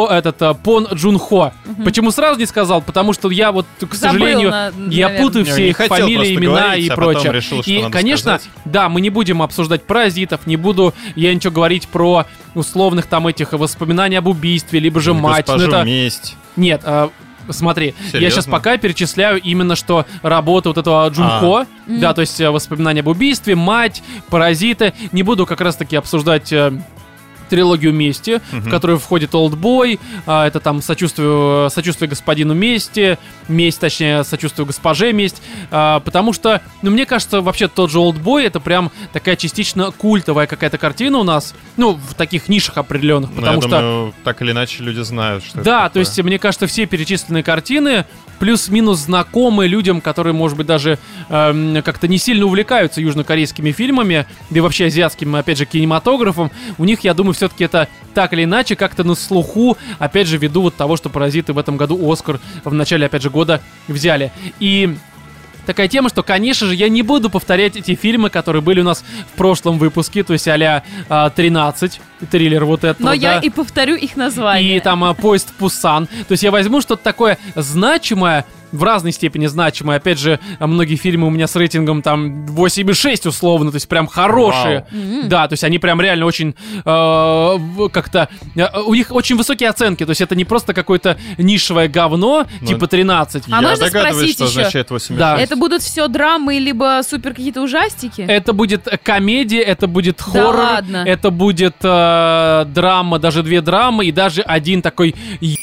Пон Джун Хо. Почему сразу не сказал? Потому что я вот, к сожалению, я наверное. путаю Я все не их хотел фамилии, просто имена говорить, и а потом прочее. решил, что И, надо конечно, сказать. да, мы не будем обсуждать «Паразитов», не буду я ничего говорить про условных там этих воспоминаний об убийстве, либо же мать. Ну, Госпожу это... месть. Нет, смотри, я сейчас Серьезно? пока перечисляю именно что работа вот этого Джунхо, да, то есть воспоминания об убийстве, мать, «Паразиты». Не буду как раз-таки обсуждать трилогию «Мести», в которую входит «Олдбой», это там сочувствие господину Мести, месть, точнее, сочувствие госпоже Месть, потому что, ну, мне кажется, вообще тот же «Олдбой» это прям такая частично культовая какая-то картина у нас, ну, в таких нишах определенных, Ну, потому я что... думаю, так или иначе люди знают, что это Да, такое. то есть, мне кажется, все перечисленные картины плюс-минус знакомы людям, которые, может быть, даже как-то не сильно увлекаются южнокорейскими фильмами, да и вообще азиатским, опять же, кинематографом. У них, я думаю, все-таки это так или иначе как-то на слуху, опять же, ввиду вот того, что «Паразиты» в этом году Оскар в начале, опять же, года взяли. И... такая тема, что, конечно же, я не буду повторять эти фильмы, которые были у нас в прошлом выпуске, то есть а-ля 13, триллер вот этого, Но да. я и повторю их название. И там «Поезд в Пусан». То есть я возьму что-то такое значимое, в разной степени значимое. Опять же, многие фильмы у меня с рейтингом там 8,6 условно, то есть прям хорошие. Да, то есть они прям реально очень как-то... у них очень высокие оценки, то есть это не просто какое-то нишевое говно, Ну, типа 13. А Я можно догадываюсь, спросить что еще? означает 86. Да. Это будут все драмы, либо супер какие-то ужастики? Это будет комедия, это будет хоррор, ладно. это будет драма, даже 2 драмы и даже один такой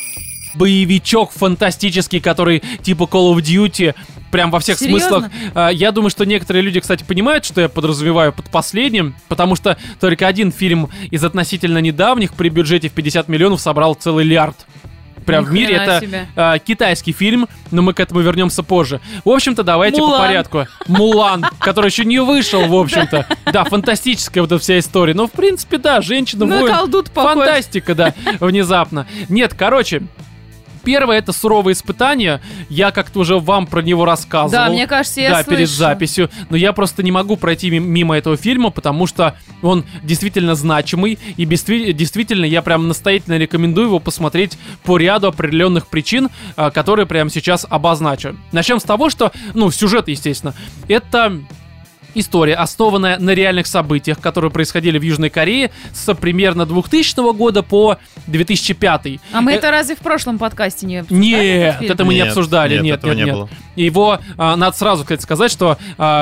боевичок фантастический, который типа Call of Duty, прям во всех Серьезно? смыслах. Я думаю, что некоторые люди, кстати, понимают, что я подразумеваю под последним, потому что только один фильм из относительно недавних при бюджете в 50 миллионов собрал целый лярд. Прям Ни в мире. хрена Это себе. китайский фильм, но мы к этому вернемся позже. В общем-то, давайте Мулан. по порядку. «Мулан», который еще не вышел, в общем-то. Да, фантастическая вот эта вся история. Но, в принципе, да, женщина, Ну, воин. колдут похож. Фантастика, да, внезапно. Нет, короче, Первое — это «Суровые испытания». Я как-то уже вам про него рассказывал. Да, мне кажется, я слышу. перед записью. Но я просто не могу пройти мимо этого фильма, потому что он действительно значимый. И действительно, я прям настоятельно рекомендую его посмотреть по ряду определенных причин, которые прямо сейчас обозначу. Начнем с того, что, сюжет, естественно, это... история, основанная на реальных событиях, которые происходили в Южной Корее с примерно 2000 года по 2005. А мы это разве в прошлом подкасте не обсуждали? Нет, это мы не обсуждали. Нет, этого не было. Его, надо сразу, кстати, сказать, что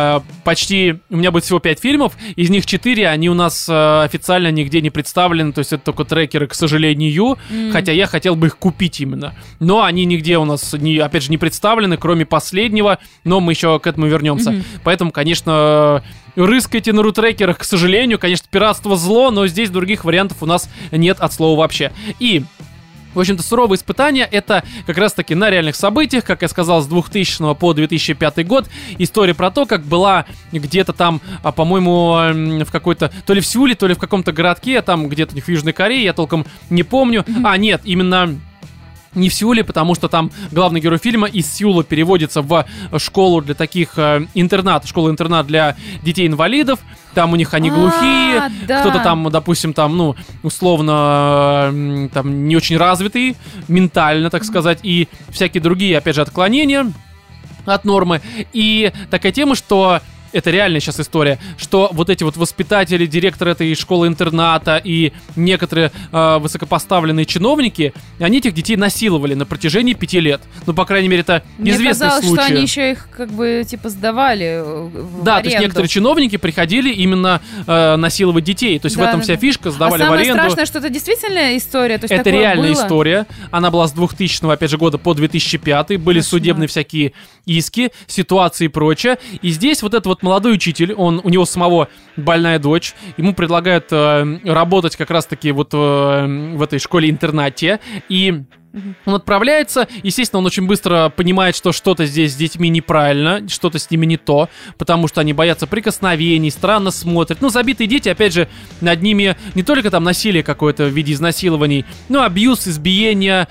почти у меня будет всего 5 фильмов, из них 4, они у нас официально нигде не представлены, то есть это только трекеры, к сожалению, хотя я хотел бы их купить именно. Но они нигде у нас, опять же, не представлены, кроме последнего, но мы еще к этому вернемся. Поэтому, конечно, рыскайте на рутрекерах, к сожалению, конечно, пиратство зло, но здесь других вариантов у нас нет от слова вообще. И... в общем-то, «Суровые испытания» — это как раз-таки на реальных событиях, как я сказал, с 2000 по 2005 год. История про то, как была где-то там, по-моему, в какой-то, то ли в Сеуле, то ли в каком-то городке, там где-то в Южной Корее, я толком не помню. Нет, именно... не в Сеуле, потому что там главный герой фильма из Сеула переводится в школу для таких школу-интернат для детей-инвалидов. Там у них они глухие, да. Кто-то там, допустим, там, условно, там не очень развитый ментально, так сказать, и всякие другие, опять же, отклонения от нормы. И такая тема, что... это реальная сейчас история, что вот эти вот воспитатели, директоры этой школы-интерната и некоторые высокопоставленные чиновники, они этих детей насиловали на протяжении 5 лет. Ну, по крайней мере, это известный случай. Мне казалось, что они еще их как бы типа сдавали в Да, аренду. то есть некоторые чиновники приходили именно насиловать детей. То есть в этом вся фишка, сдавали в аренду. А самое страшное, что это действительно история? То есть это такое реальная было? история. Она была с 2000 опять же, года по 2005. Были судебные всякие иски, ситуации и прочее. И здесь вот этот вот молодой учитель, у него самого больная дочь, ему предлагают работать как раз-таки вот в этой школе-интернате, и он отправляется, естественно, он очень быстро понимает, что что-то здесь с детьми неправильно, что-то с ними не то, потому что они боятся прикосновений, странно смотрят. Забитые дети, опять же, над ними не только там насилие какое-то в виде изнасилований, абьюз, избиения,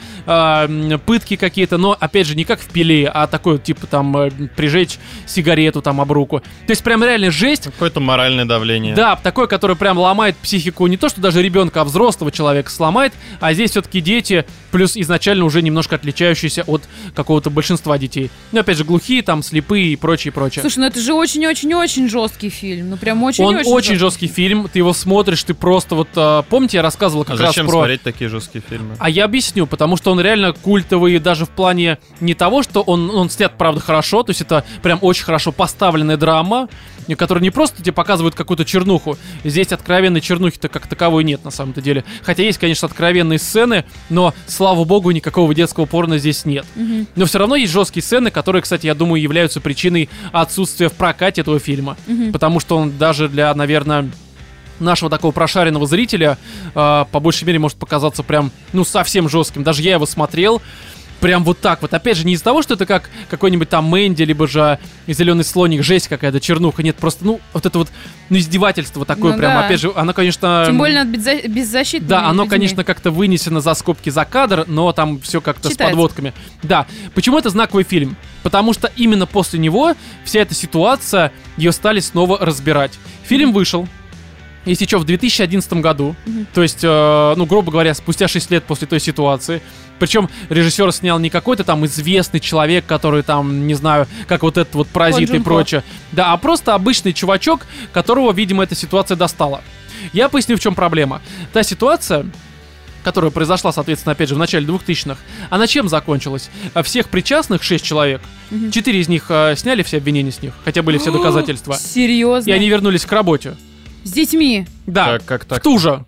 пытки какие-то, но, опять же, не как в Пиле, а такой, типа, там, прижечь сигарету там об руку. То есть, прям реально жесть. Какое-то моральное давление. Да, такое, которое прям ломает психику не то, что даже ребенка, а взрослого человека сломает, а здесь все-таки дети, плюс изначально уже немножко отличающиеся от какого-то большинства детей. Опять же, глухие, там, слепые и прочее. Слушай, это же очень-очень-очень жесткий фильм. Прям очень-очень. Он очень жесткий фильм, ты его смотришь, ты просто вот... помните, я рассказывал как раз про... зачем смотреть такие жесткие фильмы? А я объясню, потому что он реально культовый даже в плане не того, что он снят, правда, хорошо, то есть это прям очень хорошо поставленная драма, которая не просто тебе показывает какую-то чернуху. Здесь откровенной чернухи-то как таковой нет, на самом-то деле. Хотя есть, конечно, откровенные сцены, но, слава богу, никакого детского порно здесь нет. Но все равно есть жесткие сцены, которые, кстати, я думаю, являются причиной отсутствия в прокате этого фильма. Потому что он даже для, наверное... нашего такого прошаренного зрителя по большей мере может показаться прям, совсем жестким. Даже я его смотрел прям вот так вот. Опять же, не из-за того, что это как какой-нибудь там Мэнди, либо же «Зеленый слоник», жесть какая-то, чернуха. Нет, просто, вот это вот, издевательство такое прям. Да. Опять же, оно, конечно... Тем более над беззащитными Да, оно, людьми. конечно, как-то вынесено за скобки, за кадр, но там все как-то Читается. с подводками. Да. Почему это знаковый фильм? Потому что именно после него вся эта ситуация, ее стали снова разбирать. Фильм вышел. Если что, в 2011 году, то есть, грубо говоря, спустя 6 лет после той ситуации. Причем режиссер снял не какой-то там известный человек, который там, не знаю, как вот этот вот паразит и прочее. Да, а просто обычный чувачок, которого, видимо, эта ситуация достала. Я поясню, в чем проблема. Та ситуация, которая произошла, соответственно, опять же, в начале 2000-х, она чем закончилась? Всех причастных, 6 человек, 4 из них сняли все обвинения с них, хотя были все доказательства. Серьезно? И они вернулись к работе. С детьми? Да, как так?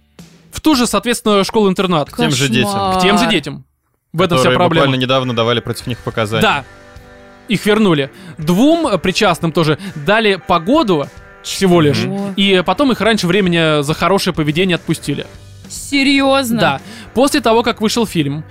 В ту же, соответственно, школу-интернат. К тем же детям. К тем же детям. В этом вся проблема. Буквально недавно давали против них показания. Да, их вернули. 2 причастным тоже дали по году всего лишь. И потом их раньше времени за хорошее поведение отпустили. Серьезно? Да. После того, как вышел фильм,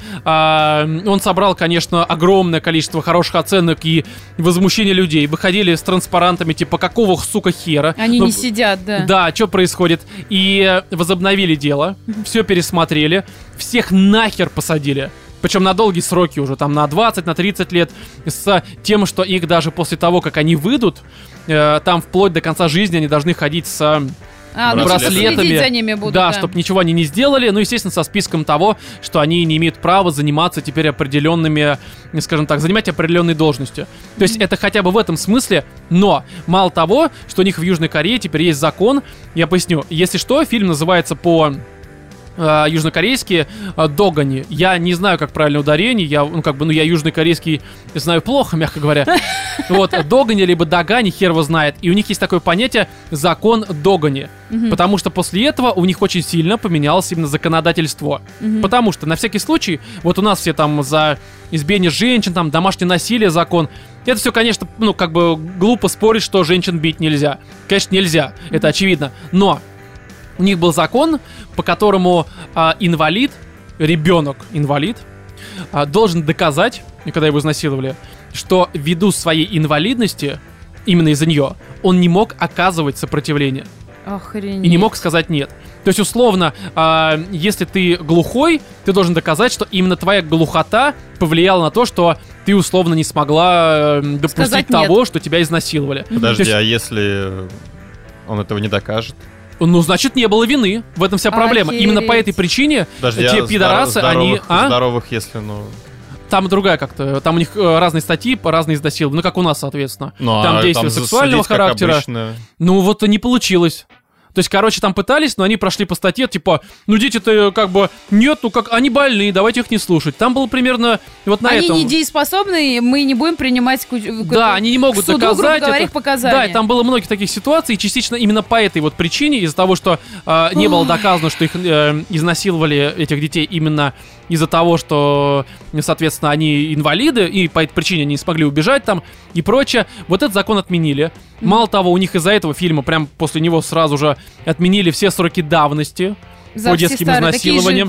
он собрал, конечно, огромное количество хороших оценок и возмущения людей. Выходили с транспарантами, типа, какого, сука, хера. Они не сидят, да. Да, что происходит? И возобновили дело, все пересмотрели, всех нахер посадили. причем на долгие сроки уже, там на 20, на 30 лет, с тем, что их даже после того, как они выйдут, там вплоть до конца жизни они должны ходить с браслетами, следить за ними будут, да, чтобы ничего они не сделали, ну, естественно, со списком того, что они не имеют права заниматься теперь определенными, скажем так, занимать определенной должностью. То есть это хотя бы в этом смысле, но мало того, что у них в Южной Корее теперь есть закон, я поясню, если что, фильм называется южнокорейские «Догани». Я не знаю, как правильно ударение, я южнокорейский знаю плохо, мягко говоря. Вот, «Догани» либо «Дагани», хер его знает. И у них есть такое понятие «закон Догани». Потому что после этого у них очень сильно поменялось именно законодательство. Потому что, на всякий случай, вот у нас все там за избиение женщин, там домашнее насилие, закон. Это все, конечно, глупо спорить, что женщин бить нельзя. Конечно, нельзя, это очевидно. Но у них был закон, по которому ребенок-инвалид, должен доказать, когда его изнасиловали, что ввиду своей инвалидности, именно из-за нее, он не мог оказывать сопротивление. Охренеть. И не мог сказать нет. То есть, условно, если ты глухой, ты должен доказать, что именно твоя глухота повлияла на то, что ты условно не смогла допустить того, что тебя изнасиловали. Подожди, а если он этого не докажет? Ну, значит, не было вины. В этом вся проблема. Именно по этой причине те пидорасы, они... Здоровых, если, Там другая как-то. Там у них разные статьи, разные изнасилования. Ну, как у нас, соответственно. Там действия сексуального характера. Ну, вот не получилось. То есть, короче, там пытались, но они прошли по статье, типа, дети-то нет, они больные, давайте их не слушать. Там было примерно вот на этом. Они недееспособны, мы не будем принимать да, они не могут суду, доказать грубо говоря, их показания. Да, и там было многих таких ситуаций, и частично именно по этой вот причине, из-за того, что не было доказано, что их изнасиловали, этих детей, именно из-за того, что, соответственно, они инвалиды, и по этой причине они не смогли убежать там и прочее. Вот этот закон отменили. Мало того, у них из-за этого фильма, прям после него сразу же отменили все сроки давности по детским изнасилованиям.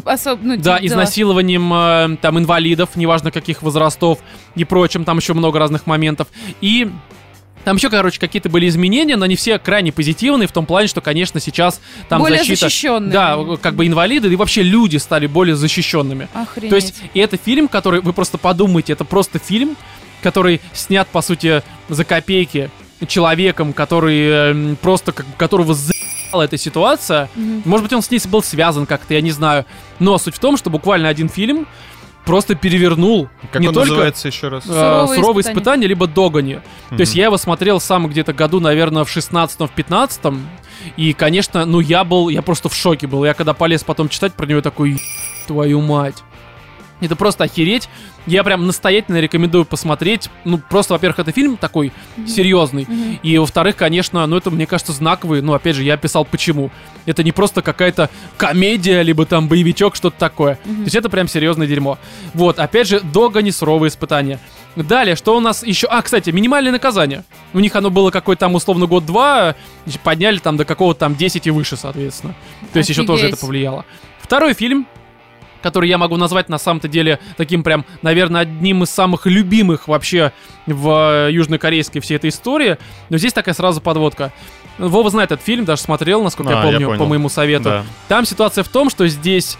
Изнасилованием там инвалидов, неважно каких возрастов и прочим, там еще много разных моментов. И там еще, какие-то были изменения, но они все крайне позитивные, в том плане, что, конечно, сейчас там более защита... защищенные. Да, инвалиды, и вообще люди стали более защищенными. Охренеть. То есть, и это фильм, который, вы просто подумайте, это просто фильм, который снят, по сути, за копейки человеком, который которого за***ла эта ситуация. Может быть, он с ней был связан как-то, я не знаю. Но суть в том, что буквально один фильм просто перевернул. Как не он только называется еще раз? «Суровые испытания», либо «Догани». То есть я его смотрел сам где-то году, наверное, в 16-м, в 15-м. И, конечно, я просто в шоке был. Я когда полез потом читать про него, такой, твою мать. Это просто охереть. Я прям настоятельно рекомендую посмотреть. Просто, во-первых, это фильм такой серьезный. И, во-вторых, конечно, это, мне кажется, знаковый. Опять же, я описал почему. Это не просто какая-то комедия, либо там боевичок, что-то такое. То есть это прям серьезное дерьмо. Вот, опять же, «Догани», «Суровые испытания». Далее, что у нас еще? Кстати, минимальное наказание. У них оно было какой-то там, условно, год-два. Подняли там до какого-то там 10 и выше, соответственно. То есть еще тоже это повлияло. Второй фильм, который я могу назвать на самом-то деле таким прям, наверное, одним из самых любимых вообще в южнокорейской всей этой истории. Но здесь такая сразу подводка. Вова знает этот фильм, даже смотрел, насколько я помню, по моему совету. Да. Там ситуация в том, что здесь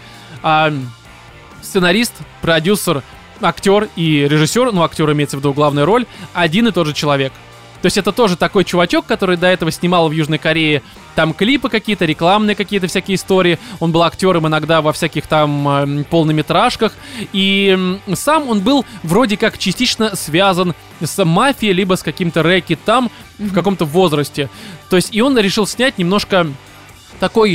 сценарист, продюсер, актер и режиссер, актер имеется в виду главную роль, один и тот же человек. То есть это тоже такой чувачок, который до этого снимал в Южной Корее там клипы какие-то, рекламные какие-то всякие истории. Он был актером иногда во всяких там полнометражках. И сам он был вроде как частично связан с мафией, либо с каким-то рэкетом в каком-то возрасте. То есть и он решил снять немножко такой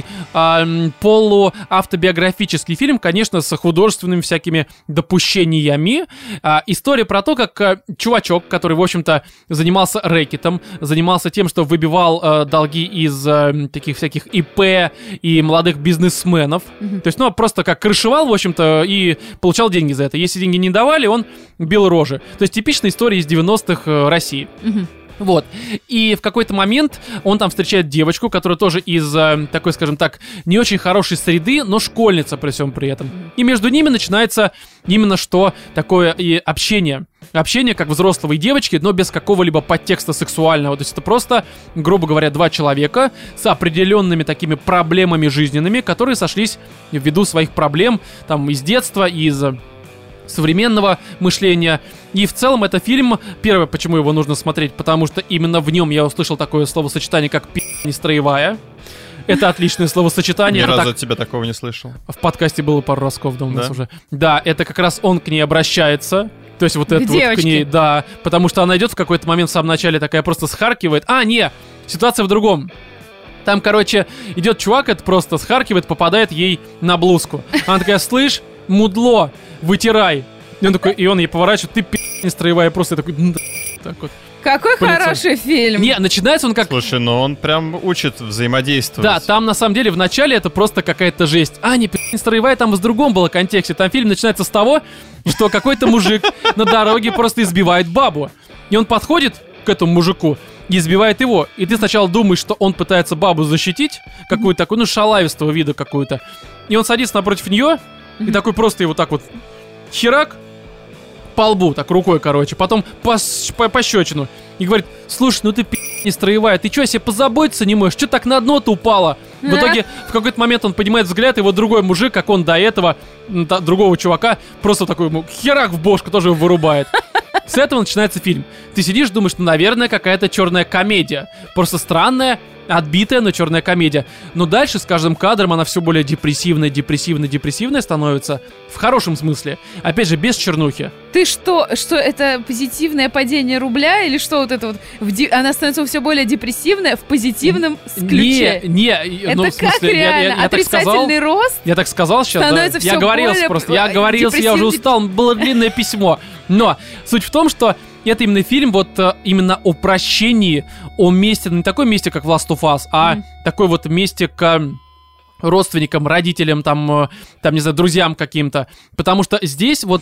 полуавтобиографический фильм, конечно, с художественными всякими допущениями. История про то, как чувачок, который, в общем-то, занимался рэкетом, занимался тем, что выбивал долги из таких всяких ИП и молодых бизнесменов. То есть, просто как крышевал, в общем-то, и получал деньги за это. Если деньги не давали, он бил рожи. То есть типичная история из 90-х России. Вот. И в какой-то момент он там встречает девочку, которая тоже из такой, скажем так, не очень хорошей среды, но школьница при всем при этом. И между ними начинается именно что такое и общение. Общение как взрослого и девочки, но без какого-либо подтекста сексуального. То есть это просто, грубо говоря, два человека с определенными такими проблемами жизненными, которые сошлись ввиду своих проблем там из детства, из современного мышления. И в целом это фильм, первое, почему его нужно смотреть, потому что именно в нем я услышал такое словосочетание, как не строевая. Это отличное словосочетание. Ни Это разу так... от тебя такого не слышал. В подкасте было пару разков, да, у нас Да? уже. Да, это как раз он к ней обращается. То есть вот это вот к девочке. ней, да. Потому что она идет в какой-то момент в самом начале, такая просто схаркивает. А, не, ситуация в другом. Там, короче, идет чувак, это просто схаркивает, попадает ей на блузку. Она такая, слышь, мудло, вытирай. И он такой, и он ей поворачивает, ты не строевая, просто я такой, так вот. Какой По лицу. хороший фильм. Не, начинается он как... Слушай, ну он прям учит взаимодействовать. Да, там на самом деле в начале это просто какая-то жесть. А, не строевая, там в другом было контексте. Там фильм начинается с того, что какой-то мужик на дороге просто избивает бабу. И он подходит к этому мужику и избивает его. И ты сначала думаешь, что он пытается бабу защитить, какую-то такую, ну, шалавистого вида какую-то. И он садится напротив нее и такой просто его так вот херак по лбу, так рукой, короче, потом пощечину. И говорит, слушай, ну ты не строевая, ты что, о себе позаботиться не можешь? Что так на дно-то упала? В итоге в какой-то момент он поднимает взгляд, и вот другой мужик, как он до этого, другого чувака, просто такой ему херак в бошку тоже его вырубает. С этого начинается фильм. Ты сидишь, думаешь, ну, наверное, какая-то черная комедия. Просто странная, отбитая, но черная комедия. Но дальше с каждым кадром она все более депрессивная становится. В хорошем смысле. Опять же, без чернухи. Ты что? Что это позитивное падение рубля? Или что вот это вот? Она становится все более депрессивная в позитивном ключе. Это Это как реально? я так сказал, Отрицательный рост? я так сказал сейчас, да. Становится Я всё говорился более просто. Я говорился, я уже устал. Было длинное письмо. Но суть в том, что это именно фильм вот именно о прощении, о месте, не такое месте, как в Last of Us, а такое вот месте к родственникам, родителям, там, не знаю, друзьям каким-то. Потому что здесь вот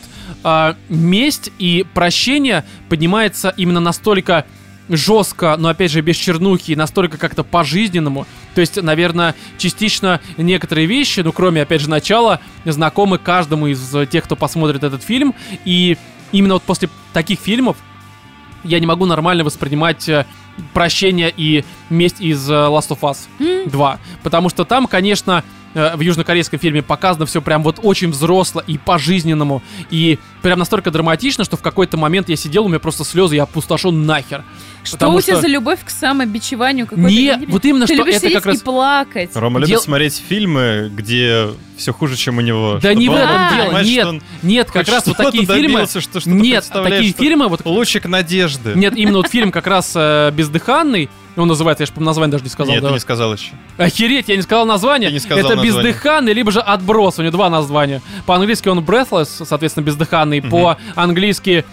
месть и прощение поднимается именно настолько жестко, но опять же без чернухи, настолько как-то по-жизненному. То есть, наверное, частично некоторые вещи, ну кроме, опять же, начала, знакомы каждому из тех, кто посмотрит этот фильм. И именно вот после таких фильмов я не могу нормально воспринимать прощение и месть из Last of Us 2. Потому что там, конечно, в южнокорейском фильме показано все прям вот очень взросло и по-жизненному. И прям настолько драматично, что в какой-то момент я сидел, у меня просто слезы, я опустошен нахер. Что у тебя за любовь к самобичеванию? Не, вот именно, ты что любишь это сидеть как раз... и плакать. Рома любит смотреть фильмы, где все хуже, чем у него. Да не в этом он дело, понимает, нет, что он нет, как хоть раз вот такие что-то фильмы... добился, что Нет, представляешь, такие что фильмы вот... лучик надежды. Нет, именно вот фильм как раз «Бездыханный», он называется, я же по названию даже не сказал. Нет, да. ты не сказал еще. Охереть, я не сказал название. Ты не сказал это название. «Бездыханный», либо же «Отброс», у него два названия. По-английски он «Breathless», соответственно, «Бездыханный», по-английски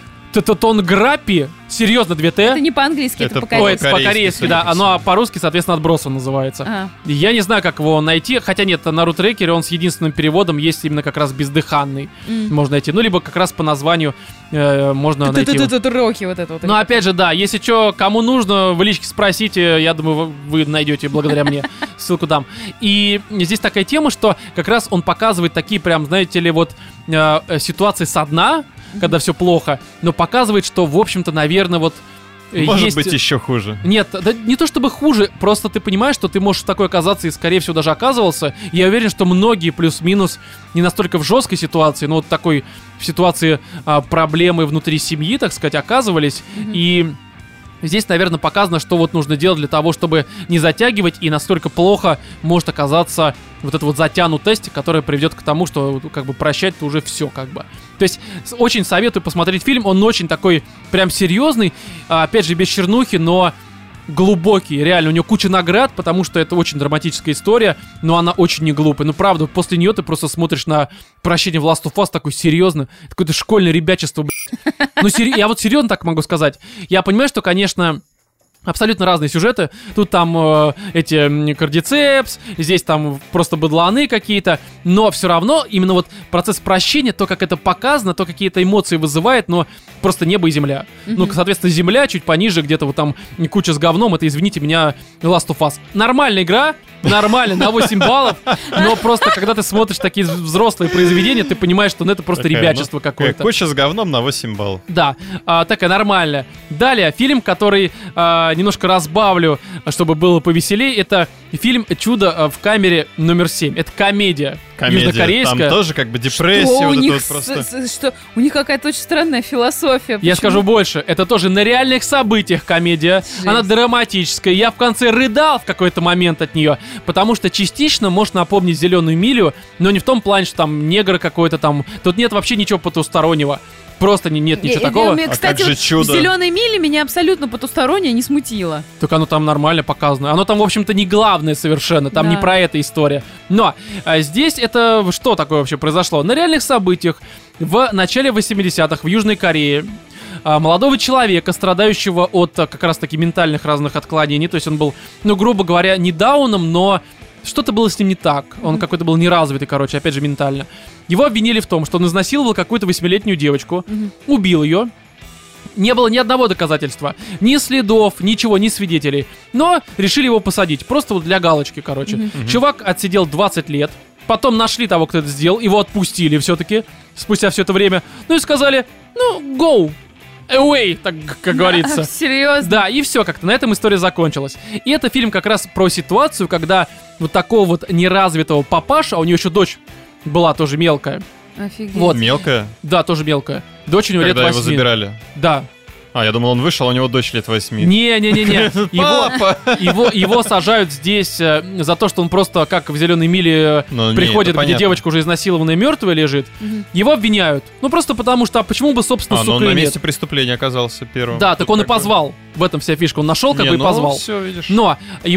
«Тонграппи», серьезно, 2 Т. Это не по-английски, это Это по-корейски. Ой, это по-корейски, да. Оно по-русски, соответственно, «Отброс» он называется. А. Я не знаю, как его найти. Хотя нет, на Рутрекере он с единственным переводом есть именно как раз «Бездыханный». Можно найти. Ну, либо как раз по названию можно найти. Рохи вот это вот. Ну, опять же, да, если что, кому нужно, в личке спросите, я думаю, вы найдете благодаря мне. Ссылку дам. И здесь такая тема, что как раз он показывает такие прям, знаете ли, вот ситуации со дна, когда все плохо, но показывает, что, в общем-то, наверное, вот Может есть... быть, еще хуже. Нет, да не то чтобы хуже, просто ты понимаешь, что ты можешь в такой оказаться и, скорее всего, даже оказывался. Я уверен, что многие плюс-минус не настолько в жесткой ситуации, но вот такой в ситуации проблемы внутри семьи, так сказать, оказывались. И здесь, наверное, показано, что вот нужно делать для того, чтобы не затягивать, и насколько плохо может оказаться вот эта вот затянутость, которая приведет к тому, что как бы прощать-то уже все как бы. То есть очень советую посмотреть фильм, он очень такой прям серьезный, опять же без чернухи, но глубокий, реально, у него куча наград, потому что это очень драматическая история, но она очень не глупая. Ну правда, после нее ты просто смотришь на прощение в Last of Us такой серьезно, какое-то школьное ребячество, блядь. Ну я вот серьезно так могу сказать. Я понимаю, что, конечно, абсолютно разные сюжеты. Тут там эти кардицепс, здесь там просто быдланы какие-то. Но все равно именно вот процесс прощения, то, как это показано, то, какие это эмоции вызывает, но просто небо и земля. Ну, соответственно, земля чуть пониже, где-то вот там куча с говном. Это, извините меня, Last of Us. Нормальная игра, нормально, на 8 баллов. Но просто, когда ты смотришь такие взрослые произведения, ты понимаешь, что это просто Такая, ребячество какое-то. Куча с говном на 8 баллов. Да, такая нормальная. Далее, фильм, который немножко разбавлю, чтобы было повеселее. Это фильм «Чудо в камере номер 7». Это комедия. Южнокорейская. Там тоже как бы депрессия. Что у вот них, это вот просто... что у них какая-то очень странная философия. Я Почему? скажу больше, это тоже на реальных событиях комедия. Жесть. Она драматическая. Я в конце рыдал в какой-то момент от нее, потому что частично может напомнить «Зеленую милю», но не в том плане, что там негр какой-то там. Тут нет вообще ничего потустороннего. Просто нет ничего такого. Кстати, как же вот чудо? в «Зеленой миле» меня абсолютно потустороннее не смутило. Только оно там нормально показано. Оно там, в общем-то, не главное совершенно. Там Да. не про это история. Но здесь это что такое вообще произошло? На реальных событиях в начале 80-х в Южной Корее молодого человека, страдающего от как раз-таки ментальных разных отклонений. То есть он был, ну, грубо говоря, не дауном, но что-то было с ним не так. Он какой-то был неразвитый, короче, опять же, ментально. Его обвинили в том, что он изнасиловал какую-то 8-летнюю девочку, убил ее. Не было ни одного доказательства, ни следов, ничего, ни свидетелей. Но решили его посадить, просто вот для галочки, короче. Чувак отсидел 20 лет. Потом нашли того, кто это сделал, его отпустили все-таки, спустя все это время. Ну и сказали, ну, go away, так как говорится. Серьезно? Да, и все, как-то на этом история закончилась. И это фильм как раз про ситуацию, когда вот такого вот неразвитого папаша, а у него еще дочь была тоже мелкая. Офигеть. Вот. Мелкая? Да, тоже мелкая. Дочь у него Когда лет 8. его забирали? Да. А, я думал, он вышел, а у него дочь лет 8. Не-не-не-не. Папа! Его сажают здесь за то, что он просто, как в «Зеленой миле», Ну, не, приходит, это где понятно. девочка уже изнасилованная мертвая лежит. Его обвиняют. Ну, просто потому что, а почему бы, собственно, А, ну сука, он на и нет? месте преступления оказался первым. Да, так он и Как бы- позвал. В этом вся фишка. Он нашел, как Не, бы, и ну, позвал. всё, видишь. Но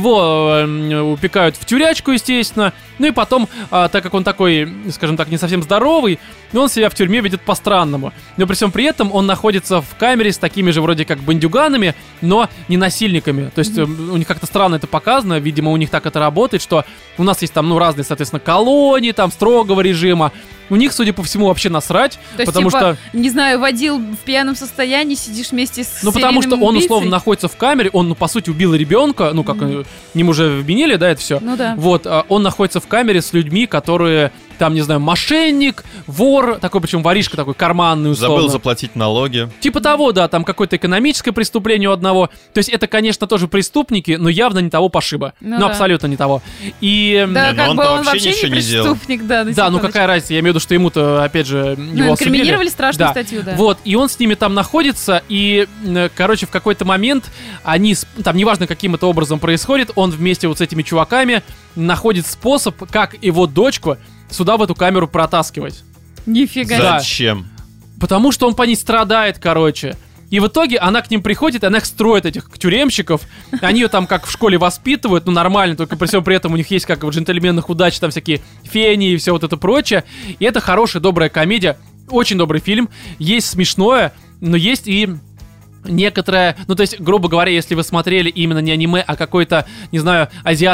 его упекают в тюрячку, естественно. Ну и потом, так как он такой, скажем так, не совсем здоровый, он себя в тюрьме ведет по-странному. Но при всем при этом он находится в камере с такими же вроде как бандюганами, но не насильниками. То есть у них как-то странно это показано. Видимо, у них так это работает, что у нас есть там, ну, разные, соответственно, колонии, там, строгого режима. У них, судя по всему, вообще насрать. То есть, потому типа, что... не знаю, водил в пьяном состоянии, сидишь вместе с Ну, потому что серийным он, убийцей? условно, находится в камере, он, ну, по сути, убил ребенка, ну, как ним уже вменили, да, это все. Ну да. Вот, он находится в камере с людьми, которые, там, не знаю, мошенник, вор, такой, причем воришка такой, карманный, условно. Забыл заплатить налоги. Типа того, да, там какое-то экономическое преступление у одного. То есть это, конечно, тоже преступники, но явно не того пошиба. Ну Ну, да. абсолютно не того. И... Да, Не, ну как бы он-то он вообще вообще ничего не не делал. преступник, да. на Да, ну секундочку. какая разница, я имею в виду, что ему-то, опять же, Ну, его осудили. инкриминировали страшную Да. статью, да. Вот, и он с ними там находится, и, короче, в какой-то момент они, там, неважно, каким это образом происходит, он вместе вот с этими чуваками находит способ, как его дочку сюда, в эту камеру, протаскивать. Нифига. Да. Зачем? Потому что он по ней страдает, короче. И в итоге она к ним приходит, и она их строит, этих тюремщиков. Они ее там как в школе воспитывают, ну нормально, только при всем при этом у них есть, как в «Джентльменах удачи», там всякие фени и все вот это прочее. И это хорошая, добрая комедия, очень добрый фильм. Есть смешное, но есть и... некоторое, ну то есть, грубо говоря, если вы смотрели именно не аниме, а какой-то, не знаю,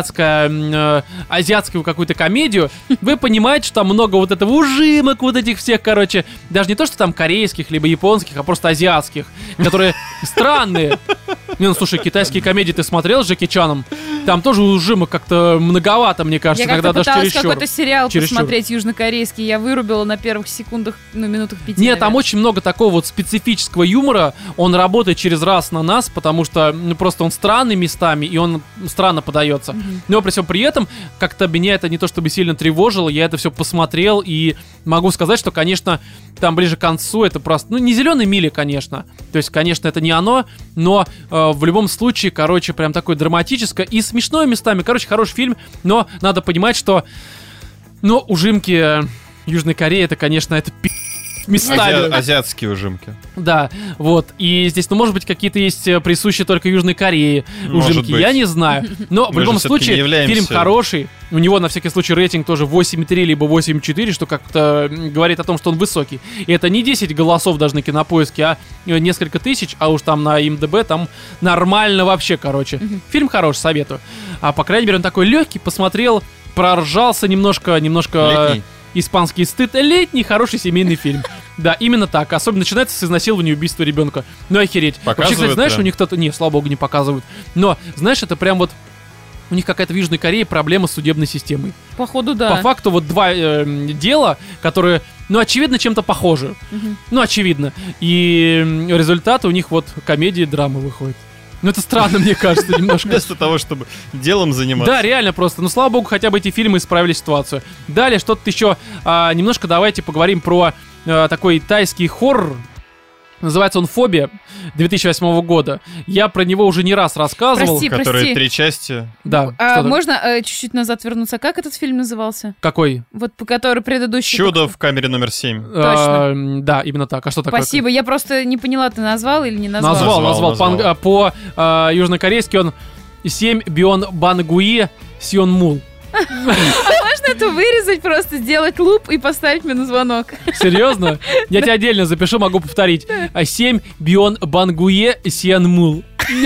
азиатскую какую-то комедию, вы понимаете, что там много вот этого ужимок, вот этих всех, короче, даже не то, что там корейских, либо японских, а просто азиатских, которые странные. Не, ну слушай, китайские комедии ты смотрел с Джеки Чаном? Там тоже ужимок как-то многовато, мне кажется, Я когда как-то даже пыталась чересчур. какой-то сериал Чересчур. посмотреть южнокорейский, я вырубила на первых секундах, ну, минутах 5. Нет, там очень много такого вот специфического юмора. Он работает через раз на нас, потому что ну, просто он странный местами, и он странно подается. Но при всем при этом, как-то меня это не то чтобы сильно тревожило, я это все посмотрел, и могу сказать, что, конечно, там ближе к концу это просто... Ну, не «Зеленой мили», конечно. То есть, конечно, это не оно, но в любом случае, короче, прям такое драматическое и смешное местами. Короче, хороший фильм, но надо понимать, что... Ну, ужимки Южной Кореи, это, конечно, это местами. Азиатские ужимки. Да, вот. И здесь, ну, может быть, какие-то есть присущие только Южной Корее Может ужимки, быть. я не знаю. Но в Мы же любом всё-таки не случае, являемся- фильм хороший. У него, на всякий случай, рейтинг тоже 8,3 либо 8,4, что как-то говорит о том, что он высокий. И это не 10 голосов даже на Кинопоиске, а несколько тысяч, а уж там на IMDb там нормально вообще, короче. Фильм хороший, советую. А по крайней мере, он такой легкий, посмотрел, проржался немножко... Летний. Испанский стыд. Летний, хороший семейный фильм. Да, именно так. Особенно начинается с изнасилования и убийства ребенка. Ну, охереть. Вообще, кстати, Показывают знаешь, прям? у них кто-то... Не, слава богу, не показывают. Но, знаешь, это прям вот... У них какая-то в Южной Корее проблема с судебной системой. Походу, да. По факту вот два дела, которые, ну, очевидно, чем-то похожи. Ну, очевидно. И результаты у них вот комедии, драмы выходят. Ну, это странно, мне кажется, немножко. Вместо того, чтобы делом заниматься. Да, реально просто. Ну, слава богу, хотя бы эти фильмы исправили ситуацию. Далее, что-то еще. Немножко давайте поговорим про такой тайский хоррор. Называется он «Фобия» 2008 года. Я про него уже не раз рассказывал. Прости. Которые 3 части. Да. Можно чуть-чуть назад вернуться? Как этот фильм назывался? Какой? Вот по который предыдущий. «Чудо в камере номер 7». Точно. Да, именно так. А что такое? Спасибо, я просто не поняла, ты назвал или не назвал? Назвал. По южнокорейски он 7 Бион Бангуи Сьон Мул. Можно это вырезать, просто сделать луп и поставить мне на звонок? Серьезно? Я тебя отдельно запишу, могу повторить. 7 Бион Бангуе Сьон Мул.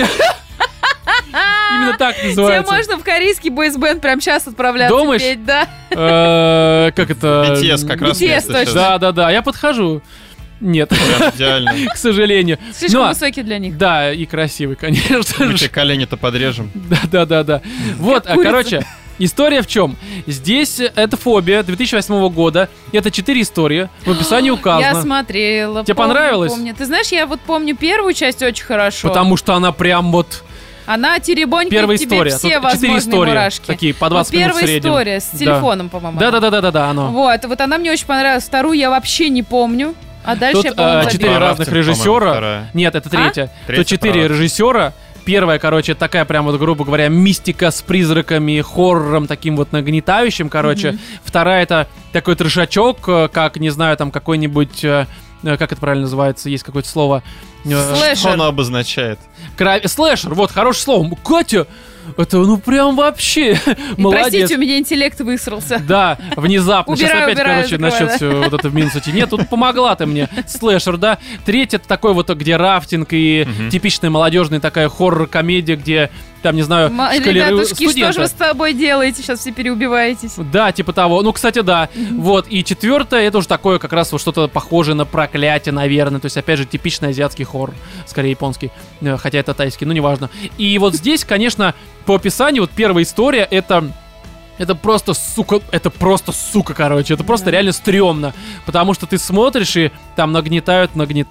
Именно так называется. Тебе можно в корейский бойсбенд прямо сейчас отправляться. Думаешь? Петь, да? Как это? BTS как раз BTS место точно. сейчас. Да, я подхожу. Нет, Прям идеально. к сожалению. Слишком Но- высокий для них. Да, и красивый, конечно Мы тебе же. колени-то подрежем. Да. Вот, курица. короче, история в чем? Здесь это «Фобия» 2008 года. Это 4 истории. В описании Я указано. смотрела. Тебе помню, понравилось? помню. Ты знаешь, я вот помню первую часть очень хорошо. Потому что она прям вот Она теребонькает первая тебе история. все Тут 4 возможные истории. мурашки. Такие по 20 Вот минут в первая среднем. история с телефоном, по-моему. Да, оно. Вот она мне очень понравилась. Вторую я вообще не помню. А дальше Тут я, по-моему, 4 забила. разных Рафтинг, по-моему, режиссера. вторая. Нет, это третья. Третья Тут 4 про режиссера. Первая, короче, такая прям вот, грубо говоря, мистика с призраками, хоррором таким вот нагнетающим, короче. Вторая — это такой трешачок, как, не знаю, там какой-нибудь... Как это правильно называется? Есть какое-то слово. Слэшер. Что оно обозначает? Слэшер, вот, хорошее слово. Катя, это ну прям вообще И молодец. простите, у меня интеллект высрался. Да, внезапно. Сейчас Убираю, опять, короче, закрываю, насчет да. вот это в минус идти. Нет, тут помогла ты мне. Слэшер, да. Третий — это такой вот, где рафтинг и типичная молодежная такая хоррор-комедия, где там, не знаю, Ребятушки, что же студенты. вы с тобой делаете? Сейчас все переубиваетесь. Да, типа того. Ну, кстати, да. Вот. И четвертое, это уже такое как раз вот что-то похожее на проклятие, наверное. То есть, опять же, типичный азиатский хоррор. Скорее, японский. Хотя это тайский, ну, неважно. И вот здесь, конечно, по описанию, вот первая история, это просто, сука, короче. Это просто реально стрёмно. Потому что ты смотришь, и там нагнетают.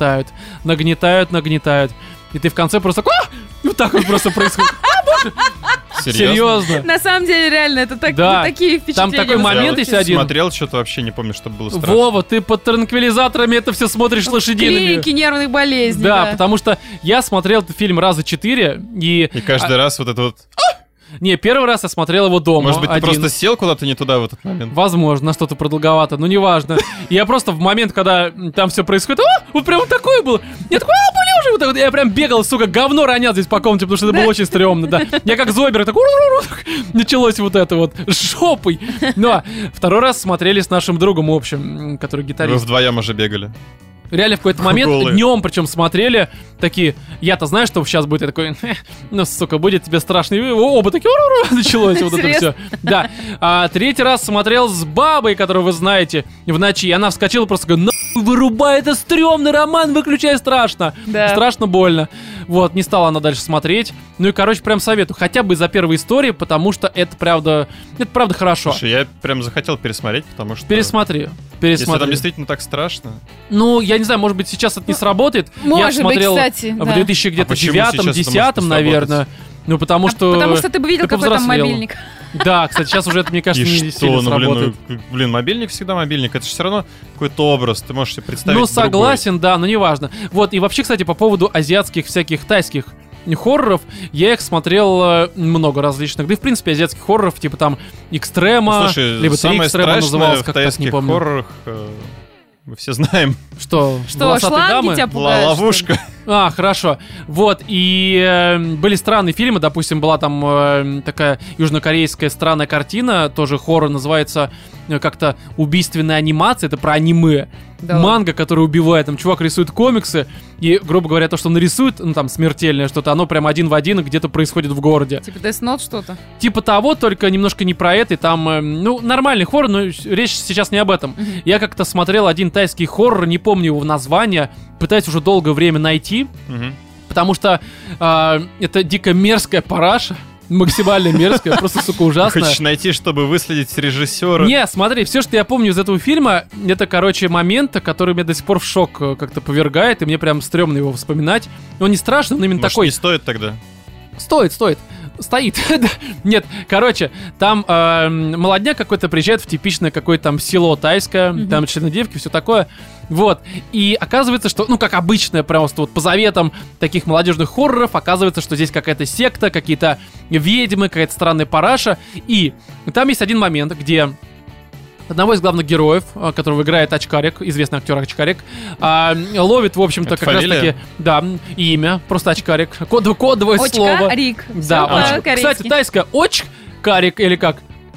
И ты в конце просто такой, и вот так вот просто происходит. Серьезно. На самом деле, реально, это Да. такие впечатления. Там такой момент есть один. Смотрел, что-то вообще не помню, чтобы было страшно. Вова, ты под транквилизаторами это все смотришь лошадиными. Клиники нервных болезней. Да, потому что я смотрел этот фильм раза 4, и... И каждый раз вот это вот... Не, первый раз я смотрел его дома. Может быть, ты один. просто сел куда-то не туда в этот момент? Возможно, на что-то продолговато, но неважно. И я просто в момент, когда там все происходит, вот прям вот такое было. Я такой, блин, уже вот так вот. Я прям бегал, сука, говно ронял здесь по комнате, потому что это было очень стрёмно, да. Я как Зойбер, так началось вот это вот жопой. Но второй раз смотрели с нашим другом общим, который Вы гитарист. вдвоем уже бегали. Реально в какой-то момент Голые. днем причем смотрели, такие, я-то знаю, что сейчас будет, я такой, ну, сука, будет тебе страшно. И оба такие, началось вот это все. Да. А третий раз смотрел с бабой, которую вы знаете, в ночи. И она вскочила просто, говорит, нахуй вырубай, это стрёмный роман, выключай, страшно. Да. Страшно, больно. Вот, не стала она дальше смотреть. Ну и, короче, прям советую, хотя бы из-за первой истории, потому что это правда хорошо. Слушай, я прям захотел пересмотреть, потому что... Пересмотри. Если там действительно так страшно... Ну, я не знаю, может быть, сейчас это не сработает. Может Я быть, смотрел кстати, в да. 2000 где-то почему сейчас это может 9-10, не наверное. Ну, потому что... Потому что ты бы видел, какой там повзрослел. мобильник. Да, кстати, сейчас уже это, мне кажется, И не что? сильно Ну, сработает. блин, мобильник всегда мобильник. Это же все равно какой-то образ. Ты можешь себе представить Ну, другой. согласен, да, но неважно. Вот, и вообще, кстати, по поводу азиатских всяких тайских хорроров, я их смотрел много различных. Да и, в принципе, азиатских хорроров, типа там Экстрема, Ну, слушай, либо 3 самое Экстрема страшное называлось, в как так, не тайских помню. хоррорах... Мы все знаем. Что, Что, волосатые шланги дамы? тебя пугают? Ловушка. А, хорошо. Вот, и были странные фильмы, допустим, была там такая южнокорейская странная картина, тоже хоррор, называется как-то «Убийственная анимация», это про аниме. Да ладно. Манга, который убивает, там чувак рисует комиксы, и, грубо говоря, то, что он рисует, ну там смертельное что-то, оно прям один в один где-то происходит в городе. Типа Death Note что-то. Типа того, только немножко не про это, и там, ну, нормальный хоррор, но речь сейчас не об этом. Я как-то смотрел один тайский хоррор, не помню его название, пытаюсь уже долгое время найти, Мгм. потому что это дико мерзкая параша, максимально мерзкая, просто, сука, ужасная. Хочешь найти, чтобы выследить режиссера? Не, смотри, все, что я помню из этого фильма, это, короче, моменты, которые меня до сих пор в шок как-то повергает, и мне прям стрёмно его вспоминать. Он не страшный, он именно Может, такой. не стоит тогда? Стоит. Стоит. Нет, короче, там молодняк какой-то приезжает в типичное какое-то там село тайское, там члены девки, все такое. Вот. И оказывается, что, ну, как обычно, просто вот по заветам таких молодежных хорроров, оказывается, что здесь какая-то секта, какие-то ведьмы, какая-то странная параша. И там есть один момент, где одного из главных героев, которого играет Очкарик, известный актер Очкарик, ловит, в общем-то, это как фамилия? раз-таки, да, имя, просто Очкарик, кодовое слово. Очкарик. Да, кстати, тайское Очкарик или как?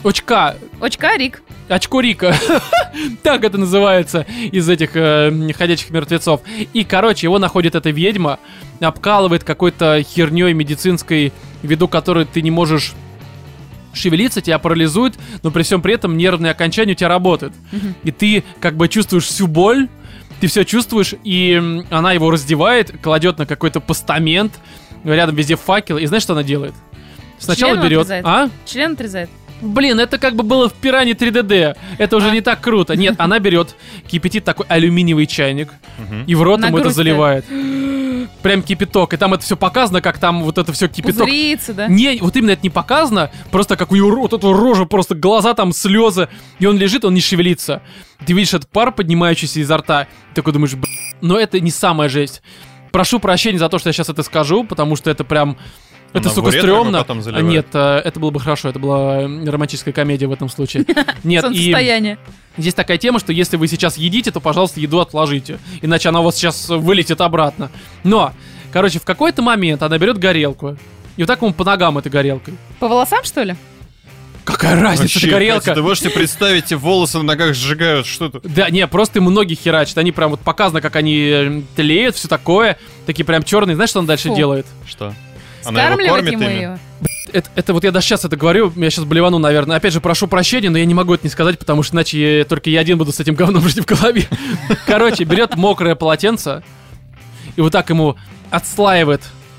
Очкарик. Очкурика. Так это называется из этих ходячих мертвецов. И, короче, его находит эта ведьма, обкалывает какой-то херней медицинской, ввиду которой ты не можешь шевелиться, тебя парализует, но при всем при этом нервные окончания у тебя работают. И ты как бы чувствуешь всю боль, ты все чувствуешь, и она его раздевает, кладет на какой-то постамент, рядом везде факел, и знаешь, что она делает? Сначала Член берет... отрезает. Член отрезает. Блин, это как бы было в Пиране 3DD. Это уже не так круто. Нет, она берет, кипятит такой алюминиевый чайник и в рот ему это заливает. Прям кипяток. И там это все показано, как там вот это все кипяток. Пузырится, да? Не, вот именно это не показано. Просто как у него вот эту рожу, просто глаза там, слезы. И он лежит, он не шевелится. Ты видишь этот пар, поднимающийся изо рта. Ты такой думаешь, но это не самая жесть. Прошу прощения за то, что я сейчас это скажу, потому что это прям... Это, сука, стрёмно. Нет, это было бы хорошо, это была романтическая комедия в этом случае. Нет, солнцестояние. И здесь такая тема, что если вы сейчас едите, то, пожалуйста, еду отложите, иначе она у вас сейчас вылетит обратно. Но, короче, в какой-то момент она берет горелку, и вот так ему по ногам этой горелкой. По волосам, что ли? Какая разница, это горелка? Катя, ты можете представить, волосы на ногах сжигают, что-то. Да, не, просто ему ноги херачат, они прям вот показано, как они тлеют, все такое, такие прям черные. Знаешь, что он дальше делает? Что? Она его Скармливать кормит ему ими? ее. Это вот я даже сейчас это говорю, я сейчас блевану, наверное. Опять же, прошу прощения, но я не могу это не сказать, потому что иначе только я один буду с этим говном жить в голове. Короче, берет мокрое полотенце и вот так ему отслаивает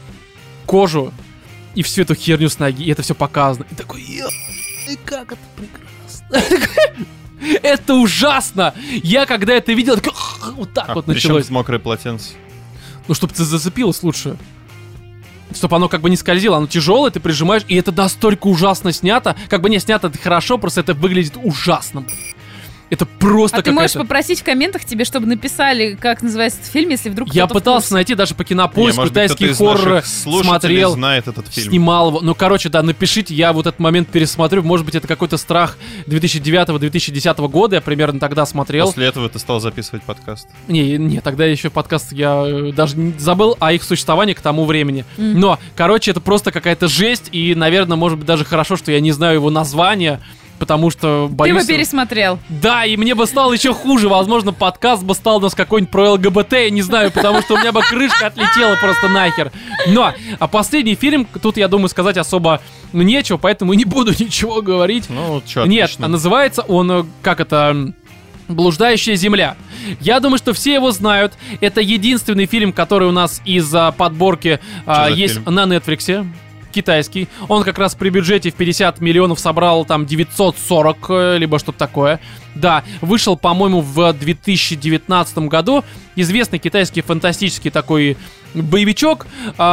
кожу и всю эту херню с ноги, и это все показано. И такой, как это прекрасно. Это ужасно! Я когда это видел, вот так вот началось. Причем мокрое полотенце? Ну, чтобы ты зацепилось лучше. Чтобы оно как бы не скользило, оно тяжелое, ты прижимаешь, и это настолько ужасно снято. Как бы не снято это хорошо, просто это выглядит ужасно. Это просто ты можешь попросить в комментах тебе, чтобы написали, как называется этот фильм, если вдруг я пытался найти даже по Кинопоиску, тайские хорроры, смотрел, знает этот фильм. Снимал его. Ну, короче, да, напишите, я вот этот момент пересмотрю. Может быть, это какой-то страх 2009-2010 года, я примерно тогда смотрел. После этого ты стал записывать подкаст? Не, тогда еще подкаст я даже не забыл о их существовании к тому времени. Но, короче, это просто какая-то жесть, и, наверное, может быть, даже хорошо, что я не знаю его названия, потому что боюсь... Ты его пересмотрел. Да, и мне бы стало еще хуже. Возможно, подкаст бы стал у нас какой-нибудь про ЛГБТ, я не знаю, потому что у меня бы крышка отлетела просто нахер. Но, а последний фильм, тут, я думаю, сказать особо нечего, поэтому не буду ничего говорить. Ну, что, нет, отлично. называется он, как это... «Блуждающая земля». Я думаю, что все его знают. Это единственный фильм, который у нас из подборки есть фильм? на Netflix. Китайский. Он как раз при бюджете в 50 миллионов собрал там 940, либо что-то такое. Да, вышел, по-моему, в 2019 году. Известный китайский фантастический такой боевичок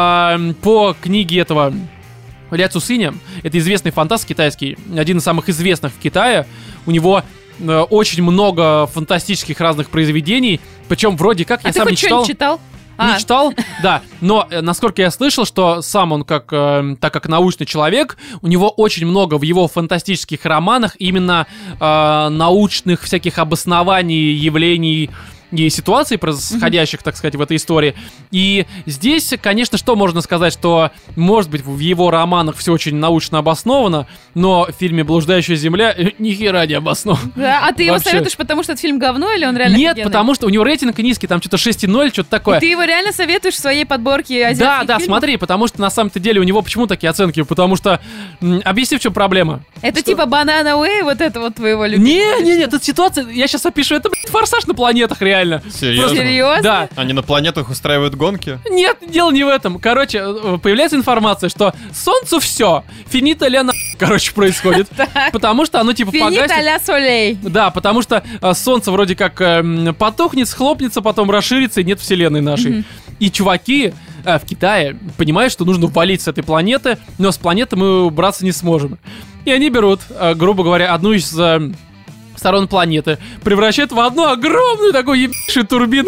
по книге этого Ля Цусиня. Это известный фантаст китайский, один из самых известных в Китае. У него очень много фантастических разных произведений. Причем вроде как, я сам не читал. Читал? Не читал, да, но насколько я слышал, что сам он, так как научный человек, у него очень много в его фантастических романах именно научных всяких обоснований, явлений и ситуаций, происходящих, так сказать, в этой истории. И здесь, конечно, что можно сказать, что, может быть, в его романах все очень научно обосновано, но в фильме «Блуждающая земля» ни хера не обосновано. Да, а ты его советуешь, потому что этот фильм говно, или он реально Нет, офигенный? потому что у него рейтинг низкий, там что-то 6,0, что-то такое. И ты его реально советуешь в своей подборке азиатских Да, фильмов? смотри, потому что на самом-то деле у него почему такие оценки? Потому что, объясни, в чем проблема. Это типа Banana Way, вот это вот твоего любимого? Не, тут ситуация, я сейчас опишу, это, блядь, «Форсаж» на планетах, реально. Серьезно? Серьезно? Да. Они на планетах устраивают гонки? Нет, дело не в этом. Короче, появляется информация, что Солнцу все. Финита ля на... Короче, происходит. Потому что оно типа Финита погасит. ля солей. Да, потому что Солнце вроде как потухнет, схлопнется, потом расширится, и нет вселенной нашей. И чуваки в Китае понимают, что нужно валить с этой планеты, но с планеты мы убраться не сможем. И они берут, грубо говоря, одну из сторон планеты, превращают в одну огромную такую ебейшую турбину.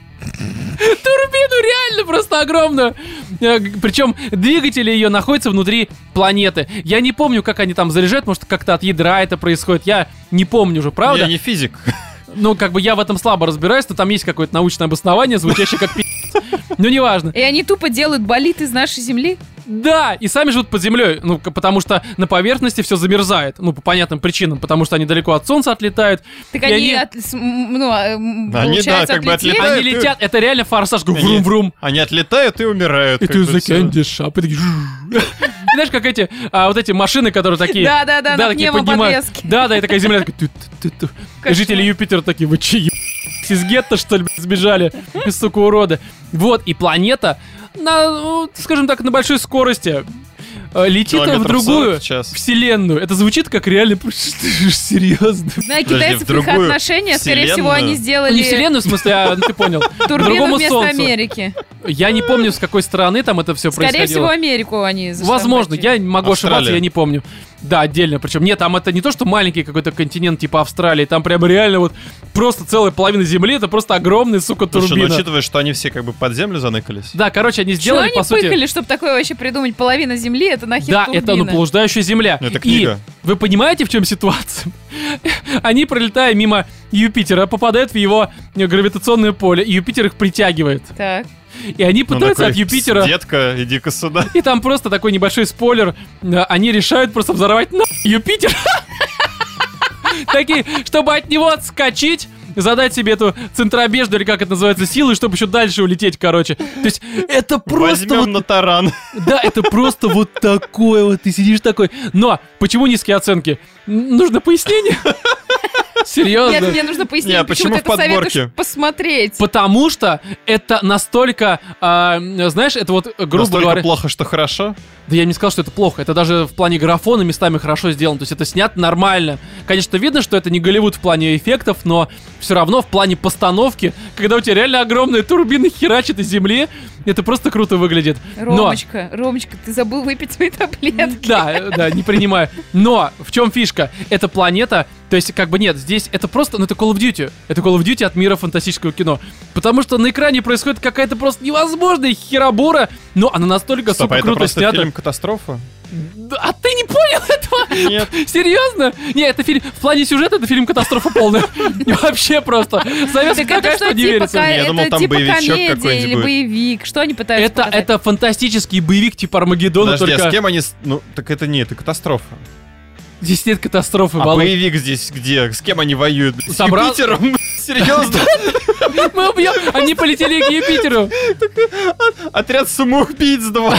Турбину реально просто огромную. Причем двигатели ее находятся внутри планеты. Я не помню, как они там заряжают, может, как-то от ядра это происходит. Я не помню уже, правда? Я не физик. Ну, как бы я в этом слабо разбираюсь, но там есть какое-то научное обоснование, звучащее как ну, неважно. И они тупо делают болид из нашей земли? Да, и сами живут под землей, ну, потому что на поверхности все замерзает, ну, по понятным причинам, потому что они далеко от Солнца отлетают. Так они, получается, как бы отлетели. Они летят, это реально форсаж, врум-врум. Они отлетают и умирают. И ты за candy shop, и такие... Знаешь, как эти, вот эти машины, которые такие... Да, на пневмоподвеске. Да, и такая земля такая... И жители Юпитера такие, вы че, из гетто, что ли, сбежали? Сука, уроды. Вот, и планета... скажем так, на большой скорости летит в другую вселенную. Это звучит как реально... Серьезно? Знаю китайцев, их отношения, скорее всего, они сделали... Не вселенную, в смысле, ты понял. Турбину вместо Америки. Я не помню, с какой стороны там это все происходило. Скорее всего, Америку они заштампачили. Возможно, я могу ошибаться, я не помню. Да, отдельно. Причем, нет, там это не то, что маленький какой-то континент типа Австралии, там прям реально вот просто целая половина земли, это просто огромная, сука, турбина. Слушай, ну, учитывая, что они все как бы под землю заныкались. Да, короче, они сделали, по сути... Что они пыхали, чтобы такое вообще придумать? Половина земли, это нахер да, турбина. это, блуждающая земля. Это книга. И вы понимаете, в чем ситуация? Они, пролетая мимо Юпитера, попадают в его гравитационное поле, и Юпитер их притягивает. Так. И они пытаются от Юпитера... Детка, иди-ка сюда. И там просто такой небольшой спойлер. Они решают просто взорвать Юпитер. Такие, чтобы от него отскочить, задать себе эту центробежную, или как это называется, силу, чтобы еще дальше улететь, короче. То есть это просто... Возьмем на таран. Да, это просто вот такое вот, ты сидишь такой. Но почему низкие оценки? Нужно пояснение? Серьезно? Нет, мне нужно пояснить, почему почему ты в подборке? советуешь посмотреть. Потому что это настолько, знаешь, это вот, грубо настолько говоря... плохо, что хорошо? Да я не сказал, что это плохо. Это даже в плане графона местами хорошо сделано. То есть это снято нормально. Конечно, видно, что это не Голливуд в плане эффектов, но все равно в плане постановки, когда у тебя реально огромные турбины херачат из земли, это просто круто выглядит. Ромочка, ты забыл выпить свои таблетки. Да, не принимаю. Но в чем фишка? Эта планета, то есть как бы нет, здесь это просто, это Call of Duty. Это Call of Duty от мира фантастического кино. Потому что на экране происходит какая-то просто невозможная херобора, но она настолько, сука, круто снята. Это фильм «Катастрофа»? А ты не понял этого? Нет. Серьезно? Не, это фильм, в плане сюжета это фильм «Катастрофа» полная. Вообще просто. Завязка такая, что не верится. Я думал, там боевичок какой-нибудь или боевик. Что они пытаются показать? Это фантастический боевик типа Армагеддона. Подожди, а с кем они... Ну, так это не, это «Катастрофа». Здесь нет катастрофы, Володь. А боевик здесь где? С кем они воюют? С Юпитером? Серьезно? Мы убьем. Они полетели к Юпитеру. Отряд самоубийц 2.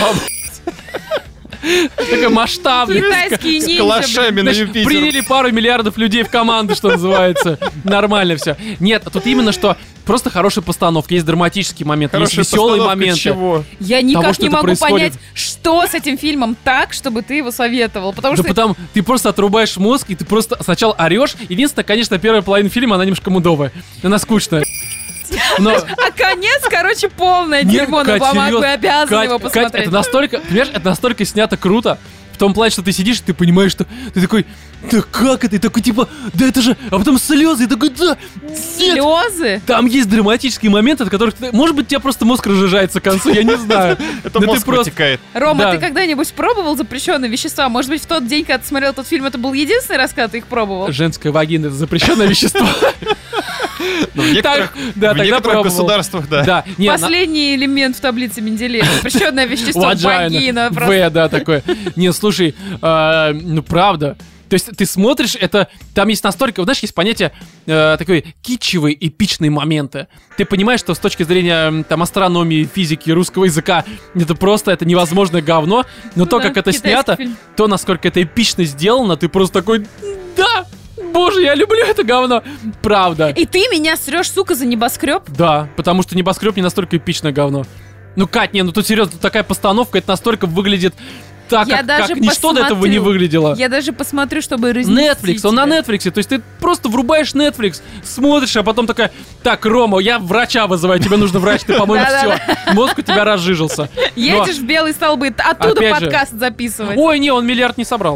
Такой масштабный. Китайские ниндзя. С калашами на Юпитер. Приняли пару миллиардов людей в команду, что называется. Нормально все. Нет, тут именно что просто хорошая постановка. Есть драматические моменты, есть веселые моменты. Чего? Я никак не могу понять, что с этим фильмом так, чтобы ты его советовал. Потому что потому ты просто отрубаешь мозг, и ты просто сначала орешь. Единственное, конечно, первая половина фильма, она немножко мудовая. Она скучная. Но... А конец, короче, полное дерьмо, но бумагу и обязан его посмотреть. Кать, это настолько, понимаешь, это настолько снято круто, в том плане, что ты сидишь, и ты понимаешь, что ты такой, да как это? И такой, типа, да это же, а потом слезы, и такой, да, слезы? Там есть драматические моменты, от которых, может быть, у тебя просто мозг разжижается к концу, я не знаю. Это мозг протекает. Рома, ты когда-нибудь пробовал запрещенные вещества? Может быть, в тот день, когда ты смотрел этот фильм, это был единственный раз, когда ты их пробовал? Женская вагина — это запрещенное вещество. В некоторых государствах, да. Последний элемент в таблице Менделеева. Запрещенное вещество, вагина. В, да, такое. Не, слушай, ну правда. То есть ты смотришь, это там есть настолько, знаешь, есть понятие такой китчевые, эпичные моменты. Ты понимаешь, что с точки зрения там астрономии, физики, русского языка, это просто это невозможное говно. Но то, как это снято, то, насколько это эпично сделано, ты просто такой, да! Боже, я люблю это говно. Правда. И ты меня срешь, сука, за небоскреб? Да, потому что небоскреб не настолько эпичное говно. Ну, Кать, ну тут серьезно, тут такая постановка, это настолько выглядит так, Я как даже ничто до этого не посмотрю. выглядело. Я даже посмотрю, чтобы разнести Netflix, он на тебя. Netflix, то есть ты просто врубаешь Netflix, смотришь, а потом такая, так, Рома, я врача вызываю, тебе нужно врач, ты, по-моему, все, мозг у тебя разжижился. Едешь в белый столбы, оттуда Опять же, подкаст записывать. Ой, не, он миллиард не собрал.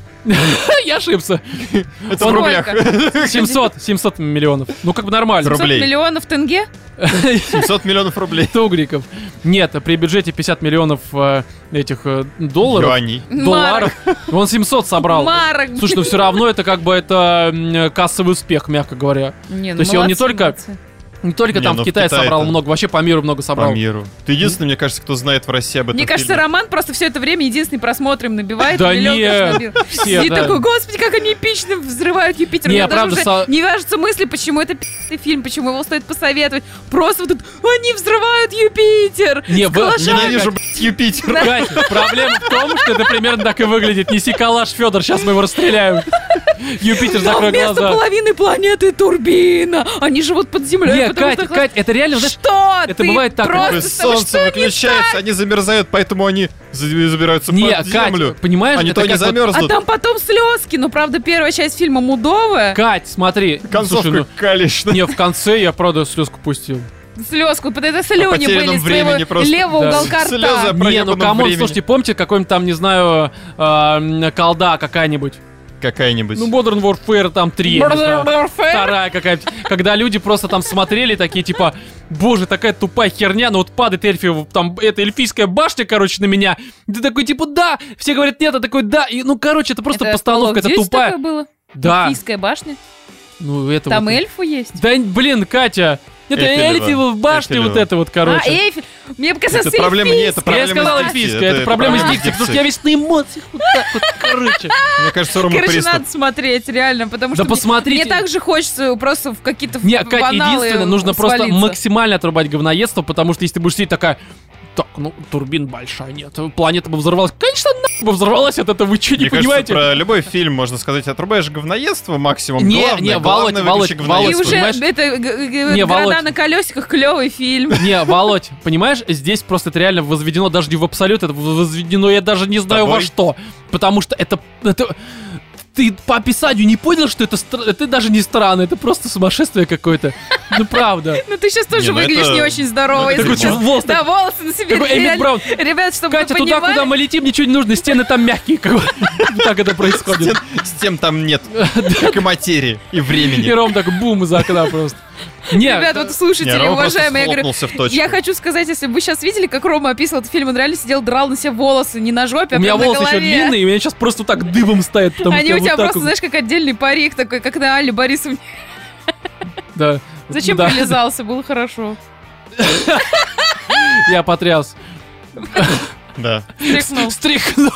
Я ошибся. Это в рублях. 700 миллионов. Ну, как бы нормально. 500 рублей. миллионов тенге? 700 миллионов рублей. Тугриков. Нет, при бюджете 50 миллионов этих долларов, Юаней. долларов, он 700 собрал. Марок. Слушай, ну все равно это как бы это кассовый успех, мягко говоря. Не, ну То есть он не молодцы, только молодцы. Не только Не, там ну в Китае в Китае собрал это- много, вообще по миру много собрал. По миру. Ты единственный, мне кажется, кто знает в России об этом Мне кажется, фильме. Роман просто все это время единственный просмотр им набивает. Да миллион не, тоже набил. все, И да. такой, господи, как они эпично взрывают Юпитер. Не, У меня даже правда, уже не вяжутся мысли, почему это пи***ый фильм, почему его стоит посоветовать. Просто вот тут, они взрывают Юпитер. Не, с калашами. Ненавижу, блядь, Юпитер. Катя, проблема в том, что это примерно так и выглядит. Неси калаш, Федор, сейчас мы его расстреляем. Юпитер, Там закрой вместо глаза. половины планеты турбина. Они живут под землей. Не, потому Катя, что- Катя, это реально, знаешь, Что? это Ты бывает так, просто Такое с тобой солнце что не выключается, они замерзают, поэтому они забираются не, под землю. Катя, понимаешь, А не это то они как вот- А замерзнут. там потом слезки. Ну, правда, первая часть фильма мудовая. Кать, смотри. Концовка Слушай, калечная. не, в конце я, правда, слезку пустил. Слезку. Это слюни потерянном были с твоего времени просто. левого Да. уголка Слезы рта. Про Не, ну ебаном камон, времени. слушайте, помните какой-нибудь там, не знаю, колда какая-нибудь? Какая-нибудь. Ну, Modern Warfare там 3, не знаю. Вторая какая-нибудь. Когда люди просто там смотрели такие, типа, боже, такая тупая херня, но вот падает там, эта эльфийская башня, короче, на меня. И ты такой, типа, да. Все говорят, нет, а такой, да. И, ну, короче, это просто постановка, это Call of Duty тупая. такое было? Да. Эльфийская башня? Ну, это Там вот- эльфы есть? Да, блин, Катя. Это Эльфилева. эльфи в башне Эльфилева. вот это вот, А, короче. Эйфель. Мне показалось, Это проблема не это, Я проблема сказал с дикцией. эльфийская, это проблема с проблема дикцией, потому что я весь на эмоциях вот так вот, короче. Мне кажется, Рома Короче, приступ. надо смотреть, реально, потому Да что посмотрите. мне так же хочется просто в какие-то Не, Кать, баналы единственное, нужно просто свалиться. максимально отрубать говноедство, потому что если ты будешь сидеть такая, так, ну, турбин большая, нет, планета бы взорвалась. Конечно, нахуй бы взорвалась от этого, вы что, не Мне кажется, понимаете? про любой фильм можно сказать, отрубаешь говноедство максимум. Не, Главное, не, главное Володь, выключи Володь, И говноедство. уже понимаешь? это Не, «Города Володь. на колесиках» клевый фильм. Не, Володь, понимаешь, здесь просто это реально возведено даже не в абсолют, это возведено, я даже не знаю во Тобой? что. Потому что это... Ты по описанию не понял, что это даже не странно, это просто сумасшествие какое-то. Ну, правда. Ну ты сейчас тоже Не, ну выглядишь это- не очень здорово. это если такой, честно. чё, волосы Да, волосы на себе. Такой Эммит реально. Браун. Ребят, чтобы Катя, вы туда, понимали, куда мы летим, ничего не нужно, стены там мягкие. Как бы. Так это происходит. С тем там нет. Как и материи, и И времени. Ром так бум из окна просто. Не, Ребят, вот слушатели, Не, Рома просто уважаемые, я говорю, схлопнулся в точку. я хочу сказать, если бы вы сейчас видели, как Рома описывал этот фильм, он реально сидел, драл на себе волосы, не на жопе, а у меня прям на волосы еще голове. длинные, и у меня сейчас просто вот так дыбом стоят. Потому Они что у я тебя вот так просто, вот- знаешь, как отдельный парик такой, как на Алле Борисовне. Да. Зачем Да. прилизался? Было хорошо. Я потряс. Да. Стряхнул. Стряхнул.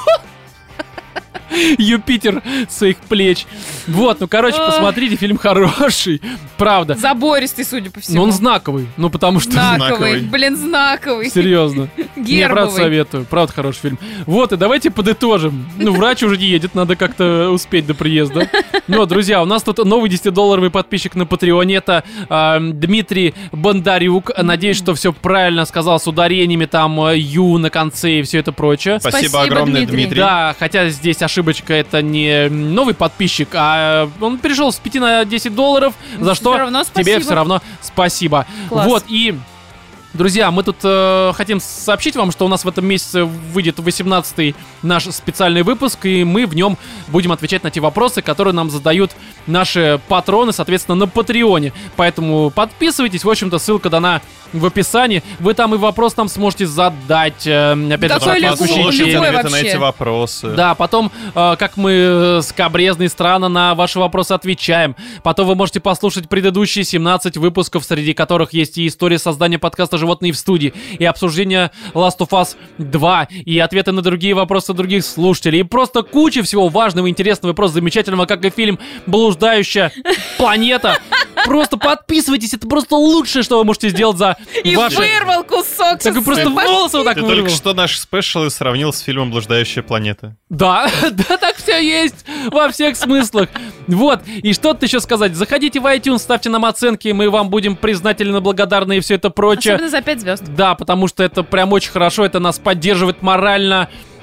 Юпитер своих плеч. Вот, ну, короче, Ох. посмотрите, фильм хороший. Правда. Забористый, судя по всему. Но он знаковый. Ну, потому что... Знаковый. Знаковый. Блин, знаковый. Серьезно. Не, правда, Гербовый. советую. Правда, хороший фильм. Вот, и давайте подытожим. Ну, врач уже не едет, надо как-то успеть до приезда. Ну, друзья, у нас тут новый 10-долларовый подписчик на Патреоне. Это Дмитрий Бондарюк. Надеюсь, что все правильно сказал с ударениями, там, Ю на конце и все это прочее. Спасибо огромное, Дмитрий. Дмитрий. Да, хотя здесь ошибочка, это не новый подписчик, а он перешел с 5 на 10 долларов, за что Всё равно тебе спасибо. все равно спасибо. Класс. Вот, и... Друзья, мы тут хотим сообщить вам, что у нас в этом месяце выйдет 18-й наш специальный выпуск, и мы в нем будем отвечать на те вопросы, которые нам задают наши патроны, соответственно, на Патреоне. Поэтому подписывайтесь, в общем-то, ссылка дана в описании. Вы там и вопрос нам сможете задать. Опять же, Какой в любой, предыдущей любой теме. ответы на вообще. эти вопросы. Да, потом, как мы скабрезные странно на ваши вопросы отвечаем. Потом вы можете послушать предыдущие 17 выпусков, среди которых есть и история создания подкаста «Животные в студии», и обсуждение Last of Us 2, и ответы на другие вопросы других слушателей, и просто куча всего важного, интересного и просто замечательного, как и фильм «Блуждающая планета». Просто подписывайтесь, это просто лучшее, что вы можете сделать за И ваши... вырвал кусок. Так и со просто своей волосы вот так Ты вырвал. только что наш спешл сравнил с фильмом «Блуждающая планета». Да, да, так все есть во всех смыслах. Вот, и что тут еще сказать? Заходите в iTunes, ставьте нам оценки, мы вам будем признательны, благодарны и все это прочее. Особенно за 5 звезд. Да, потому что это прям очень хорошо, это нас поддерживает морально.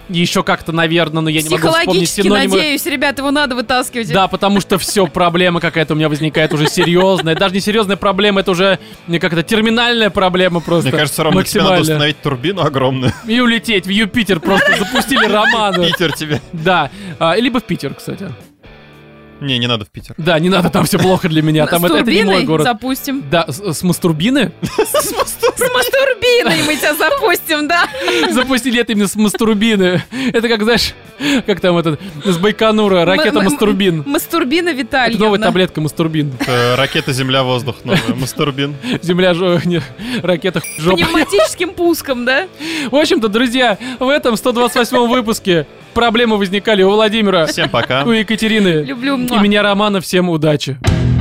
еще как-то, наверное, но я не могу вспомнить Психологически, синонимы. надеюсь, ребят, его надо вытаскивать. Да, потому что все, проблема какая-то у меня возникает уже серьезная. Даже не серьезная проблема, это уже как-то терминальная проблема просто. Мне кажется, Рома, тебе надо максимально. установить турбину огромную. И улететь в Юпитер, просто запустили романы. Питер тебе. Да, либо в Питер, кстати. Не надо в Питер. Да, не надо, там все плохо для меня, там С это не мой турбиной город. запустим. Да, с мастурбины? С мастурбиной мы тебя запустим, да? Запустили это именно с мастурбины. Это как, знаешь, как там этот, с Байконура, ракета Мастурбин. Мастурбина Это Витальевна. новая таблетка Мастурбин. Это ракета Земля-воздух новая. Мастурбин. Земля, ракета жопа. Пневматическим пуском, да? В общем-то, друзья, в этом 128-м выпуске проблемы возникали у Владимира, Всем пока. у Екатерины Люблю. и меня, Романа. Всем удачи.